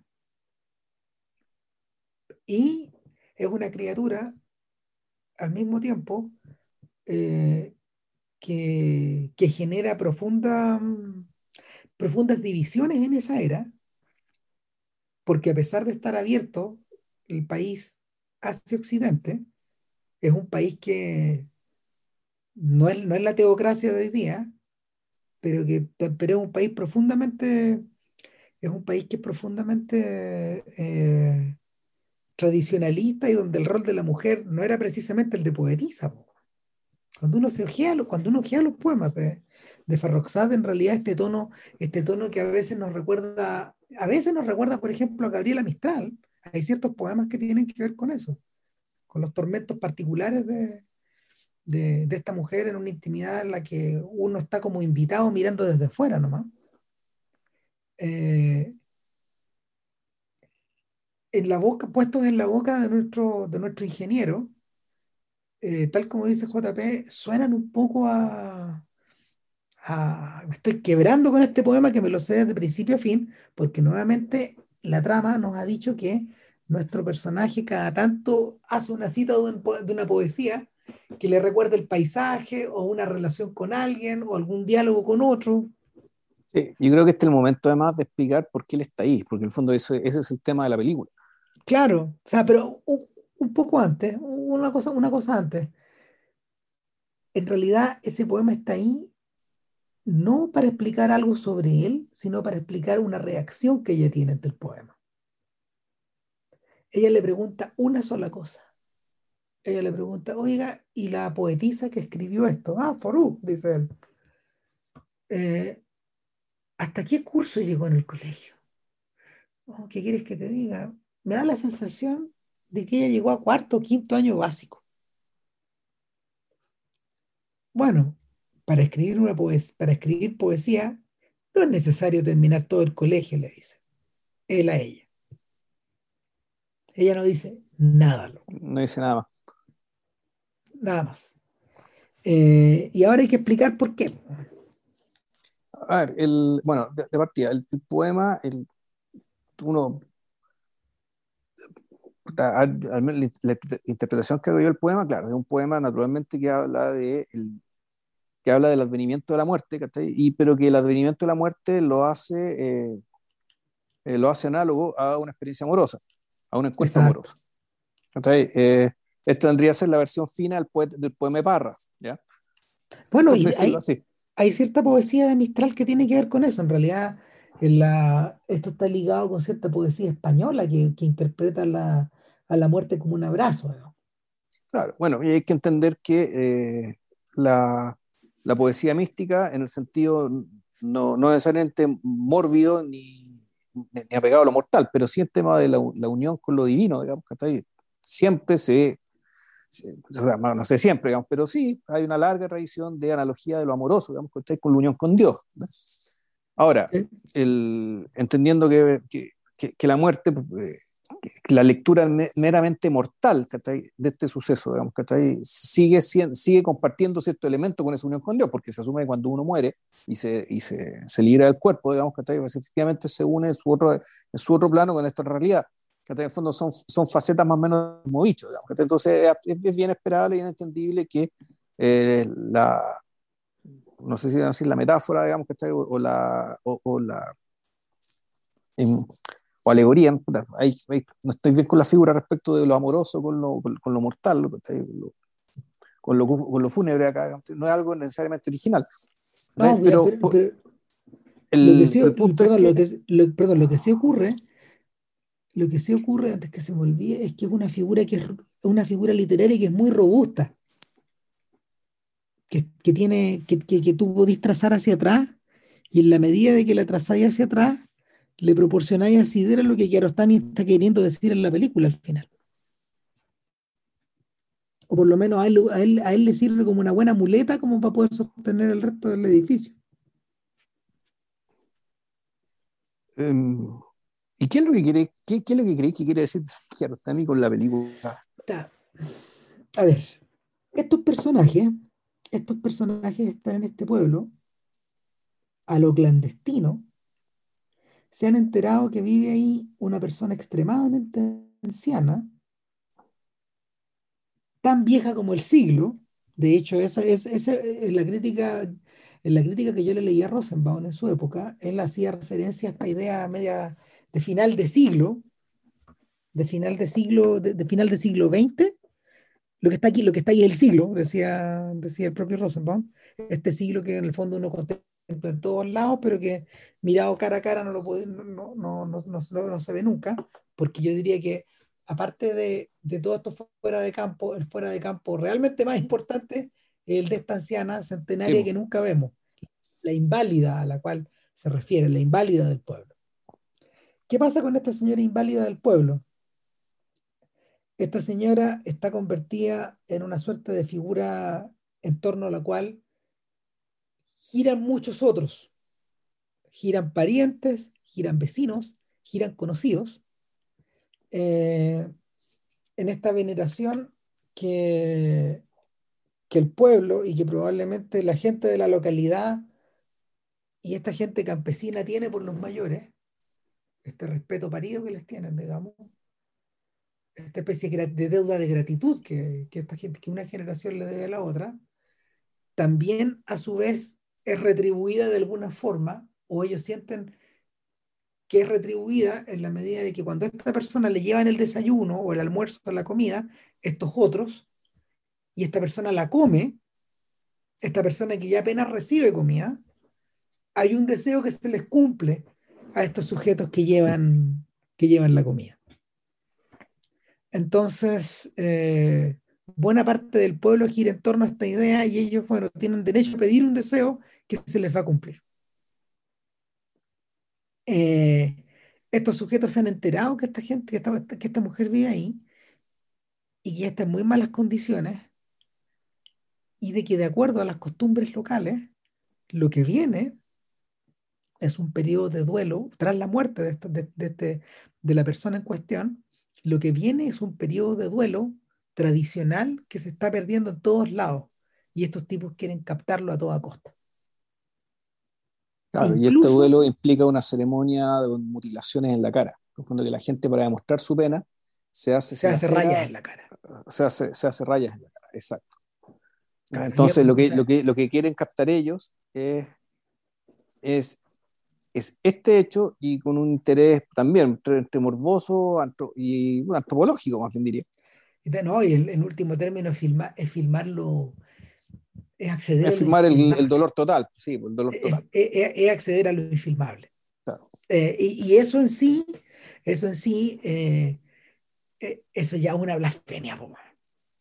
[SPEAKER 1] y es una criatura al mismo tiempo eh, que, que genera profunda, mm, profundas divisiones en esa era, porque a pesar de estar abierto el país hacia Occidente, es un país que no es, no es la teocracia de hoy día, pero que pero es un país profundamente, es un país que es profundamente eh, tradicionalista y donde el rol de la mujer no era precisamente el de poetisa. Po. Cuando uno se ojea, lo- cuando uno ojea los poemas de, de Farrokhzad, en realidad este tono, este tono que a veces nos recuerda, a veces nos recuerda, por ejemplo, a Gabriela Mistral. Hay ciertos poemas que tienen que ver con eso, con los tormentos particulares de, de, de esta mujer en una intimidad en la que uno está como invitado mirando desde fuera nomás. Eh, en la boca, puestos en la boca de nuestro, de nuestro ingeniero, eh, tal como dice J P, suenan un poco a, a- me estoy quebrando con este poema que me lo sé desde principio a fin, porque nuevamente la trama nos ha dicho que nuestro personaje cada tanto hace una cita de, un po- de una poesía que le recuerda el paisaje o una relación con alguien o algún diálogo con otro.
[SPEAKER 2] Sí, yo creo que este es el momento además de explicar por qué él está ahí, porque en el fondo ese, ese es el tema de la película.
[SPEAKER 1] Claro, o sea, pero un, un poco antes, una cosa, una cosa antes. En realidad ese poema está ahí no para explicar algo sobre él, sino para explicar una reacción que ella tiene ante el poema. Ella le pregunta una sola cosa. Ella le pregunta, oiga, ¿y la poetisa que escribió esto? Ah, Forú, dice él. "Eh, ¿hasta qué curso llegó en el colegio? "Oh, ¿qué quieres que te diga? Me da la sensación de que ella llegó a cuarto o quinto año básico. Bueno, para escribir una poes para escribir poesía no es necesario terminar todo el colegio", le dice él a ella. Ella no dice nada, loco,
[SPEAKER 2] No dice nada más.
[SPEAKER 1] nada más. Eh, y ahora hay que explicar por qué.
[SPEAKER 2] A ver, el, bueno, de, de partida, el, el poema, el, uno, al- al menos la, la interpretación que hago yo del poema, claro, es un poema naturalmente que habla de, el, que habla del advenimiento de la muerte, ¿cachai? Y, pero que el advenimiento de la muerte lo hace, eh, eh, lo hace análogo a una experiencia amorosa, a un encuentro
[SPEAKER 1] Exacto.
[SPEAKER 2] amoroso. ¿Cachai? Eh, esto tendría que ser la versión fina del, poeta, del poema de Parra, ¿ya?
[SPEAKER 1] Bueno,
[SPEAKER 2] Por
[SPEAKER 1] y
[SPEAKER 2] decirlo
[SPEAKER 1] hay,
[SPEAKER 2] así.
[SPEAKER 1] hay cierta poesía de Mistral que tiene que ver con eso. En realidad, en la, esto está ligado con cierta poesía española que, que interpreta la, a la muerte como un abrazo, ¿no?
[SPEAKER 2] Claro, bueno, y hay que entender que eh, la, la poesía mística, en el sentido no, no necesariamente mórbido ni, ni, ni apegado a lo mortal, pero sí el tema de la, la unión con lo divino, digamos, que está ahí. Siempre se, se- o sea, no sé siempre, digamos, pero sí hay una larga tradición de analogía de lo amoroso, digamos, que está con la unión con Dios, ¿no? Ahora,
[SPEAKER 1] Sí.
[SPEAKER 2] el, entendiendo que, que, que, que la muerte, pues, eh, la lectura meramente mortal, ¿cachai? De este suceso, digamos, ¿cachai? Sigue, sigue compartiendo cierto elemento con esa unión con Dios, porque se asume que cuando uno muere y se, y se, se libera del cuerpo, digamos, ¿cachai? Pues efectivamente se une en su otro, en su otro plano con esta realidad. ¿Cachai? En el fondo son, son facetas más o menos como bichos, digamos, ¿cachai? Entonces es, es bien esperable y bien entendible que eh, la, no sé si decir la metáfora, digamos, ¿cachai? O, o la, o, o la en, o alegoría, puta, ahí, ahí no estoy bien con la figura respecto de lo amoroso con lo, con, con lo mortal, lo, con, lo, con lo fúnebre acá, no es algo necesariamente original,
[SPEAKER 1] No, ya,
[SPEAKER 2] pero
[SPEAKER 1] pero, pero lo que
[SPEAKER 2] el,
[SPEAKER 1] sí,
[SPEAKER 2] el punto es
[SPEAKER 1] perdón, lo
[SPEAKER 2] que,
[SPEAKER 1] que, lo- perdón, lo que sí ocurre, lo que sí ocurre antes que se me olvide es que es una figura que es una figura literaria que es muy robusta, que, que tiene, que, que, que tú podís trazar hacia atrás, y en la medida de que la trazáis hacia atrás, le proporcionáis asidero a lo que Kiarostami está queriendo decir en la película al final. O por lo menos a él, a él, a él le sirve como una buena muleta como para poder sostener el resto del edificio.
[SPEAKER 2] um, ¿y qué es lo que quiere, qué, qué es lo que creéis que quiere decir Kiarostami con la película?
[SPEAKER 1] Ta- A ver, estos personajes, estos personajes están en este pueblo a lo clandestino, se han enterado que vive ahí una persona extremadamente anciana, tan vieja como el siglo. De hecho, esa es, esa es la crítica, en la crítica que yo le leía a Rosenbaum en su época, él hacía referencia a esta idea media de final de siglo, de final de siglo, de, de final de siglo veinte. Lo que está aquí, lo que está ahí es el siglo, decía, decía el propio Rosenbaum, este siglo que en el fondo uno contempla en todos lados, pero que mirado cara a cara no lo puede, no, no, no, no, no, no no se ve nunca, porque yo diría que aparte de, de todo esto fuera de campo, el fuera de campo realmente más importante es el de esta anciana
[SPEAKER 2] Sí,
[SPEAKER 1] centenaria
[SPEAKER 2] po.
[SPEAKER 1] que nunca vemos, la inválida a la cual se refiere, la inválida del pueblo. ¿Qué pasa con esta señora inválida del pueblo? Esta señora está convertida en una suerte de figura en torno a la cual giran muchos otros, giran parientes, giran vecinos, giran conocidos, eh, en esta veneración que, que el pueblo y que probablemente la gente de la localidad y esta gente campesina tiene por los mayores, este respeto parido que les tienen, digamos, esta especie de, gra- de deuda de gratitud que, que esta gente, que una generación le debe a la otra, también a su vez es retribuida de alguna forma, o ellos sienten que es retribuida en la medida de que cuando a esta persona le llevan el desayuno o el almuerzo o la comida, estos otros, y esta persona la come, esta persona que ya apenas recibe comida, hay un deseo que se les cumple a estos sujetos que llevan, que llevan la comida. Entonces, eh, buena parte del pueblo gira en torno a esta idea y ellos, bueno, tienen derecho a pedir un deseo que se les va a cumplir. Eh, Estos sujetos se han enterado que esta gente, que esta, que esta mujer vive ahí y que está en muy malas condiciones y de que de acuerdo a las costumbres locales, lo que viene es un periodo de duelo tras la muerte de, esta- de, de este- de la persona en cuestión. Lo que viene es un periodo de duelo tradicional que se está perdiendo en todos lados y estos tipos quieren captarlo a toda costa.
[SPEAKER 2] Claro, y este
[SPEAKER 1] Incluso
[SPEAKER 2] duelo implica una ceremonia de mutilaciones en la cara. En el fondo que la gente para demostrar su pena se hace,
[SPEAKER 1] se
[SPEAKER 2] se la
[SPEAKER 1] hace rayas
[SPEAKER 2] cera,
[SPEAKER 1] en la cara.
[SPEAKER 2] se hace, se hace rayas en la cara, exacto.
[SPEAKER 1] Claro, y es
[SPEAKER 2] Entonces lo
[SPEAKER 1] una
[SPEAKER 2] que, lo
[SPEAKER 1] cosa,
[SPEAKER 2] que, lo que quieren captar ellos es, es, es este hecho y con un interés también entre, entre morboso antro- y bueno, antropológico, más bien diría.
[SPEAKER 1] y te- no, y el, en último término es, filma- es filmarlo, es acceder
[SPEAKER 2] Es
[SPEAKER 1] a lo
[SPEAKER 2] firmar el, el
[SPEAKER 1] infilmable,
[SPEAKER 2] dolor total, sí, el dolor
[SPEAKER 1] es,
[SPEAKER 2] total.
[SPEAKER 1] es- es acceder a lo infilmable.
[SPEAKER 2] Claro.
[SPEAKER 1] Eh, y, y eso en sí, eso en sí, eh, eh, eso ya es una blasfemia, po, mano.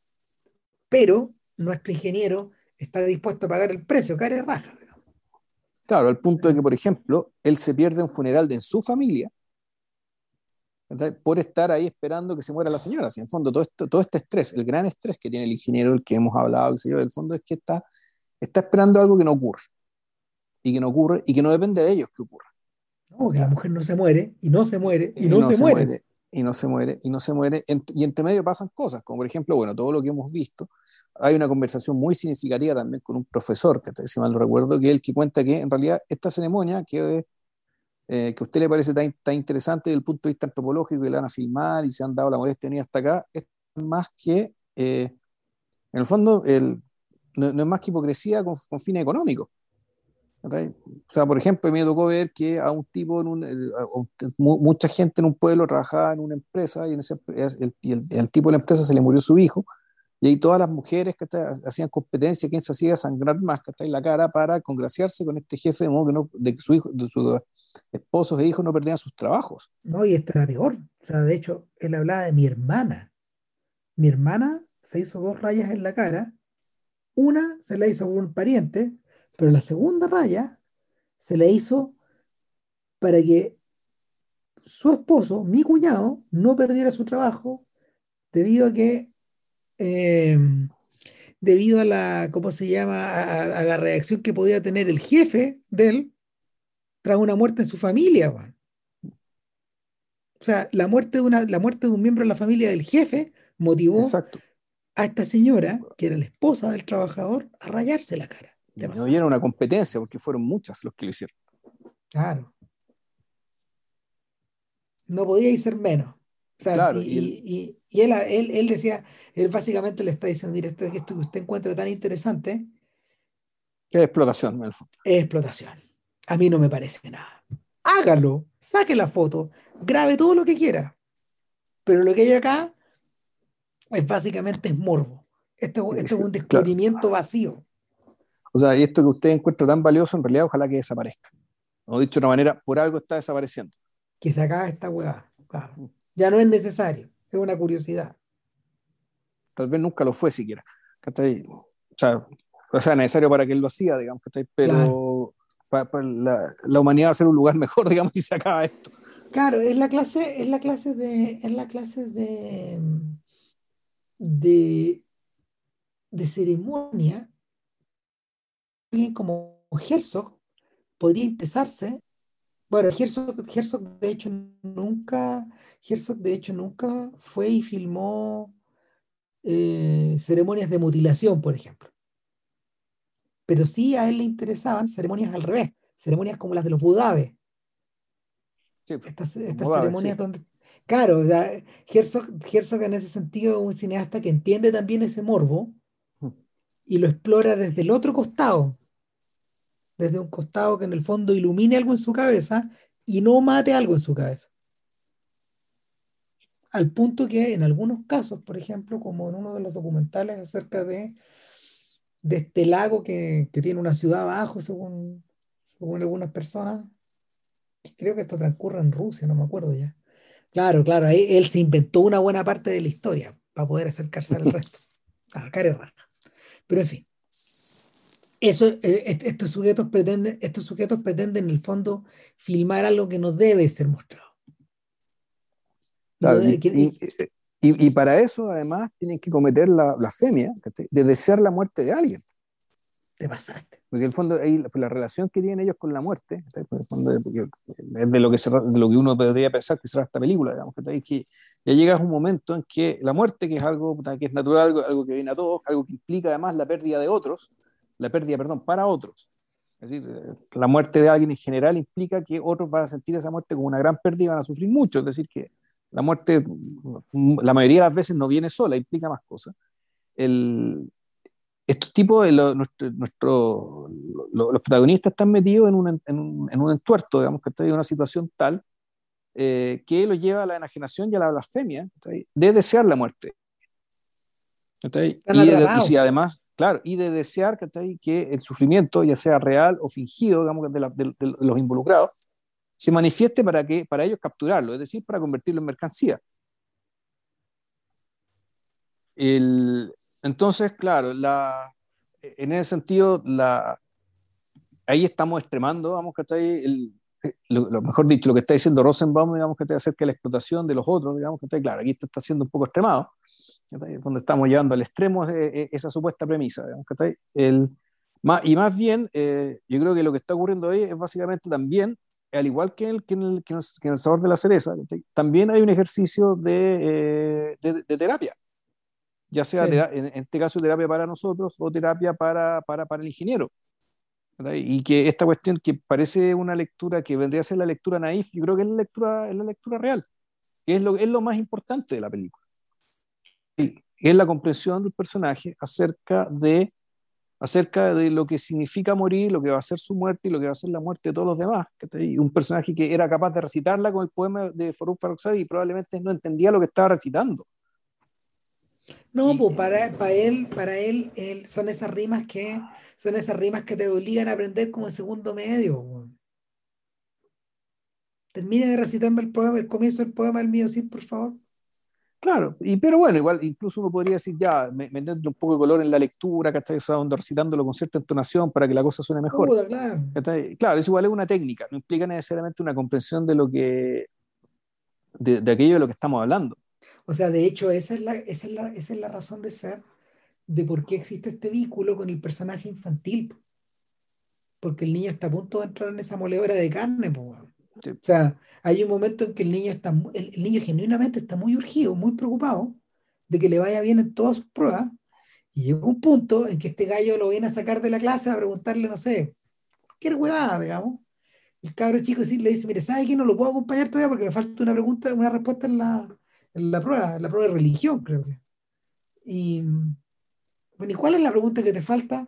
[SPEAKER 1] Pero nuestro ingeniero está dispuesto a pagar el precio, cara y raja, digamos.
[SPEAKER 2] Claro, al punto de que,
[SPEAKER 1] Eh,
[SPEAKER 2] por ejemplo, él se pierde un funeral de en su familia, ¿cachai? Por estar ahí esperando que se muera la señora. Si en el fondo todo, esto, todo este estrés, el gran estrés que tiene el ingeniero, el que hemos hablado, qué sé yo, el fondo es que está, está esperando algo que no ocurre, y que no ocurre, y que no depende de ellos que ocurra.
[SPEAKER 1] no, que la
[SPEAKER 2] ¿Ya?
[SPEAKER 1] mujer no se muere, y no se muere, y
[SPEAKER 2] Y
[SPEAKER 1] no
[SPEAKER 2] no
[SPEAKER 1] se
[SPEAKER 2] se
[SPEAKER 1] muere.
[SPEAKER 2] muere, y no se muere, y no se muere, en- y entre medio pasan cosas, como por ejemplo, bueno, todo lo que hemos visto, hay una conversación muy significativa también con un profesor, que si mal no recuerdo, que es el que cuenta que en realidad esta ceremonia, que eh, que a usted le parece tan, tan interesante desde el punto de vista antropológico, que le van a filmar y se han dado la molestia de venir hasta acá, es más que, eh, en el fondo, el, no, no es más que hipocresía con, con fines económicos. ¿Okay? O sea, por ejemplo, me tocó ver que a un tipo, en un, el- a un- mu- mucha gente en un pueblo trabajaba en una empresa y, en ese, el, y el, el tipo de la empresa se le murió su hijo. Y ahí todas las mujeres que hacían competencia, quién se hacía sangrar más en la cara para congraciarse con este jefe, de modo que, no, de que su hijo, de sus esposos e hijos no perdían sus trabajos.
[SPEAKER 1] No, y esto era peor. O sea, de hecho, él hablaba de mi hermana. Mi hermana se hizo dos rayas en la cara. Una se la hizo por un pariente, pero la segunda raya se la hizo para que su esposo, mi cuñado, no perdiera su trabajo debido a que, eh, debido a la, ¿cómo se llama? A, a- a la reacción que podía tener el jefe de él tras una muerte en su familia, weón. O sea, la muerte de una, la muerte de un miembro de la familia del jefe motivó
[SPEAKER 2] Exacto.
[SPEAKER 1] a esta señora, que era la esposa del trabajador, a rayarse la cara.
[SPEAKER 2] Y
[SPEAKER 1] Te
[SPEAKER 2] no era
[SPEAKER 1] pasaste.
[SPEAKER 2] una competencia, porque fueron muchas los que lo hicieron.
[SPEAKER 1] Claro. No podía ser menos. O sea, y,
[SPEAKER 2] Claro, y el,
[SPEAKER 1] y- y- y él, él, él decía, él básicamente le está diciendo, mira, esto, esto que usted encuentra tan interesante
[SPEAKER 2] qué explotación, en el fondo.
[SPEAKER 1] es explotación. A mí no me parece nada. Hágalo, saque la foto, grabe todo lo que quiera. Pero lo que hay acá es básicamente es morbo. Esto, esto es un
[SPEAKER 2] Claro.
[SPEAKER 1] descubrimiento vacío
[SPEAKER 2] O sea, y esto que usted encuentra tan valioso, en realidad, ojalá que desaparezca. O dicho de una manera, por algo está desapareciendo.
[SPEAKER 1] que se acaba esta hueá. Claro. Ya no es necesario, es una curiosidad.
[SPEAKER 2] Tal vez nunca lo fue siquiera. ¿Cachai? O sea, o sea, necesario para que él lo hacía, digamos, ¿cachai?
[SPEAKER 1] Claro.
[SPEAKER 2] Pero para, para la, la, humanidad va a ser un lugar mejor, digamos, y se acaba esto.
[SPEAKER 1] Claro, es la clase, es la clase de, es la clase de, de, de ceremonia, alguien como Herzog podría interesarse. Bueno, Herzog, Herzog de hecho nunca, Herzog de hecho nunca fue y filmó eh, ceremonias de mutilación, por ejemplo. Pero sí a él le interesaban ceremonias al revés, ceremonias como las de los budabes,
[SPEAKER 2] Sí,
[SPEAKER 1] estas, estas
[SPEAKER 2] como Dave,
[SPEAKER 1] ceremonias
[SPEAKER 2] sí.
[SPEAKER 1] donde, claro, o sea, Herzog, Herzog en ese sentido es un cineasta que entiende también ese morbo y lo explora desde el otro costado, desde un costado que en el fondo ilumine algo en su cabeza y no mate algo en su cabeza. Al punto que en algunos casos, por ejemplo, como en uno de los documentales acerca de, de este lago que, que tiene una ciudad abajo, según, según algunas personas, creo que esto transcurre en Rusia, no me acuerdo ya. Claro, claro, ahí él se inventó una buena parte de la historia para poder acercarse al resto. A cara y raja. Pero en fin, eso, eh, est- estos sujetos pretenden, estos sujetos pretenden en el fondo filmar algo que no debe ser mostrado. No
[SPEAKER 2] Claro,
[SPEAKER 1] debe,
[SPEAKER 2] y,
[SPEAKER 1] que-
[SPEAKER 2] y,
[SPEAKER 1] y-
[SPEAKER 2] y- y para eso, además, tienen que cometer la blasfemia, ¿cachai? De desear la muerte de alguien.
[SPEAKER 1] te pasaste.
[SPEAKER 2] Porque en el fondo, ahí, la, la relación que tienen ellos con la muerte, ¿cachai? Porque en el fondo, porque es de lo, que se, de lo que uno podría pensar que será esta película, digamos, ¿cachai? Que ya llega un momento en que la muerte, que es algo puta, que es natural, algo, algo que viene a todos, algo que implica además la pérdida de otros, la pérdida, perdón, para otros. Es decir, eh, la muerte de alguien en general implica que otros van a sentir esa muerte como una gran pérdida y van a sufrir mucho. Es decir, que la muerte, mm, la mayoría de las veces no viene sola, implica más cosas. El, estos tipos, lo, nuestro, nuestro, lo, los protagonistas están metidos en un, en un, en un entuerto, digamos, que está en una situación tal eh, que los lleva a la enajenación y a la blasfemia, ¿sí? De desear la muerte. ¿Sí?
[SPEAKER 1] Están
[SPEAKER 2] Y, de, y
[SPEAKER 1] atrapados.
[SPEAKER 2] si además, claro, y de desear ¿sí? Que el sufrimiento, ya sea real o fingido, digamos, de, la, de, de los involucrados, se manifieste para, que, para ellos capturarlo, es decir, para convertirlo en mercancía. El, entonces, claro, la, en ese sentido, la, ahí estamos extremando, vamos, ¿cachai? El, lo, lo, mejor dicho, lo que está diciendo Rosenbaum, digamos, que acerca de la explotación de los otros, digamos, que claro, aquí esto está siendo un poco extremado, ¿cachai? Donde estamos llevando al extremo eh, eh, esa supuesta premisa, digamos, ¿cachai? El, más, y más bien, eh, yo creo que lo que está ocurriendo ahí es básicamente también, al igual que, el, que, en, el, que, en, el, que en el sabor de la cereza, ¿cachai? También hay un ejercicio de, eh, de, de terapia, ya sea
[SPEAKER 1] Sí.
[SPEAKER 2] tera, en, en este caso terapia para nosotros o terapia para, para, para el ingeniero. ¿Verdad? Y que esta cuestión que parece una lectura que vendría a ser la lectura naif, yo creo que es la lectura, es la lectura real, que es lo, es lo más importante de la película. Es la comprensión del personaje acerca de, acerca de lo que significa morir, lo que va a ser su muerte y lo que va a ser la muerte de todos los demás. ¿Cachai? Un personaje que era capaz de recitarla con el poema de Farooq Farrokhzad y probablemente no entendía lo que estaba recitando.
[SPEAKER 1] No,
[SPEAKER 2] Y
[SPEAKER 1] pues para, para él, para él, él, son esas rimas que, son esas rimas que te obligan a aprender como en segundo medio, weón. Termina de recitarme el poema, el comienzo del poema del mío, sí, por favor.
[SPEAKER 2] claro, y, pero bueno, igual incluso uno podría decir ya, me, me un poco de color en la lectura, ¿cachai? O sea, onda, recitándolo con cierta entonación para que la cosa suene mejor.
[SPEAKER 1] Puta, claro.
[SPEAKER 2] ¿Cachai? Claro, es igual es una técnica, no implica necesariamente una comprensión de lo que, de, de aquello de lo que estamos hablando.
[SPEAKER 1] O sea, de hecho, esa es la, esa es la, esa es la razón de ser de por qué existe este vínculo con el personaje infantil, po. Porque el niño está a punto de entrar en esa moledora de carne, po, weón.
[SPEAKER 2] Sí,
[SPEAKER 1] O sea, hay un momento en que el niño está, mu- el, el niño genuinamente está muy urgido, muy preocupado de que le vaya bien en todas sus pruebas. Y llega un punto en que este gallo lo viene a sacar de la clase a preguntarle, no sé, cualquier huevada, digamos. El cabro chico sí le dice, mire, ¿sabe qué? No lo puedo acompañar todavía porque me falta una pregunta, una respuesta en la, en la prueba, en la prueba de religión, creo que. Y, bueno, ¿y cuál es la pregunta que te falta?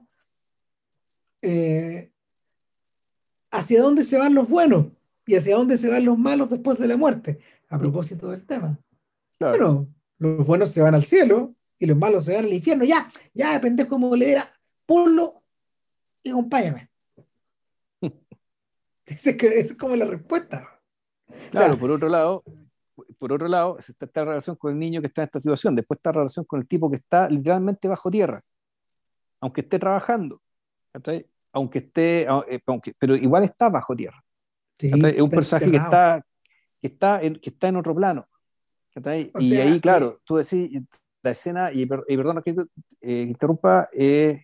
[SPEAKER 1] Eh, ¿hacia dónde se van los buenos? ¿Y hacia dónde se van los malos después de la muerte? A propósito del tema.
[SPEAKER 2] claro.
[SPEAKER 1] Bueno, los buenos se van al cielo y los malos se van al infierno. Ya, ya, pendejo moledera, ponlo y acompáñame. Esa es, que- esa es como la respuesta. O
[SPEAKER 2] Claro,
[SPEAKER 1] sea,
[SPEAKER 2] por otro lado, por otro lado, está esta relación con el niño que está en esta situación, después está la relación con el tipo que está literalmente bajo tierra, aunque esté trabajando, ¿cachai? Aunque esté, a- eh, aunque, pero igual está bajo tierra. ¿Cachai?
[SPEAKER 1] sí,
[SPEAKER 2] Es un
[SPEAKER 1] está
[SPEAKER 2] personaje que
[SPEAKER 1] enterrado.
[SPEAKER 2] está, que está en, que está en otro plano. ¿Cachai?
[SPEAKER 1] O
[SPEAKER 2] Y ahí,
[SPEAKER 1] sea, eh,
[SPEAKER 2] claro, tú decís, la escena, y, per, y perdona que, eh, interrumpa, eh,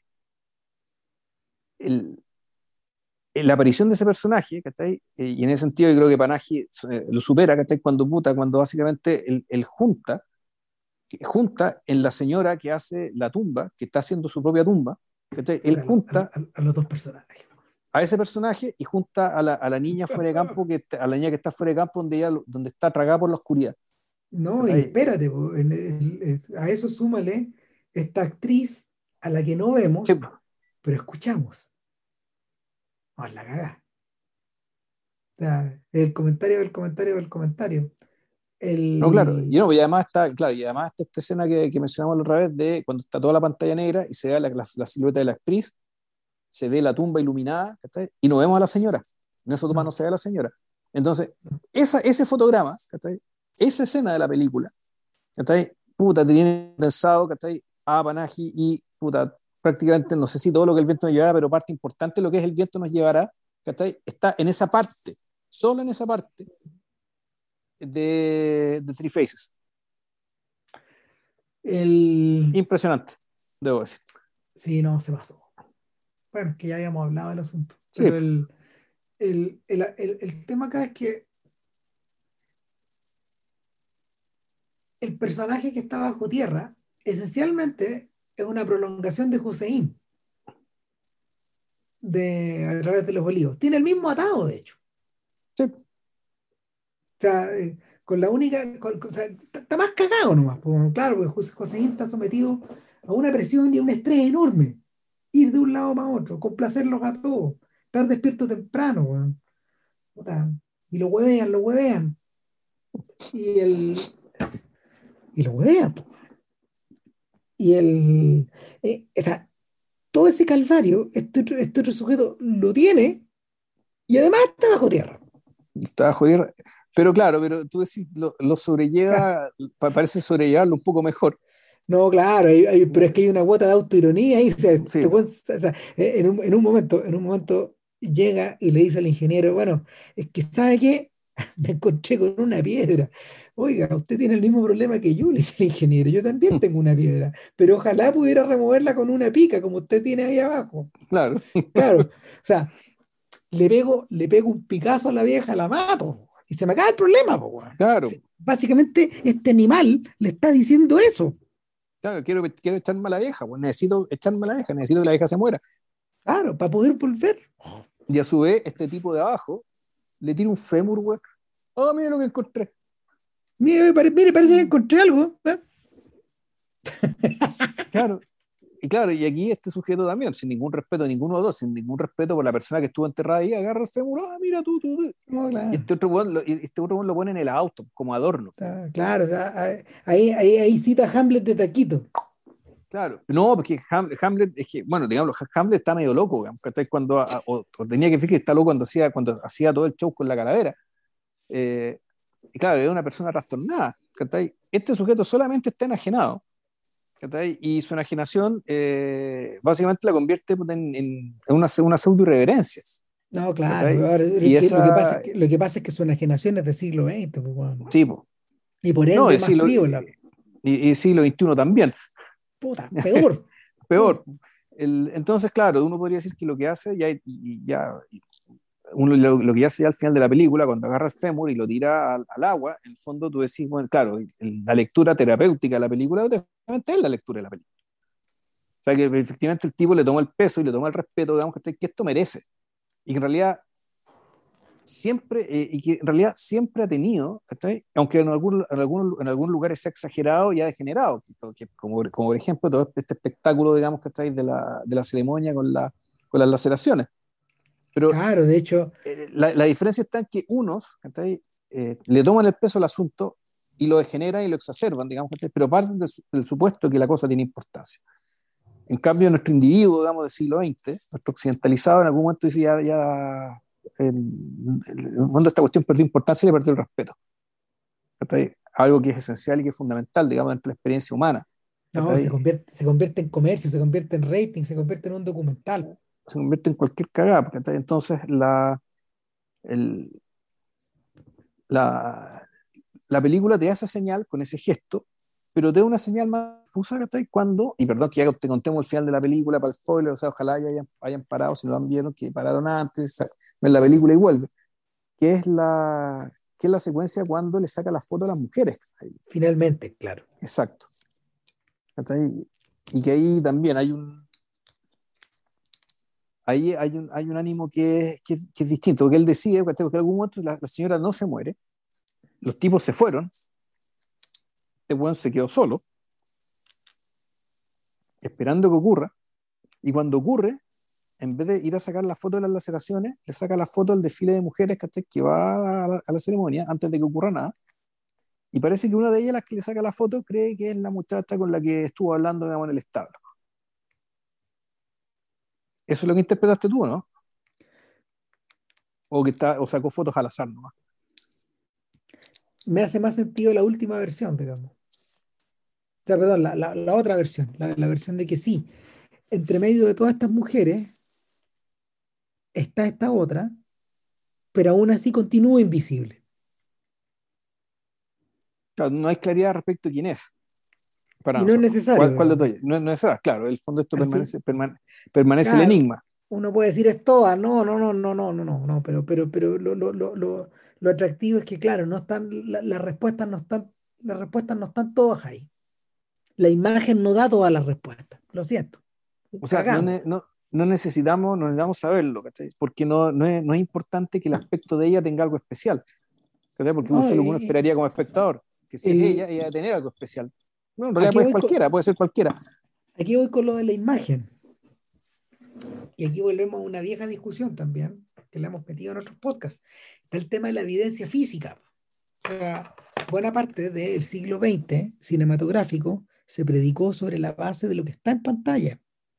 [SPEAKER 2] el, la aparición de ese personaje, ¿cachai? Eh, y en ese sentido yo creo que Panaji eh, lo supera, ¿cachai? Cuando puta, cuando básicamente él, él junta, junta en la señora que hace la tumba, que está haciendo su propia tumba, ¿cachai? Él
[SPEAKER 1] A, lo-
[SPEAKER 2] junta
[SPEAKER 1] a- a- a los dos personajes.
[SPEAKER 2] a ese personaje y junta a la, a la niña fuera de campo, que, a la niña que está fuera de campo, donde, ella, donde está tragada por la oscuridad.
[SPEAKER 1] No, y
[SPEAKER 2] ¿Cachai?
[SPEAKER 1] espérate, po, en el- es- a eso súmale esta actriz a la que no
[SPEAKER 2] Sí,
[SPEAKER 1] vemos, pero escuchamos. Vamos la cagá. O sea, el comentario del comentario del comentario.
[SPEAKER 2] no, claro, y,
[SPEAKER 1] El...
[SPEAKER 2] no, y además está, claro, y además está esta escena que, que mencionamos la otra vez de cuando está toda la pantalla negra y se ve la, la, la silueta de la actriz, se ve la tumba iluminada, ¿cachai? Y no vemos a la señora. En esa toma no
[SPEAKER 1] No,
[SPEAKER 2] se ve a la señora. Entonces, esa, ese fotograma, ¿cachai? Esa escena de la película, ¿cachai? Puta, te tiene pensado, ¿cachai? A Panaji y, puta, prácticamente, no sé si todo lo que el viento nos llevará, pero parte importante de lo que es el viento nos llevará, ¿cachai? Está en esa parte, solo en esa parte de, de Three Faces.
[SPEAKER 1] el...
[SPEAKER 2] Impresionante, debo decir.
[SPEAKER 1] Sí, no, se pasó. Bueno, que ya habíamos hablado del asunto.
[SPEAKER 2] Sí,
[SPEAKER 1] Pero el, el, el, el, el tema acá es que el personaje que está bajo tierra, esencialmente es una prolongación de Hussein de, a través de los olivos. Tiene el mismo atado, de hecho.
[SPEAKER 2] sí,
[SPEAKER 1] O sea, eh, con la única, con- con- o sea, está, está más cagado nomás, pues, claro, porque José, Joséín está sometido a una presión y a un estrés enorme. Ir de un lado para otro, complacerlos a todos, estar despierto temprano, weón. Puta, y lo huevean, lo huevean. Y el, y lo huevean, po. Y el, eh, o sea, todo ese calvario, este otro, este otro sujeto lo tiene y además está bajo tierra.
[SPEAKER 2] estaba jodido. Pero claro, pero tú decís, lo, lo sobrelleva, pa- parece sobrellevarlo un poco mejor.
[SPEAKER 1] No, claro, hay- hay- pero es que hay una cuota de autoironía ahí. O sea,
[SPEAKER 2] Sí,
[SPEAKER 1] este
[SPEAKER 2] po,
[SPEAKER 1] weón, o sea, eh, en un, en un momento, en un momento llega y le dice al ingeniero, bueno, es que ¿sabe qué? Me encontré con una piedra. Oiga, usted tiene el mismo problema que yo, le dice el ingeniero. Yo también tengo una piedra, pero ojalá pudiera removerla con una pica, como usted tiene ahí abajo.
[SPEAKER 2] claro,
[SPEAKER 1] Claro, o sea, le pego, le pego un picazo a la vieja, la mato, y se me acaba el problema, po, weón.
[SPEAKER 2] claro,
[SPEAKER 1] Sí, básicamente, este animal le está diciendo eso.
[SPEAKER 2] claro, quiero, quiero echarme a la vieja, pues necesito echarme a la vieja, necesito que la vieja se muera.
[SPEAKER 1] Claro, para poder volver.
[SPEAKER 2] Y a su vez, este tipo de abajo le tira un fémur, güey. Oh, mira lo que encontré.
[SPEAKER 1] Mire, pare- mire, parece que encontré algo. ¿Eh?
[SPEAKER 2] Claro, y claro, y aquí este sujeto también, sin ningún respeto a ninguno de los dos, sin ningún respeto por la persona que estuvo enterrada ahí, agarra el fémur, ah, mira tú, tú, tú.
[SPEAKER 1] No,
[SPEAKER 2] Y
[SPEAKER 1] claro.
[SPEAKER 2] este otro weón lo, y este otro weón lo pone en el auto, como adorno.
[SPEAKER 1] Está- claro, o sea, ahí, ahí, ahí cita Hamlet de taquito.
[SPEAKER 2] Claro, no, porque Ham- Hamlet, es que, bueno, digamos, Hamlet está medio loco, digamos, ¿cachai? Cuando, a- o, o tenía que decir que está loco cuando hacía, cuando hacía todo el show con la calavera. Eh, y claro, era una persona trastornada, ¿cachai? Este sujeto solamente está enajenado, ¿cachai? Y su enajenación eh, básicamente la convierte puta, en, en una, una pseudo irreverencia,
[SPEAKER 1] No, claro,
[SPEAKER 2] ¿cachai?
[SPEAKER 1] pero ahora, lo
[SPEAKER 2] Y
[SPEAKER 1] que, lo que pasa
[SPEAKER 2] esa,
[SPEAKER 1] es que, lo que pasa es que su enajenación es del siglo veinte, pues, weón.
[SPEAKER 2] tipo,
[SPEAKER 1] Y por
[SPEAKER 2] no,
[SPEAKER 1] ende
[SPEAKER 2] y
[SPEAKER 1] más
[SPEAKER 2] siglo,
[SPEAKER 1] frívola.
[SPEAKER 2] y, y siglo veintiuno también,
[SPEAKER 1] Puta, peor.
[SPEAKER 2] peor. El, entonces, claro, uno podría decir que lo que hace, ya, y, ya uno lo, lo, que hace al final de la película, cuando agarra el fémur y lo tira al, al agua, en el fondo tú decís, bueno, claro, el, la lectura terapéutica de la película definitivamente es la lectura de la película. O sea, que efectivamente el tipo le toma el peso y le toma el respeto, digamos, que, que esto merece. Y que en realidad siempre, eh, y que en realidad siempre ha tenido, ¿cachai? Aunque en algún, en algún, en algún lugar se ha exagerado y ha degenerado, que, que, como, como por ejemplo todo este espectáculo, digamos, ¿cachai? De la, de la ceremonia con, la, con las laceraciones. Pero
[SPEAKER 1] Claro, de hecho,
[SPEAKER 2] eh, la, la, diferencia está en que unos eh, le toman el peso al asunto y lo degeneran y lo exacerban, digamos, ¿cachai? Pero parten del, del, supuesto que la cosa tiene importancia. En cambio, nuestro individuo, digamos, del siglo veinte, nuestro occidentalizado, en algún momento dice ya, ya en el fondo esta cuestión perdió importancia y le perdió el respeto. ¿Cachai? Algo que es esencial y que es fundamental, digamos, dentro de la experiencia humana.
[SPEAKER 1] no, se
[SPEAKER 2] ¿Cachai?
[SPEAKER 1] convierte, se convierte en comercio, se convierte en rating, se convierte en un documental.
[SPEAKER 2] Se convierte en cualquier cagada. ¿Cachai? Entonces, la, el, la, la película te hace señal con ese gesto pero te da una señal más difusa, ¿cachai? Cuando, y perdón que ya te contemos el final de la película para el spoiler, o sea, ojalá ya hayan, hayan parado, si no lo han visto, que pararon antes, ven la película y vuelve, que es la, que es la secuencia cuando le saca la foto a las mujeres, ¿cachai?
[SPEAKER 1] Finalmente, claro.
[SPEAKER 2] Exacto, ¿cachai? Y que ahí también hay un, ahí hay un, hay un ánimo que, que, que es distinto, porque él decide, ¿cachai? Porque en algún momento la, la señora no se muere, los tipos se fueron, este weón se quedó solo, esperando que ocurra, y cuando ocurre, en vez de ir a sacar la foto de las laceraciones, le saca la foto al desfile de mujeres, ¿cachai? Que va a la, a la ceremonia antes de que ocurra nada. Y parece que una de ellas, las que le saca la foto, cree que es la muchacha con la que estuvo hablando, digamos, en el establo. Eso es lo que interpretaste tú, ¿no? O que está, o sacó fotos al azar nomás.
[SPEAKER 1] Me hace más sentido la última versión, digamos. O sea, perdón, la, la- la otra versión, la, la versión de que sí, entre medio de todas estas mujeres está esta otra, pero aún así continúa invisible.
[SPEAKER 2] Claro, no hay claridad respecto a quién es para
[SPEAKER 1] Y no es
[SPEAKER 2] nosotros.
[SPEAKER 1] necesario,
[SPEAKER 2] ¿Cuál, cuál de
[SPEAKER 1] digamos.
[SPEAKER 2] todos? No, no es esa, claro, el fondo esto
[SPEAKER 1] Al fin,
[SPEAKER 2] permanece, permane- permanece el
[SPEAKER 1] claro,
[SPEAKER 2] enigma.
[SPEAKER 1] uno puede decir es toda, no, no, no, no, no, no, no, no, pero, pero, pero lo, lo, lo, lo, lo atractivo es que, claro, no están, la- las respuestas no están, las respuestas no están todas ahí. La imagen no da todas las respuestas, lo siento,
[SPEAKER 2] O sea, no,
[SPEAKER 1] cagamos.
[SPEAKER 2] ne- no, no necesitamos, no necesitamos saberlo, ¿cachai? Porque no, no, es, no es importante que el aspecto de ella tenga algo especial, ¿cachai? Porque
[SPEAKER 1] No,
[SPEAKER 2] eso es lo que uno
[SPEAKER 1] y-
[SPEAKER 2] esperaría como espectador, que si es ella,
[SPEAKER 1] el,
[SPEAKER 2] ella debe tener algo especial. Bueno, en realidad
[SPEAKER 1] aquí
[SPEAKER 2] puede ser
[SPEAKER 1] voy con,
[SPEAKER 2] cualquiera, puede ser cualquiera.
[SPEAKER 1] aquí voy con lo de la imagen. Y aquí volvemos a una vieja discusión también, que la hemos metido en otros podcasts. Está el tema de la evidencia física. O sea, buena parte del siglo veinte cinematográfico se predicó sobre la base de lo que está en pantalla,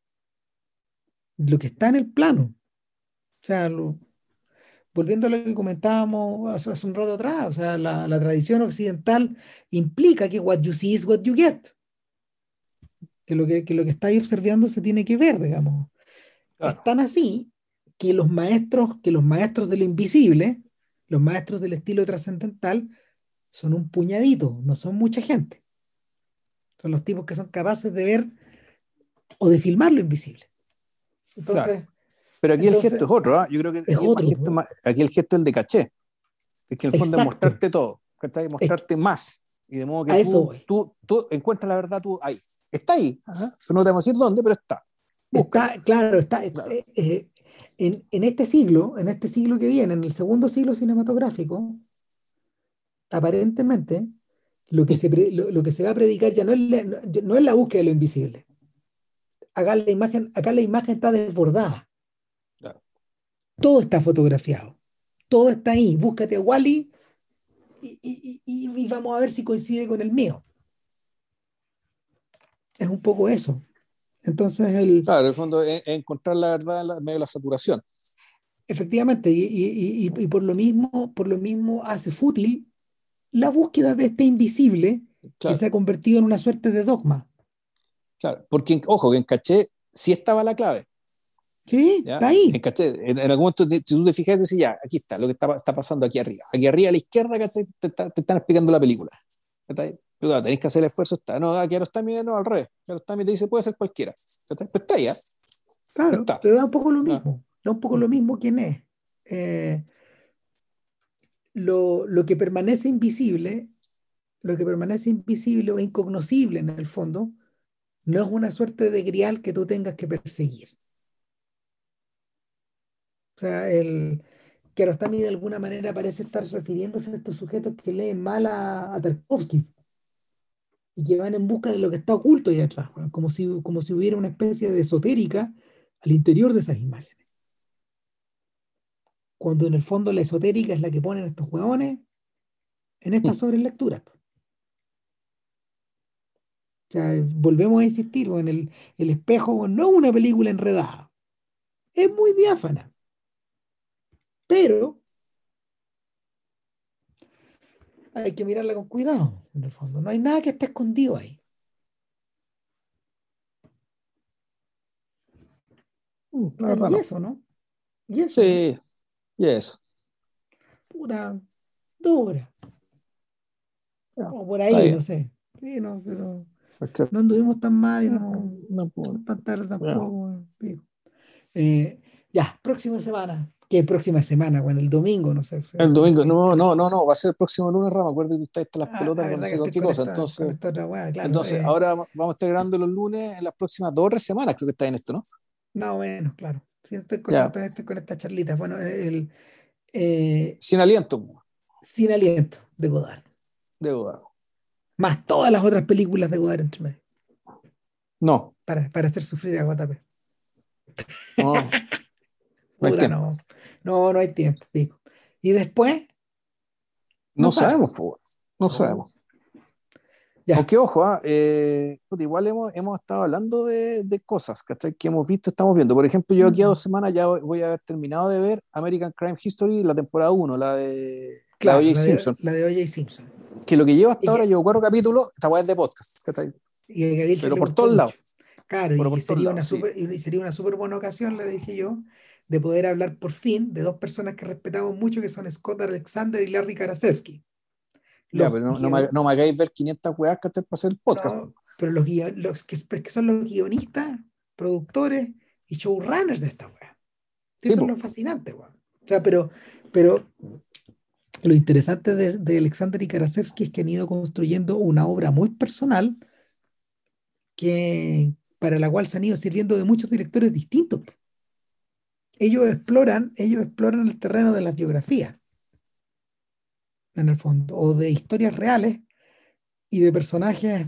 [SPEAKER 1] lo que está en el plano. O sea, lo- volviendo a lo que comentábamos hace, hace un rato atrás, o sea, la, la tradición occidental implica que what you see is what you get, que lo que, que lo que estáis observando se tiene que ver, digamos. Es
[SPEAKER 2] Claro,
[SPEAKER 1] tan así que los maestros, que los maestros de lo invisible, los maestros del estilo trascendental, son un puñadito, no son mucha gente. Son los tipos que son capaces de ver o de filmar lo invisible.
[SPEAKER 2] claro.
[SPEAKER 1] Entonces,
[SPEAKER 2] Pero aquí el gesto
[SPEAKER 1] entonces
[SPEAKER 2] es otro, ¿ah? Yo creo que
[SPEAKER 1] es
[SPEAKER 2] aquí el más
[SPEAKER 1] otro,
[SPEAKER 2] gesto,
[SPEAKER 1] po.
[SPEAKER 2] más, aquí el gesto es el de caché, es que en el fondo es
[SPEAKER 1] Exacto.
[SPEAKER 2] mostrarte todo, ¿cachai?
[SPEAKER 1] Es que
[SPEAKER 2] Mostrarte más. Y de modo que
[SPEAKER 1] a eso
[SPEAKER 2] tú,
[SPEAKER 1] voy.
[SPEAKER 2] tú, tú encuentras la verdad tú ahí. Está ahí. Ajá. Pero no te vamos a decir dónde, pero está. Búscala.
[SPEAKER 1] Está, claro, está eh,
[SPEAKER 2] Claro.
[SPEAKER 1] eh, en, en este siglo, en este siglo que viene, en el segundo siglo cinematográfico, aparentemente, lo que se, pre- lo, lo que se va a predicar ya no es la, no, no es la búsqueda de lo invisible. Acá la imagen, acá la imagen está desbordada.
[SPEAKER 2] Claro.
[SPEAKER 1] Todo está fotografiado. Todo está ahí. Búscate a Wally y, y- y- y vamos a ver si coincide con el mío. Es un poco eso. Entonces, el,
[SPEAKER 2] Claro, en el fondo es, es encontrar la verdad en la- en medio de la saturación.
[SPEAKER 1] efectivamente, y, y- y- y por lo mismo, por lo mismo hace fútil la búsqueda de este invisible que
[SPEAKER 2] Claro,
[SPEAKER 1] se ha convertido en una suerte de dogma.
[SPEAKER 2] claro. Porque, ojo, que en caché sí estaba la clave.
[SPEAKER 1] Sí,
[SPEAKER 2] ¿Ya?
[SPEAKER 1] está
[SPEAKER 2] En,
[SPEAKER 1] ahí.
[SPEAKER 2] caché, en, en algún momento, si tú te fijas, tú dices, ya, aquí está, lo que está, está pasando aquí arriba. Aquí arriba a la izquierda, ¿cachai? Te, está- te están explicando la película. ¿Cachai? Pero claro, tenés que hacer el esfuerzo. Está, no, aquí Arostami, no, al revés. Arostami te dice, puede ser cualquiera. ¿Cachai? Pero está ahí, ¿eh?
[SPEAKER 1] Claro,
[SPEAKER 2] Está.
[SPEAKER 1] pero da un poco lo
[SPEAKER 2] Ah.
[SPEAKER 1] mismo. Da un poco lo mismo quién es. Eh, lo, lo que permanece invisible, lo que permanece invisible o incognoscible en el fondo, no es una suerte de grial que tú tengas que perseguir. O sea, el Kiarostami de alguna manera parece estar refiriéndose a estos sujetos que leen mal a, a Tarkovsky y que van en busca de lo que está oculto ahí atrás, weón, como si, como si hubiera una especie de esotérica al interior de esas imágenes. Cuando en el fondo la esotérica es la que ponen estos hueones en estas sobrelecturas. O sea, volvemos a insistir, weón, el, el espejo, weón, no es una película enredada, es muy diáfana, pero hay que mirarla con cuidado, en el fondo. No hay nada que esté escondido ahí.
[SPEAKER 2] Mm, la verdad
[SPEAKER 1] Y
[SPEAKER 2] no.
[SPEAKER 1] eso, ¿no? Y eso, ¿no?
[SPEAKER 2] Sí, y eso.
[SPEAKER 1] Puta, dos horas.
[SPEAKER 2] Ya,
[SPEAKER 1] O por
[SPEAKER 2] está
[SPEAKER 1] ahí, no
[SPEAKER 2] bien.
[SPEAKER 1] sé. Sí, no, pero
[SPEAKER 2] Es que,
[SPEAKER 1] no anduvimos tan mal y
[SPEAKER 2] no,
[SPEAKER 1] no,
[SPEAKER 2] no,
[SPEAKER 1] no tan tarde
[SPEAKER 2] bueno,
[SPEAKER 1] tampoco. Sí. Eh, ya, próxima semana. ¿Qué próxima semana? Bueno, el domingo, no sé. Se,
[SPEAKER 2] el
[SPEAKER 1] se me
[SPEAKER 2] domingo,
[SPEAKER 1] fue el
[SPEAKER 2] no, no,
[SPEAKER 1] tiro.
[SPEAKER 2] no, no, va a ser el próximo lunes, Rama. Acuérdate que usted está las
[SPEAKER 1] Ah,
[SPEAKER 2] pelotas
[SPEAKER 1] la
[SPEAKER 2] con no
[SPEAKER 1] verdad que
[SPEAKER 2] sé con
[SPEAKER 1] estoy
[SPEAKER 2] qué
[SPEAKER 1] con
[SPEAKER 2] cosa.
[SPEAKER 1] esta, con
[SPEAKER 2] Entonces,
[SPEAKER 1] esta otra weá, claro.
[SPEAKER 2] entonces
[SPEAKER 1] Eh,
[SPEAKER 2] ahora vamos a estar grabando los lunes en las próximas dos o tres semanas, creo que está en esto, ¿no?
[SPEAKER 1] más o menos, claro. Sí, estoy con,
[SPEAKER 2] Ya,
[SPEAKER 1] estoy, estoy con esta charlita. Bueno, el, eh,
[SPEAKER 2] sin aliento,
[SPEAKER 1] Sin aliento de Godard.
[SPEAKER 2] de duda.
[SPEAKER 1] Más todas las otras películas de Godard entre medio.
[SPEAKER 2] No,
[SPEAKER 1] Para, para hacer sufrir a J P.
[SPEAKER 2] no, no hay
[SPEAKER 1] Puta,
[SPEAKER 2] tiempo.
[SPEAKER 1] no. No, no hay tiempo, pico. Y después, no
[SPEAKER 2] No
[SPEAKER 1] sabe.
[SPEAKER 2] sabemos, po, no sabemos.
[SPEAKER 1] Ya.
[SPEAKER 2] Aunque ojo, ah, eh, puta, igual hemos, hemos estado hablando de, de cosas, ¿cachai? Que hemos visto, estamos viendo. Por ejemplo, yo aquí a dos
[SPEAKER 1] Mm.
[SPEAKER 2] semanas ya voy voy a haber terminado de ver American Crime History, la temporada uno, la de, la de
[SPEAKER 1] Claro,
[SPEAKER 2] O J.
[SPEAKER 1] la de,
[SPEAKER 2] Simpson,
[SPEAKER 1] la de O J. Simpson.
[SPEAKER 2] que lo que llevo hasta
[SPEAKER 1] Y
[SPEAKER 2] ahora,
[SPEAKER 1] que,
[SPEAKER 2] llevo cuatro capítulos, esta weá es de podcast, ¿cachai?
[SPEAKER 1] y que Gabriel
[SPEAKER 2] Pero
[SPEAKER 1] le
[SPEAKER 2] por
[SPEAKER 1] gustó
[SPEAKER 2] todos
[SPEAKER 1] mucho.
[SPEAKER 2] lados,
[SPEAKER 1] Claro,
[SPEAKER 2] pero
[SPEAKER 1] y
[SPEAKER 2] por
[SPEAKER 1] que
[SPEAKER 2] todos
[SPEAKER 1] sería una
[SPEAKER 2] lados, sí.
[SPEAKER 1] super, y sería una súper buena ocasión, le dije yo, de poder hablar por fin de dos personas que respetamos mucho, que son Scott Alexander y Larry Karasewski.
[SPEAKER 2] Ya,
[SPEAKER 1] Los
[SPEAKER 2] pero no, no me,
[SPEAKER 1] guion-
[SPEAKER 2] no me hagáis ver quinientas weas, ¿cachai? Para hacer el podcast.
[SPEAKER 1] no, pero los, guion- los que, que son los guionistas, productores y showrunners de esta wea.
[SPEAKER 2] Sí,
[SPEAKER 1] Eso es
[SPEAKER 2] pues.
[SPEAKER 1] lo fascinante, weón. O sea, pero, pero lo interesante de, de Alexander y Karasewski es que han ido construyendo una obra muy personal que, para la cual se han ido sirviendo de muchos directores distintos. Ellos exploran, ellos exploran el terreno de las biografías, en el fondo, o de historias reales y de personajes,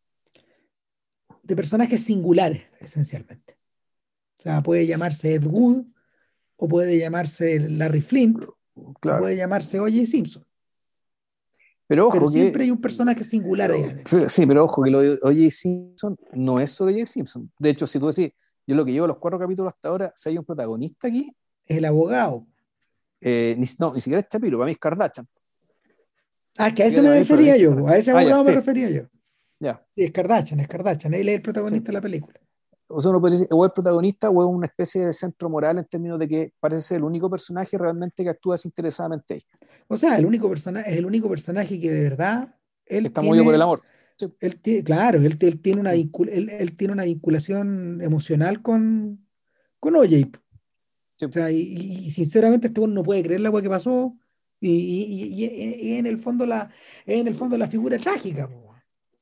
[SPEAKER 1] de personajes singulares, esencialmente. O sea, puede llamarse Ed Wood, o puede llamarse Larry Flint, o
[SPEAKER 2] Claro.
[SPEAKER 1] puede llamarse O J. Simpson.
[SPEAKER 2] Pero
[SPEAKER 1] Pero
[SPEAKER 2] ojo
[SPEAKER 1] siempre
[SPEAKER 2] que,
[SPEAKER 1] hay un personaje singular ahí adentro.
[SPEAKER 2] sí, pero ojo que lo de O J. Simpson no es solo O J. Simpson. De hecho, si tú decís, yo lo que llevo los cuatro capítulos hasta ahora, si hay un protagonista aquí,
[SPEAKER 1] Es el abogado.
[SPEAKER 2] eh, ni, no, ni siquiera es Chapiro, para mí es Kardashian.
[SPEAKER 1] Ah, que a ese
[SPEAKER 2] Fíjate,
[SPEAKER 1] me
[SPEAKER 2] para mí el
[SPEAKER 1] refería
[SPEAKER 2] protagonista es
[SPEAKER 1] yo, a
[SPEAKER 2] Kardashian.
[SPEAKER 1] ese
[SPEAKER 2] Ah, ya,
[SPEAKER 1] abogado me
[SPEAKER 2] sí,
[SPEAKER 1] refería yo.
[SPEAKER 2] ya,
[SPEAKER 1] Sí, es Kardashian, es Kardashian, él es el
[SPEAKER 2] sí.
[SPEAKER 1] protagonista de la película.
[SPEAKER 2] O sea, uno puede decir, o es protagonista o es una especie de centro moral en términos de que parece ser el único personaje realmente que actúa desinteresadamente ahí,
[SPEAKER 1] O sea, el único personaje, es el único personaje que de verdad
[SPEAKER 2] que
[SPEAKER 1] él
[SPEAKER 2] está movido por el
[SPEAKER 1] tiene,
[SPEAKER 2] amor. Sí,
[SPEAKER 1] él tiene, claro, él, él tiene una
[SPEAKER 2] mm,
[SPEAKER 1] vincul- él, él tiene una vinculación emocional con, con O J. O
[SPEAKER 2] sí.
[SPEAKER 1] sea, y, y- y sinceramente este uno no puede creer la agua que pasó. Y, y- y- y- y en el fondo la, en el fondo la figura trágica, po.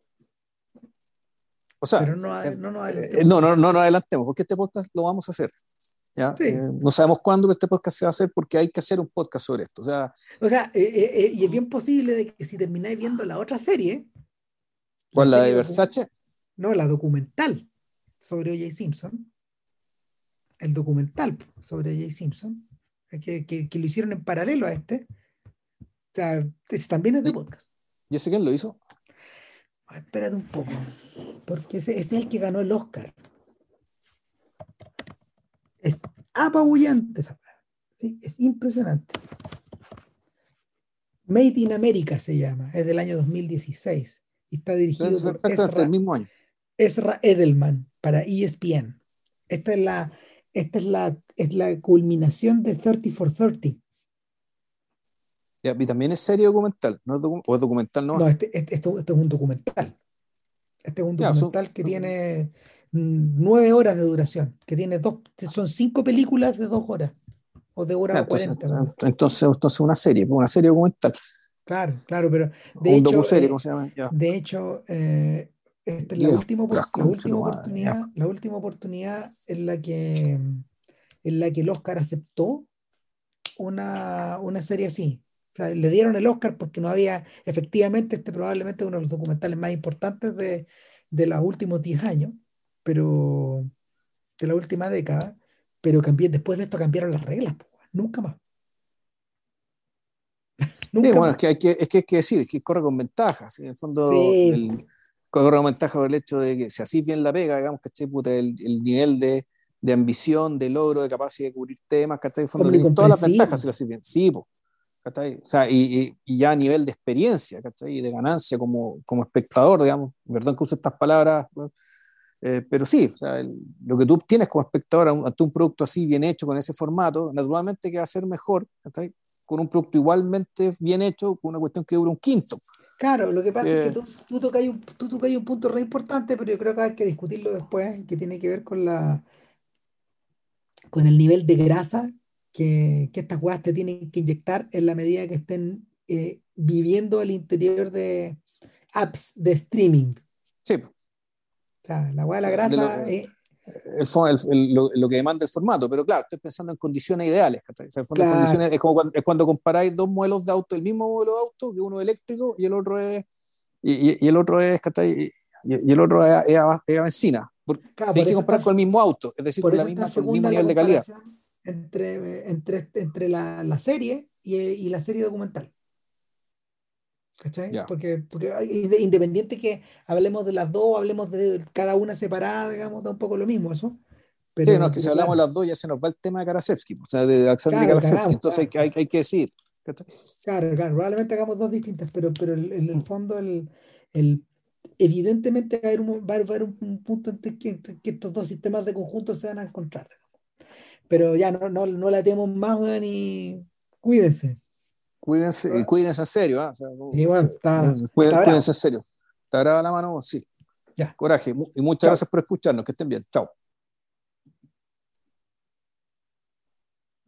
[SPEAKER 2] O sea,
[SPEAKER 1] Pero no,
[SPEAKER 2] eh,
[SPEAKER 1] no nos
[SPEAKER 2] eh,
[SPEAKER 1] adelantemos
[SPEAKER 2] no, no,
[SPEAKER 1] mucho.
[SPEAKER 2] no nos adelantemos, porque este podcast lo vamos a hacer. ¿Ya? Eh,
[SPEAKER 1] Sí.
[SPEAKER 2] no sabemos cuándo este podcast se va a hacer porque hay que hacer un podcast sobre esto. O sea,
[SPEAKER 1] O sea, eh, eh, eh, y es bien posible de que si termináis viendo la otra serie, la
[SPEAKER 2] ¿cuál la
[SPEAKER 1] serie
[SPEAKER 2] de
[SPEAKER 1] docu-
[SPEAKER 2] Versace?
[SPEAKER 1] no, la documental sobre O J. Simpson, el documental sobre O J. Simpson, eh, que, que, que lo hicieron en paralelo a este, o sea, ese también es de
[SPEAKER 2] ¿Y,
[SPEAKER 1] podcast.
[SPEAKER 2] y ese quién lo hizo?
[SPEAKER 1] Ah, espérate un poco, porque ese, ese es el que ganó el Oscar. Es apabullante esa weá, ¿sí? Es impresionante. Made in America se llama, es del año dos mil dieciséis y está dirigido
[SPEAKER 2] Es
[SPEAKER 1] por
[SPEAKER 2] prácticamente el
[SPEAKER 1] Ezra,
[SPEAKER 2] mismo año.
[SPEAKER 1] Ezra Edelman para E S P N. Esta es la, esta es la, es la culminación de treinta for treinta.
[SPEAKER 2] Ya, y también es serie documental, ¿no es docu- o es documental nomás.
[SPEAKER 1] No, este, este- esto, esto es un documental. Este es un
[SPEAKER 2] Ya, son,
[SPEAKER 1] documental que tiene mm, nueve horas de duración, que tiene dos, son cinco películas de dos horas, o de
[SPEAKER 2] ya,
[SPEAKER 1] hora
[SPEAKER 2] entonces,
[SPEAKER 1] cuarenta, más o menos.
[SPEAKER 2] entonces, entonces una serie, una serie documental,
[SPEAKER 1] Claro, claro, pero
[SPEAKER 2] o
[SPEAKER 1] de
[SPEAKER 2] un
[SPEAKER 1] hecho,
[SPEAKER 2] docuserie, ¿cómo
[SPEAKER 1] eh,
[SPEAKER 2] se llama? Ya.
[SPEAKER 1] de hecho, eh, esta es la
[SPEAKER 2] diez
[SPEAKER 1] última,
[SPEAKER 2] horas,
[SPEAKER 1] opor- la
[SPEAKER 2] concha
[SPEAKER 1] última
[SPEAKER 2] tu madre, ya.
[SPEAKER 1] oportunidad, la última oportunidad en la que, en la que el Oscar aceptó una, una serie así. O sea, le dieron el Oscar porque no había, efectivamente, este probablemente es uno de los documentales más importantes de, de los últimos diez años, pero de la última década, pero cambié, después de esto cambiaron las reglas, po, nunca más,
[SPEAKER 2] Sí,
[SPEAKER 1] nunca
[SPEAKER 2] bueno, es
[SPEAKER 1] más.
[SPEAKER 2] que hay que, es que, hay que decir, es que corre con ventajas. En el fondo,
[SPEAKER 1] Sí, po,
[SPEAKER 2] el, corre con ventaja por el hecho de que si así bien la pega, digamos, ¿cachai? Puta, el, el nivel de, de ambición, de logro, de capacidad de cubrir temas, ¿cachai? En el fondo tenéis todas las ventajas
[SPEAKER 1] omnicomprensible.
[SPEAKER 2] si lo haces bien. Sí, po, ¿cachai? O sea, y, y, y ya a nivel de experiencia, ¿cachai? Y de ganancia como, como espectador, digamos. Perdón que use estas palabras, ¿no? Eh, pero sí, o sea, el- lo que tú obtienes como espectador ante un producto así bien hecho, con ese formato, naturalmente que va a ser mejor, ¿cachai? con un producto igualmente bien hecho, con una cuestión que dura un quinto.
[SPEAKER 1] Claro, lo que pasa es que
[SPEAKER 2] Eh,
[SPEAKER 1] tú, tú tocas un, tú tocas un punto re importante, pero yo creo que hay que discutirlo después, que tiene que ver con la, con el nivel de grasa que, que estas weas te tienen que inyectar en la medida que estén eh, viviendo al interior de apps de streaming.
[SPEAKER 2] sí,
[SPEAKER 1] O sea, la wea de la
[SPEAKER 2] de
[SPEAKER 1] grasa,
[SPEAKER 2] lo,
[SPEAKER 1] eh,
[SPEAKER 2] el, el, el, lo, lo, que demanda el formato, pero claro, estoy pensando en condiciones ideales. O sea, en fondo, en
[SPEAKER 1] claro,
[SPEAKER 2] condiciones, es como cuando, es cuando comparáis dos modelos de auto, el mismo modelo de auto, que uno es eléctrico y el otro es, y, y, y el otro es, y, y el otro es, es, a, es a benzina.
[SPEAKER 1] claro, por
[SPEAKER 2] Tienes que
[SPEAKER 1] eso
[SPEAKER 2] comparar
[SPEAKER 1] está,
[SPEAKER 2] con el mismo auto, es decir,
[SPEAKER 1] por
[SPEAKER 2] con, la
[SPEAKER 1] eso está
[SPEAKER 2] misma, con el mismo
[SPEAKER 1] fecunda la
[SPEAKER 2] nivel de calidad.
[SPEAKER 1] comparación entre, entre, entre la, la serie y, y la serie documental. ¿Cachai?
[SPEAKER 2] Ya.
[SPEAKER 1] Porque, porque inde- independiente que hablemos de las dos, hablemos de cada una separada, digamos, da un poco lo mismo eso.
[SPEAKER 2] Sí, no,
[SPEAKER 1] Pero,
[SPEAKER 2] es que si
[SPEAKER 1] pero
[SPEAKER 2] hablamos de
[SPEAKER 1] claro,
[SPEAKER 2] las dos ya se nos va el tema de Karasevsky, o sea, de Alexander
[SPEAKER 1] claro,
[SPEAKER 2] Karasevsky,
[SPEAKER 1] cagamos,
[SPEAKER 2] entonces hay,
[SPEAKER 1] claro,
[SPEAKER 2] que- hay, hay que decir.
[SPEAKER 1] claro, claro, probablemente hagamos dos distintas, pero, pero el- en el fondo el, el, evidentemente va a haber un, va a haber va a haber un, un punto en que, que- que estos dos sistemas de conjunto se van a encontrar. Pero ya no, no, no la tenemos más, weón, y cuídense.
[SPEAKER 2] Cuídense, y cuídense en serio, ¿eh? O sea,
[SPEAKER 1] Y bueno, está, está
[SPEAKER 2] cuídense,
[SPEAKER 1] bravo.
[SPEAKER 2] cuídense en serio. ¿Te agrada la mano? Sí.
[SPEAKER 1] Ya,
[SPEAKER 2] Coraje. Y muchas
[SPEAKER 1] chao.
[SPEAKER 2] gracias por escucharnos. Que estén bien. Chao.